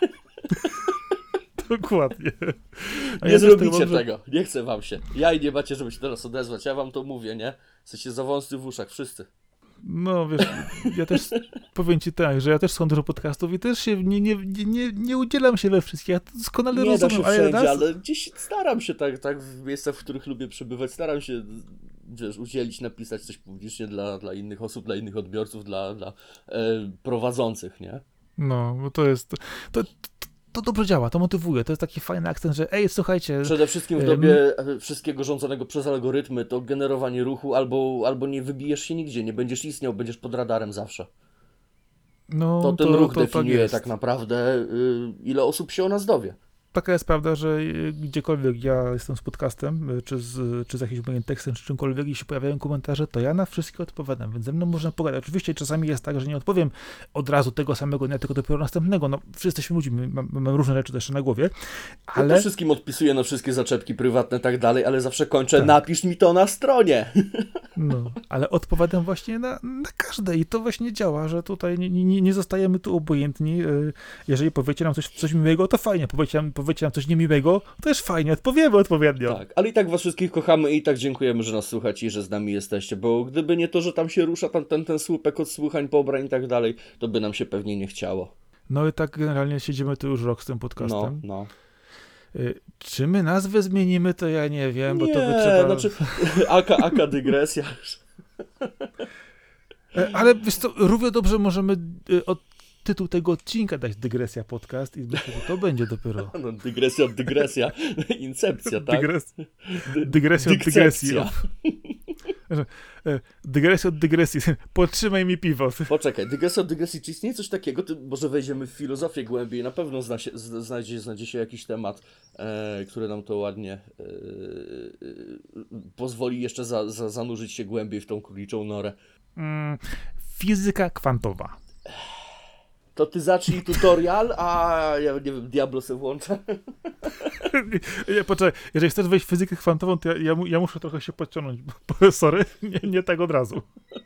Dokładnie. Nie zrobicie tego. Nie chcę wam się. Ja i nie macie, żeby się teraz odezwać. Ja wam to mówię, nie? Jesteście za wąscy w uszach, wszyscy. No wiesz, ja też powiem ci tak, że ja też słucham dużo podcastów i też się nie udzielam się we wszystkich. Ja doskonale nie rozumiem. Nie da się wszędzie, ale gdzieś staram się tak w miejscach, w których lubię przebywać, staram się, wiesz, udzielić, napisać coś publicznie dla innych osób, dla innych odbiorców, dla prowadzących, nie? No, bo to jest... To dobrze działa, to motywuje, to jest taki fajny akcent, że słuchajcie... Przede wszystkim w dobie wszystkiego rządzonego przez algorytmy, to generowanie ruchu albo nie wybijesz się nigdzie, nie będziesz istniał, będziesz pod radarem zawsze. No, to ten ruch definiuje tak naprawdę, ile osób się o nas dowie. Taka jest prawda, że gdziekolwiek ja jestem z podcastem, czy z jakimś moim tekstem, czy czymkolwiek, i się pojawiają komentarze, to ja na wszystkie odpowiadam, więc ze mną można pogadać. Oczywiście czasami jest tak, że nie odpowiem od razu tego samego dnia, tylko dopiero następnego. No, wszyscy jesteśmy ludźmi, mamy różne rzeczy też na głowie, ale... Ja wszystkim odpisuję na wszystkie zaczepki prywatne i tak dalej, ale zawsze kończę, napisz mi to na stronie. No, ale odpowiadam właśnie na każde i to właśnie działa, że tutaj nie zostajemy tu obojętni. Jeżeli powiecie nam coś miłego, to fajnie, powiecie nam coś niemiłego, to też fajnie, odpowiemy odpowiednio. Tak, ale i tak was wszystkich kochamy i tak dziękujemy, że nas słuchacie i że z nami jesteście, bo gdyby nie to, że tam się rusza ten słupek odsłuchań, pobrań i tak dalej, to by nam się pewnie nie chciało. No i tak generalnie siedzimy tu już rok z tym podcastem. No. Czy my nazwę zmienimy, to ja nie wiem, bo nie, to by trzeba... znaczy, aka dygresja. Ale wiesz co, równie dobrze możemy tytuł tego odcinka dać Dygresja Podcast i myślę, że to będzie dopiero... No, dygresja. Incepcja, tak? Dygresja od dygresji. Dygresja od dygresji. Potrzymaj mi piwo. Poczekaj, dygresja od dygresji. Czy istnieje coś takiego? Może wejdziemy w filozofię głębiej. Na pewno znajdzie się jakiś temat, który nam to ładnie pozwoli jeszcze zanurzyć się głębiej w tą króliczą norę. Fizyka kwantowa. To ty zacznij tutorial, a ja nie wiem, Diablo se włączę. Poczekaj, jeżeli chcesz wejść w fizykę kwantową, to ja muszę trochę się podciągnąć, bo sorry, nie tak od razu.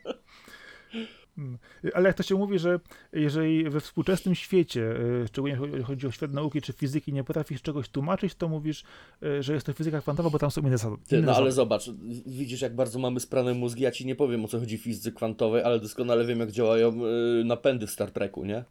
Ale jak to się mówi, że jeżeli we współczesnym świecie, szczególnie jeżeli chodzi o świat nauki czy fizyki, nie potrafisz czegoś tłumaczyć, to mówisz, że jest to fizyka kwantowa, bo tam są inne zasady. Ale zobacz, widzisz, jak bardzo mamy sprane mózgi. Ja ci nie powiem, o co chodzi w fizyce kwantowej, ale doskonale wiem, jak działają napędy w Star Treku, nie?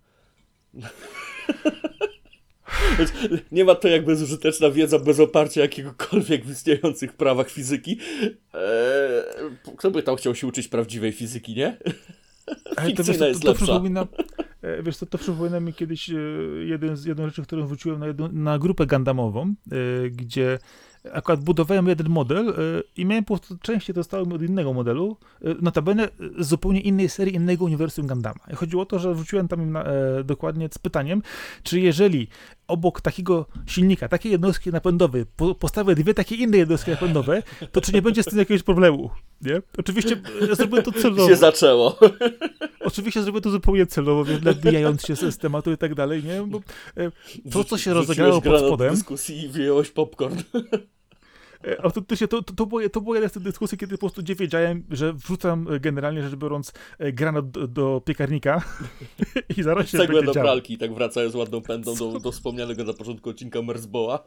Nie ma to jak bezużyteczna wiedza bez oparcia jakiegokolwiek w istniejących prawach fizyki. Kto by tam chciał się uczyć prawdziwej fizyki, nie? Fikcyjna jest lepsza. To przypomina mi kiedyś jedną rzecz, którą wrzuciłem na grupę gundamową, gdzie akurat budowałem jeden model i miałem po prostu części dostałem od innego modelu, notabene z zupełnie innej serii, innego uniwersum Gundama. I chodziło o to, że wrzuciłem tam dokładnie z pytaniem, czy jeżeli obok takiego silnika, takiej jednostki napędowej postawię dwie takie inne jednostki napędowe, to czy nie będzie z tym jakiegoś problemu? Nie? Oczywiście zrobiłem to celowo. Się zaczęło. Oczywiście zrobiłem to zupełnie celowo, więc nabijając się z tematu i tak dalej, nie? Bo to, co się rozegrało pod spodem... dyskusji i wyjąłeś popcorn. Autentycznie to była jedna z tych dyskusji, kiedy po prostu nie wiedziałem, że wrzucam generalnie rzecz biorąc granat do piekarnika i zaraz się Cegłę będzie do działo. pralki, tak wracając ładną pędą do wspomnianego na początku odcinka Merzboa.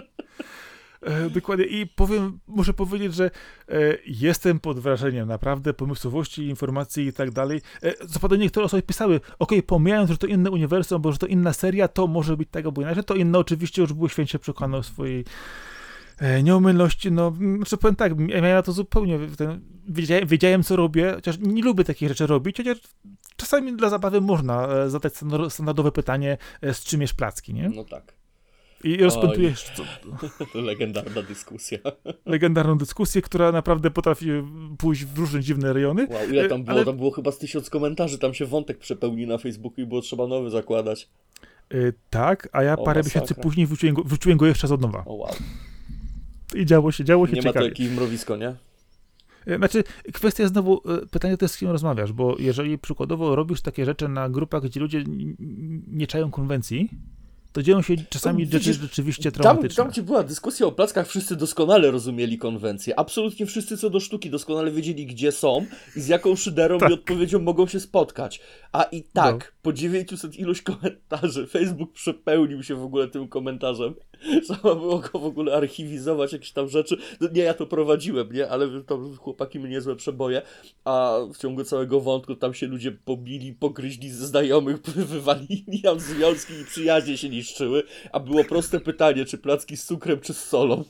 Dokładnie i muszę powiedzieć, że jestem pod wrażeniem naprawdę pomysłowości, informacji i tak dalej. Co prawda niektóre osoby pisały, pomijając, że to inne uniwersum, bo że to inna seria, to może być tak albo inaczej, to inne oczywiście już były święcie przekonane o swojej nieomylności, znaczy powiem tak, ja miałem to zupełnie, wiedziałem co robię, chociaż nie lubię takich rzeczy robić, chociaż czasami dla zabawy można zadać standardowe pytanie, z czym jesz placki, nie? No tak. I rozpętujesz To legendarna dyskusja. Legendarną dyskusję, która naprawdę potrafi pójść w różne dziwne rejony. Wow, ile tam było? Ale... Tam było chyba z 1000 komentarzy, tam się wątek przepełnił na Facebooku i było trzeba nowy zakładać. Tak, a ja parę miesięcy później wrzuciłem go jeszcze raz od nowa. O wow. I działo się nie ciekawie. Nie ma takiego mrowisko, nie? Znaczy, kwestia jest znowu, pytanie to jest, z kim rozmawiasz, bo jeżeli przykładowo robisz takie rzeczy na grupach, gdzie ludzie nie czają konwencji, to dzieją się czasami rzeczy rzeczywiście traumatyczne. Tam, gdzie była dyskusja o plackach, wszyscy doskonale rozumieli konwencję. Absolutnie wszyscy co do sztuki doskonale wiedzieli, gdzie są i z jaką szyderą i odpowiedzią mogą się spotkać. A i tak, po 900 iluś komentarzy, Facebook przepełnił się w ogóle tym komentarzem. Trzeba było go w ogóle archiwizować, jakieś tam rzeczy. No nie, ja to prowadziłem, nie? Ale tam chłopaki mnie niezłe przeboje. A w ciągu całego wątku tam się ludzie pobili, pogryźli ze znajomych, wywalili, tam związki i przyjaźnie się niszczyły. A było proste pytanie, czy placki z cukrem, czy z solą?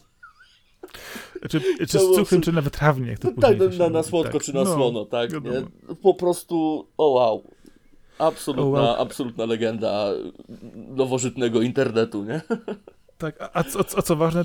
Czy z cukrem, czy nawet trawnie? Jak to tak, na słodko, tak. Czy na słono, tak? Nie? Po prostu, wow. Absolutna legenda nowożytnego internetu, nie? Tak, a co ważne,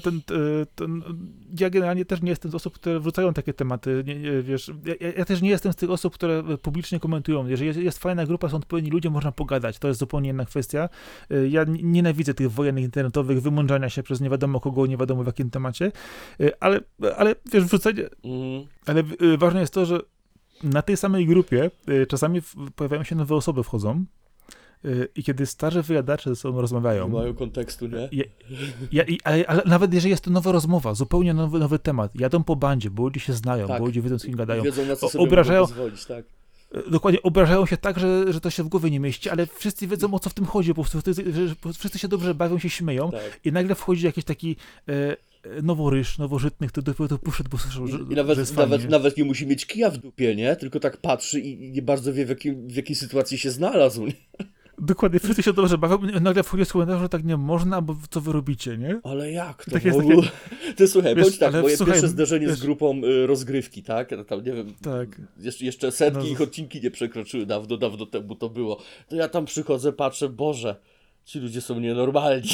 ja generalnie też nie jestem z osób, które wrzucają takie tematy, wiesz, ja też nie jestem z tych osób, które publicznie komentują. Jeżeli jest fajna grupa, są odpowiedni ludzie, można pogadać, to jest zupełnie inna kwestia. Ja nienawidzę tych wojennych internetowych, wymądrzania się przez nie wiadomo kogo, nie wiadomo w jakim temacie, ale wiesz, wrzucenie, ale ważne jest to, że na tej samej grupie czasami pojawiają się nowe osoby, wchodzą. I kiedy starzy wyjadacze ze sobą rozmawiają... Nie mają kontekstu, nie? Ale nawet jeżeli jest to nowa rozmowa, zupełnie nowy temat, jadą po bandzie, bo ludzie się znają, bo ludzie wiedzą, z kim gadają. Wiedzą, na co sobie mogą pozwolić, tak. Dokładnie, obrażają się tak, że to się w głowie nie mieści, ale wszyscy wiedzą, o co w tym chodzi, po prostu wszyscy się dobrze bawią, się śmieją i nagle wchodzi jakiś taki... noworyż, nowożytny, który dopiero poszedł, bo słyszał, że nawet nie musi mieć kija w dupie, nie? Tylko tak patrzy i nie bardzo wie, w jakiej sytuacji się znalazł, nie? Dokładnie, wszyscy się dobrze bawią, nagle wchodzi z komentarza, że tak nie można, bo co wy robicie, nie? Ale jak to tak w ogóle? Ty słuchaj, bądź tak, moje pierwsze zderzenie z grupą rozgrywki, tak? Tam, nie wiem, jeszcze setki ich odcinki nie przekroczyły, dawno temu to było. To ja tam przychodzę, patrzę, Boże, ci ludzie są nienormalni.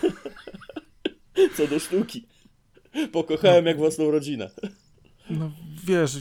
Co do sztuki. Pokochałem jak własną rodzinę. No wiesz,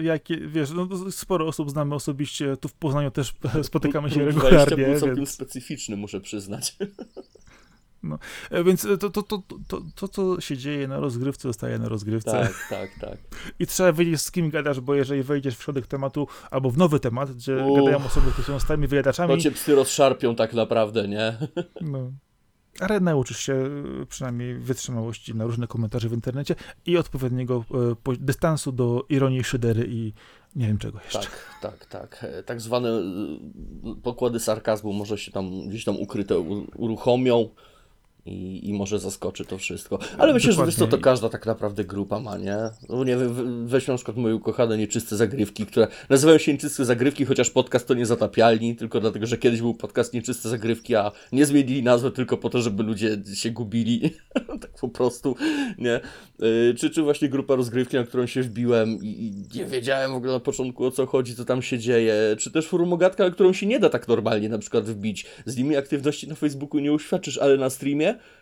sporo osób znamy osobiście, tu w Poznaniu też spotykamy się regularnie. Był całkiem specyficzny, muszę przyznać. No, więc to, co się dzieje na rozgrywce, zostaje na rozgrywce. Tak. I trzeba wiedzieć, z kim gadasz, bo jeżeli wejdziesz w środek tematu, albo w nowy temat, gdzie gadają osoby, które są stałymi wyjadaczami... To cię psy rozszarpią tak naprawdę, nie? No. Ale nauczysz się przynajmniej wytrzymałości na różne komentarze w internecie i odpowiedniego dystansu do ironii, szydery i nie wiem czego jeszcze. Tak. Tak zwane pokłady sarkazmu może się tam gdzieś tam ukryte uruchomią i może zaskoczy to wszystko. Ale myślę, że to każda tak naprawdę grupa ma, nie? No nie wiem, weźmy na przykład moje ukochane Nieczyste Zagrywki, które nazywają się Nieczyste Zagrywki, chociaż podcast to nie Zatapialni, tylko dlatego, że kiedyś był podcast Nieczyste Zagrywki, a nie zmienili nazwę tylko po to, żeby ludzie się gubili. Tak po prostu, nie? Czy właśnie grupa rozgrywki, na którą się wbiłem i nie wiedziałem w ogóle na początku, o co chodzi, co tam się dzieje. Czy też Forum Ogatka, na którą się nie da tak normalnie na przykład wbić. Z nimi aktywności na Facebooku nie uświadczysz, ale na streamie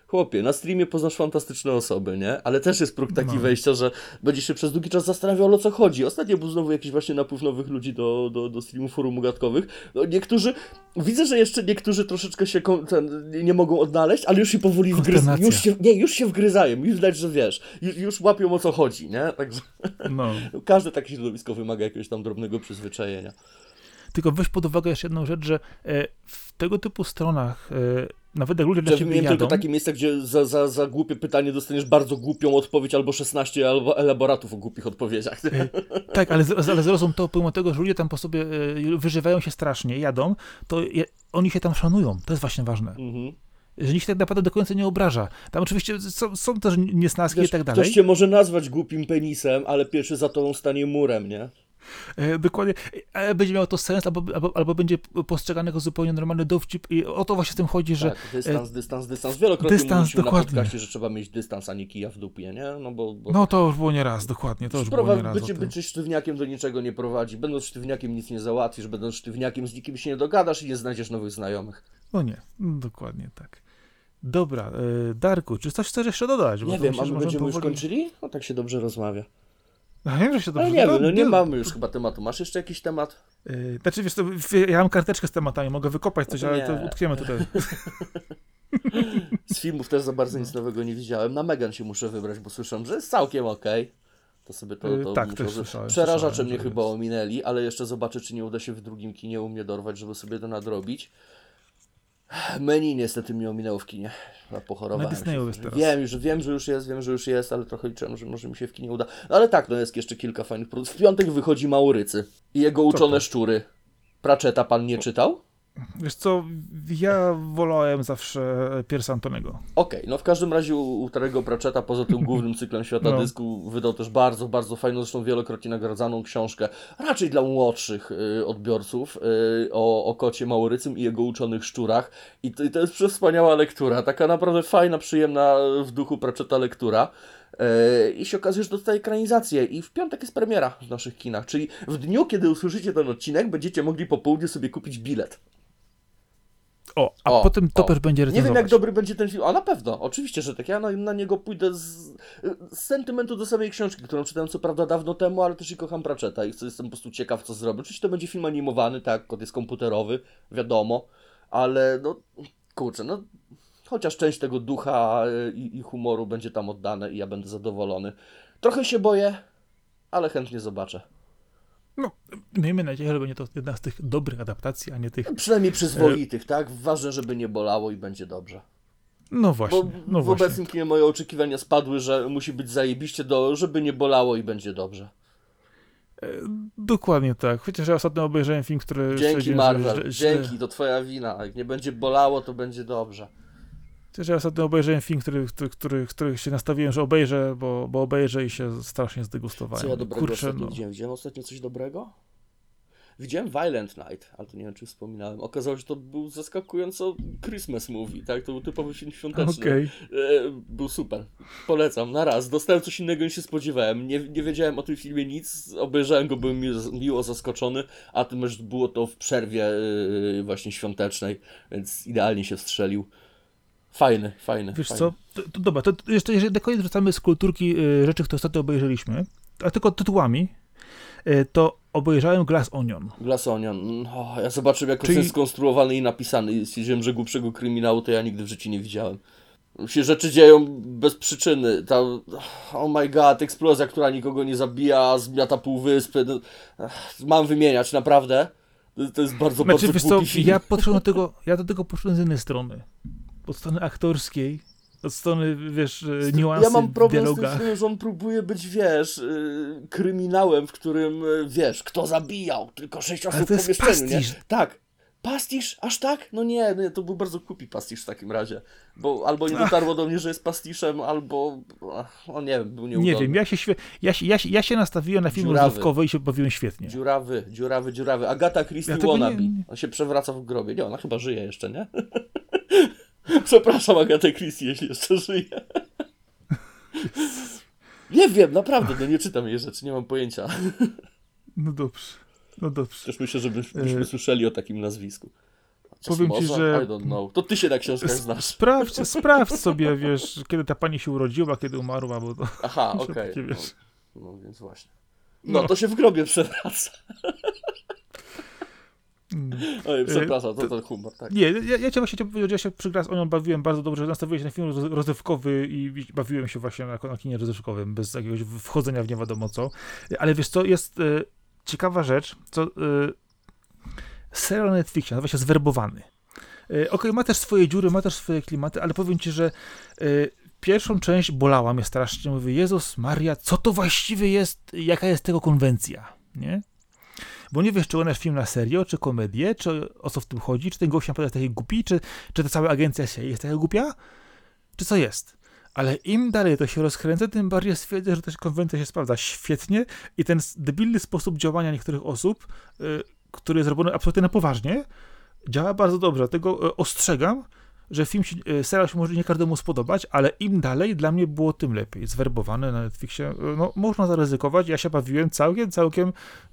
Chłopie, na streamie poznasz fantastyczne osoby, nie? Ale też jest próg taki wejścia, że będziesz się przez długi czas zastanawiał, o co chodzi. Ostatnio był znowu jakiś właśnie napływ nowych ludzi do streamu forum ugatkowych. No, niektórzy, widzę, że jeszcze niektórzy troszeczkę się nie mogą odnaleźć, ale już się powoli wgryzają. Już się wgryzają. Już widać, że wiesz, już łapią, o co chodzi, nie? Także każde takie środowisko wymaga jakiegoś tam drobnego przyzwyczajenia. Tylko weź pod uwagę jeszcze jedną rzecz, że w tego typu stronach, nawet jak ludzie dla ciebie jadą... tylko takie miejsca, gdzie za głupie pytanie dostaniesz bardzo głupią odpowiedź, albo 16 albo elaboratów o głupich odpowiedziach. Tak, ale zrozum to, pomimo tego, że ludzie tam po sobie wyżywają się strasznie, jadą, to oni się tam szanują. To jest właśnie ważne. Że nikt się tak naprawdę do końca nie obraża. Tam oczywiście są też niesnaski i tak dalej. Ktoś cię może nazwać głupim penisem, ale pierwszy za tobą stanie murem, nie? Dokładnie. Będzie miało to sens, albo będzie postrzegany jako zupełnie normalny dowcip i o to właśnie w tym chodzi, że... Tak, dystans. Wielokrotnie mówiliśmy na podcaście, że trzeba mieć dystans, a nie kija w dupie, nie? No to już było nieraz, dokładnie. To już było nieraz. Bycie sztywniakiem do niczego nie prowadzi. Będąc sztywniakiem nic nie załatwisz, będąc sztywniakiem z nikim się nie dogadasz i nie znajdziesz nowych znajomych. No nie, dokładnie tak. Dobra, Darku, czy coś chcesz jeszcze dodać? Nie wiem, a my będziemy już kończyli? No tak się dobrze rozmawia. No wiem, że się dobrze... Ale nie wiem, nie mamy już chyba tematu. Masz jeszcze jakiś temat? Znaczy, wiesz, ja mam karteczkę z tematami, mogę wykopać coś, ale to utkniemy tutaj. Z filmów też za bardzo nic nowego nie widziałem. Na Megan się muszę wybrać, bo słyszałem, że jest całkiem okej. To sobie to tak, też słyszałem. Przerażacze mnie chyba ominęli, ale jeszcze zobaczę, czy nie uda się w drugim kinie u mnie dorwać, żeby sobie to nadrobić. Menu niestety mnie ominęło w kinie. Pochorowałem. Na Disneyu jest teraz. Wiem, że już jest, ale trochę liczyłem, że może mi się w kinie uda. No ale tak, no jest jeszcze kilka fajnych produktów. W piątek wychodzi Maurycy i jego uczone szczury. Pratchetta pan nie czytał? Wiesz co, ja wolałem zawsze Piersa Antonego. Okej, no w każdym razie u Terry'ego Pratchetta, poza tym głównym cyklem Świata Dysku, wydał też bardzo, bardzo fajną, zresztą wielokrotnie nagradzaną książkę, raczej dla młodszych odbiorców, o kocie Maurycym i jego uczonych szczurach. I to jest przewspaniała lektura, taka naprawdę fajna, przyjemna w duchu Pratchetta lektura. I się okazuje, że dostaje ekranizację i w piątek jest premiera w naszych kinach, czyli w dniu, kiedy usłyszycie ten odcinek, będziecie mogli po południu sobie kupić bilet. Potem Topesz będzie recenzować. Nie wiem, jak dobry będzie ten film. A na pewno, oczywiście, że tak. Ja na niego pójdę z sentymentu do samej książki, którą czytałem co prawda dawno temu, ale też i kocham Pratchetta i jestem po prostu ciekaw, co zrobię. Oczywiście to będzie film animowany, tak, kod jest komputerowy, wiadomo, ale no, kurczę, no, chociaż część tego ducha i humoru będzie tam oddane i ja będę zadowolony. Trochę się boję, ale chętnie zobaczę. No, miejmy nadzieję, że będzie to jedna z tych dobrych adaptacji, a nie tych... Przynajmniej przyzwoitych, tak? Ważne, żeby nie bolało i będzie dobrze. No właśnie. Bo w obecnym kinie moje oczekiwania spadły, że musi być zajebiście, żeby nie bolało i będzie dobrze. Dokładnie tak. Chociaż ja ostatnio obejrzałem film, który... Dzięki Marvel, dzięki, to twoja wina. Jak nie będzie bolało, to będzie dobrze. Chociaż ja ostatnio obejrzałem film, który się nastawiłem, że obejrzę, bo obejrzę i się strasznie zdegustowałem. Co ja dobrego ostatnio widziałem? Widziałem ostatnio coś dobrego? Widziałem Violent Night, ale to nie wiem, czy wspominałem. Okazało się, że to był zaskakująco Christmas movie, tak? To był typowy film świąteczny. Okay. Był super. Polecam, na raz. Dostałem coś innego niż się spodziewałem. Nie wiedziałem o tym filmie nic, obejrzałem go, byłem miło zaskoczony, a tym też było to w przerwie właśnie świątecznej, więc idealnie się wstrzelił. Fajny. Wiesz co, to dobra, to jeszcze jeżeli do końca wracamy z kulturki rzeczy, które ostatnio obejrzeliśmy, a tylko tytułami, to obejrzałem Glass Onion. Glass Onion. Ja zobaczyłem, jak jest skonstruowany i napisany i stwierdziłem, że głupszego kryminału to ja nigdy w życiu nie widziałem. Się rzeczy dzieją bez przyczyny. Ta, oh my god, eksplozja, która nikogo nie zabija, zmiata półwyspy. No, mam wymieniać, naprawdę. To jest bardzo głupi film. Ja do tego podszedłem z jednej strony. Od strony aktorskiej, od strony, wiesz, niuansy ja mam problem w dialogach. z tym, że on próbuje być, wiesz, kryminałem, w którym, wiesz, kto zabijał, tylko 6 osób w pomieszczeniu, nie? Tak. Pastisz? Aż tak? No nie, to był bardzo głupi pastisz w takim razie. Bo albo nie dotarło do mnie, że jest pastiszem, albo, nie wiem, był nieudolny. Nie wiem, ja się nastawiłem na film rozrywkowy i się bawiłem świetnie. Dziurawy. Agata Christie wannabe. On się przewraca w grobie. Nie, ona chyba żyje jeszcze, nie? Przepraszam Agatę Christie, jeśli jeszcze żyje. Nie wiem, naprawdę, nie czytam jej rzeczy, nie mam pojęcia. No dobrze. Też myślę, żebyśmy słyszeli o takim nazwisku. powiem ci, że... I don't know. To ty się na książkach znasz. Sprawdź sobie, wiesz, kiedy ta pani się urodziła, kiedy umarła, bo to... Aha, okej. Okay. No więc właśnie. No to się w grobie przewraca. Oj, przepraszam, to ten humor, tak. Nie, ja cię właśnie powiedział, że ja się przy raz o nią bawiłem bardzo dobrze, nastawiłem się na film rozrywkowy i bawiłem się właśnie na kinie rozrywkowym, bez jakiegoś wchodzenia w nie wiadomo co. Ale wiesz co, jest ciekawa rzecz, serial na Netflixie nazywa się Zwerbowany. Okej, ma też swoje dziury, ma też swoje klimaty, ale powiem ci, że pierwszą część bolała mnie strasznie. Mówię, Jezus Maria, co to właściwie jest, jaka jest tego konwencja, nie? Bo nie wiesz, czy ona jest film na serio, czy komedię, czy o co w tym chodzi, czy ten gość naprawdę jest taki głupi, czy ta cała agencja się jest taka głupia, czy co jest. Ale im dalej to się rozkręca, tym bardziej stwierdzę, że ta konwencja się sprawdza świetnie i ten debilny sposób działania niektórych osób, który jest robiony absolutnie na poważnie, działa bardzo dobrze. Dlatego ostrzegam, że serial się może nie każdemu spodobać, ale im dalej, dla mnie było tym lepiej. Zwerbowany na Netflixie, no można zaryzykować. Ja się bawiłem całkiem,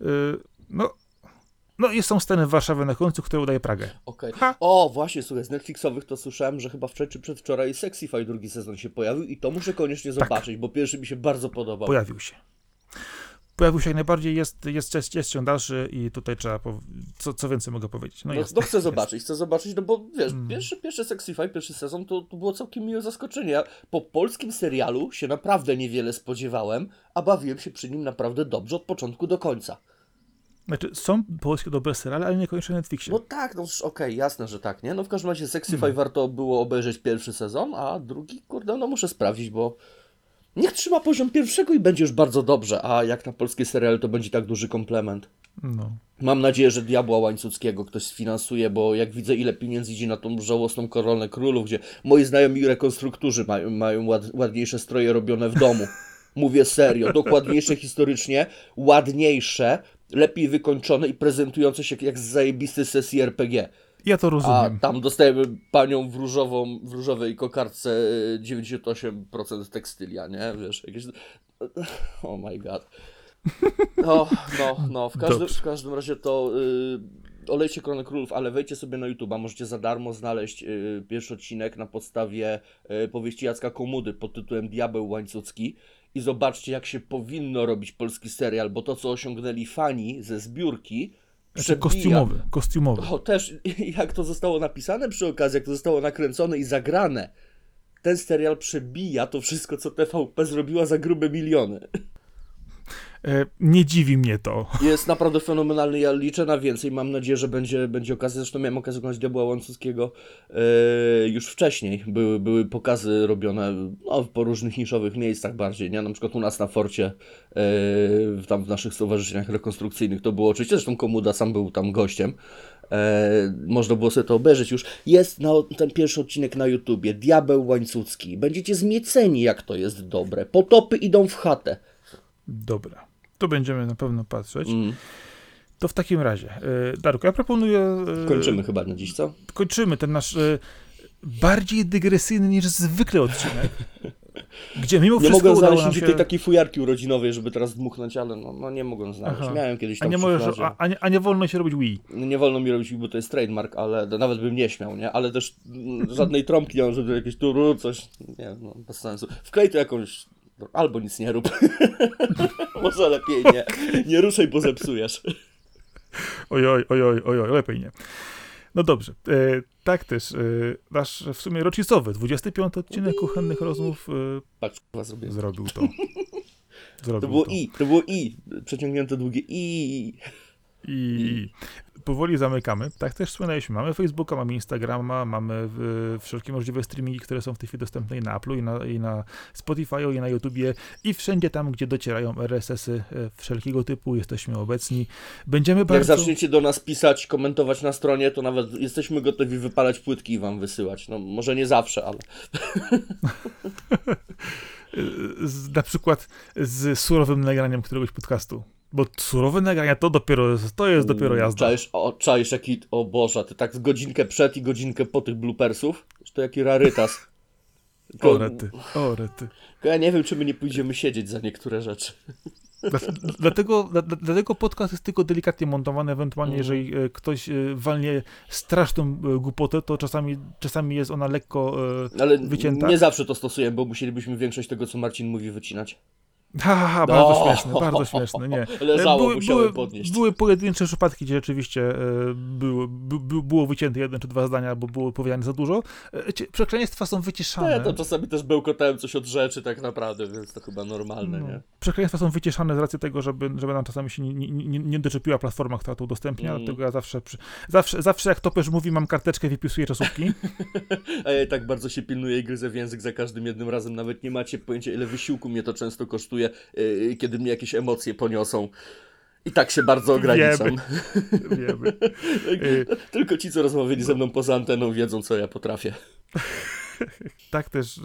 no i są sceny w Warszawie na końcu, które udaje Pragę. Okej. O, właśnie, słuchaj, z Netflixowych to słyszałem, że chyba wczoraj czy przedwczoraj Sexify drugi sezon się pojawił i to muszę koniecznie zobaczyć, bo pierwszy mi się bardzo podobał. Pojawił się jak najbardziej, jest się dalszy i tutaj trzeba, co więcej mogę powiedzieć. No chcę zobaczyć, no bo wiesz, pierwszy Sexify, pierwszy sezon to było całkiem miłe zaskoczenie. Ja po polskim serialu się naprawdę niewiele spodziewałem, a bawiłem się przy nim naprawdę dobrze od początku do końca. Znaczy, są polskie dobre seriale, ale niekoniecznie na Netflixie. No tak, no okej, jasne, że tak, nie? No w każdym razie Sexify warto było obejrzeć pierwszy sezon, a drugi, kurde, no muszę sprawdzić, bo niech trzyma poziom pierwszego i będzie już bardzo dobrze, a jak na polskie seriale to będzie tak duży komplement. No. Mam nadzieję, że Diabła Łańcuckiego ktoś sfinansuje, bo jak widzę, ile pieniędzy idzie na tą żałosną Koronę Królów, gdzie moi znajomi rekonstruktorzy mają ładniejsze stroje robione w domu. Mówię serio, dokładniejsze historycznie, ładniejsze, lepiej wykończone i prezentujące się jak z zajebistej sesji RPG. Ja to rozumiem. A tam dostajemy panią w różowej kokardce 98% tekstylia, nie? Wiesz, jakieś... Oh my god. No, w każdym razie to olejcie Koronę Królów, ale wejdźcie sobie na YouTube'a, możecie za darmo znaleźć pierwszy odcinek na podstawie powieści Jacka Komudy pod tytułem Diabeł Łańcucki i zobaczcie, jak się powinno robić polski serial, bo to, co osiągnęli fani ze zbiórki, kostiumowy. O, też jak to zostało napisane przy okazji, jak to zostało nakręcone i zagrane, ten serial przebija to wszystko, co TVP zrobiła za grube miliony. Nie dziwi mnie to. Jest naprawdę fenomenalny, ja liczę na więcej, mam nadzieję, że będzie okazja, zresztą miałem okazję oglądać Diabła Łańcuckiego już wcześniej, były pokazy robione po różnych niszowych miejscach bardziej, nie? Na przykład u nas na Forcie, tam w naszych stowarzyszeniach rekonstrukcyjnych to było oczywiście, zresztą Komuda sam był tam gościem, można było sobie to obejrzeć już. Jest ten pierwszy odcinek na YouTubie, Diabeł Łańcucki, będziecie zmieceni, jak to jest dobre, potopy idą w chatę. Dobra, to będziemy na pewno patrzeć. To w takim razie, Darku, ja proponuję... Kończymy chyba na dziś, co? Kończymy ten nasz bardziej dygresyjny niż zwykle odcinek, gdzie mimo wszystko nie mogłem udało znaleźć nam tej takiej fujarki urodzinowej, żeby teraz dmuchnąć, ale no nie mogłem znaleźć. Aha. Miałem kiedyś tam a nie wolno się robić Wii. Nie wolno mi robić Wii, bo to jest trademark, ale nawet bym nie śmiał, nie? Ale też żadnej trąbki nie mam, żeby jakieś coś, nie, no bez sensu. Wklej to jakąś... Albo nic nie rób. Może lepiej nie. Nie ruszaj, bo zepsujesz. Ojoj, lepiej nie. No dobrze. Tak też. Nasz w sumie rocznicowy, 25 odcinek Kuchennych Rozmów Patrz, zrobił to. To było I. Przeciągnięte długie I. Powoli zamykamy. Tak też wspominaliśmy. Mamy Facebooka, mamy Instagrama, mamy wszelkie możliwe streamingi, które są w tej chwili dostępne i na Apple'u, i na Spotify'u, i na YouTubie, i wszędzie tam, gdzie docierają RSS-y wszelkiego typu, jesteśmy obecni. Będziemy bardzo... Jak zaczniecie do nas pisać, komentować na stronie, to nawet jesteśmy gotowi wypalać płytki i wam wysyłać. No może nie zawsze, ale... Na przykład z surowym nagraniem któregoś podcastu. Bo surowe nagrania to jest dopiero jazda. Czaisz jaki, o Boże, ty tak godzinkę przed i godzinkę po tych bloopersów, to jaki rarytas. O rety. Ja nie wiem, czy my nie pójdziemy siedzieć za niektóre rzeczy. Dlatego podcast jest tylko delikatnie montowany, ewentualnie jeżeli ktoś walnie straszną głupotę, to czasami jest ona lekko Ale wycięta. nie zawsze to stosujemy, bo musielibyśmy większość tego, co Marcin mówi, wycinać. Bardzo śmieszne, nie. Leżało, musiałem podnieść. Były pojedyncze przypadki, gdzie rzeczywiście było wycięte 1 czy 2 zdania, albo było powiedziane za dużo. Przekleństwa są wyciszane. Ja to czasami też bełkotałem coś od rzeczy tak naprawdę, więc to chyba normalne, nie? Przekleństwa są wyciszane z racji tego, żeby nam czasami się nie doczepiła platforma, która to udostępnia, dlatego ja zawsze jak Topesz mówi, mam karteczkę, wypisuję czasówki. A ja tak bardzo się pilnuję i gryzę w język za każdym jednym razem, nawet nie macie pojęcia, ile wysiłku mnie to często kosztuje, kiedy mnie jakieś emocje poniosą. I tak się bardzo ograniczam. Wiemy. Tylko ci, co rozmawiali ze mną poza anteną, wiedzą, co ja potrafię. Tak też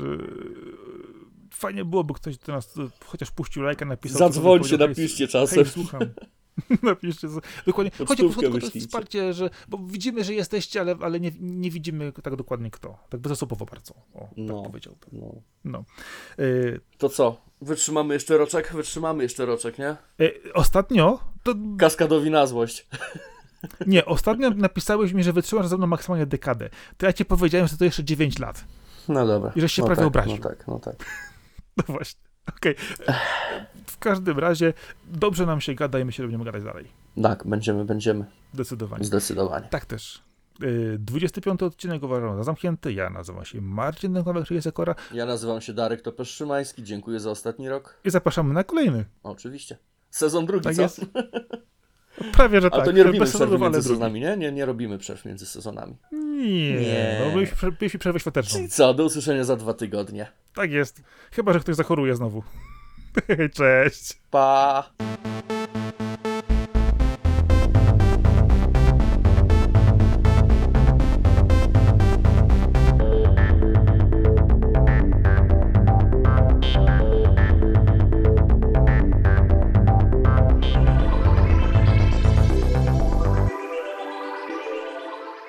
fajnie byłoby ktoś do nas chociaż puścił lajka, napisał. Zadzwońcie, napiszcie czasem. Hej, słucham. Napiszcie. Dokładnie. Chodzi po prostu o to wsparcie, bo widzimy, że jesteście, ale nie widzimy tak dokładnie kto. Tak bezosobowo bardzo. Tak powiedziałbym. No. To co? Wytrzymamy jeszcze roczek? Wytrzymamy jeszcze roczek, nie? Ostatnio to... Kaskadowi na złość. Nie, ostatnio napisałeś mi, że wytrzymasz ze mną maksymalnie dekadę. To ja ci powiedziałem, że to jeszcze 9 lat. No dobra. I żeś się prawie obraził. No tak. No właśnie. Okej. W każdym razie dobrze nam się gada i my się będziemy gadać dalej. Tak, będziemy. Zdecydowanie. Tak też. 25 odcinek uważam za zamknięty. Ja nazywam się Marcin Nowak-Zakora. Ja nazywam się Darek Topesz-Szymański. Dziękuję za ostatni rok. I zapraszamy na kolejny. Oczywiście. Sezon drugi, tak co? Jest. Prawie, że tak. Ale to nie robimy przerw między sezonami, nie? Nie robimy przerw między sezonami. Nie. No byliśmy przerwę świąteczną. Czyli co? Do usłyszenia za 2 tygodnie. Tak jest. Chyba że ktoś zachoruje znowu. Cześć. Pa!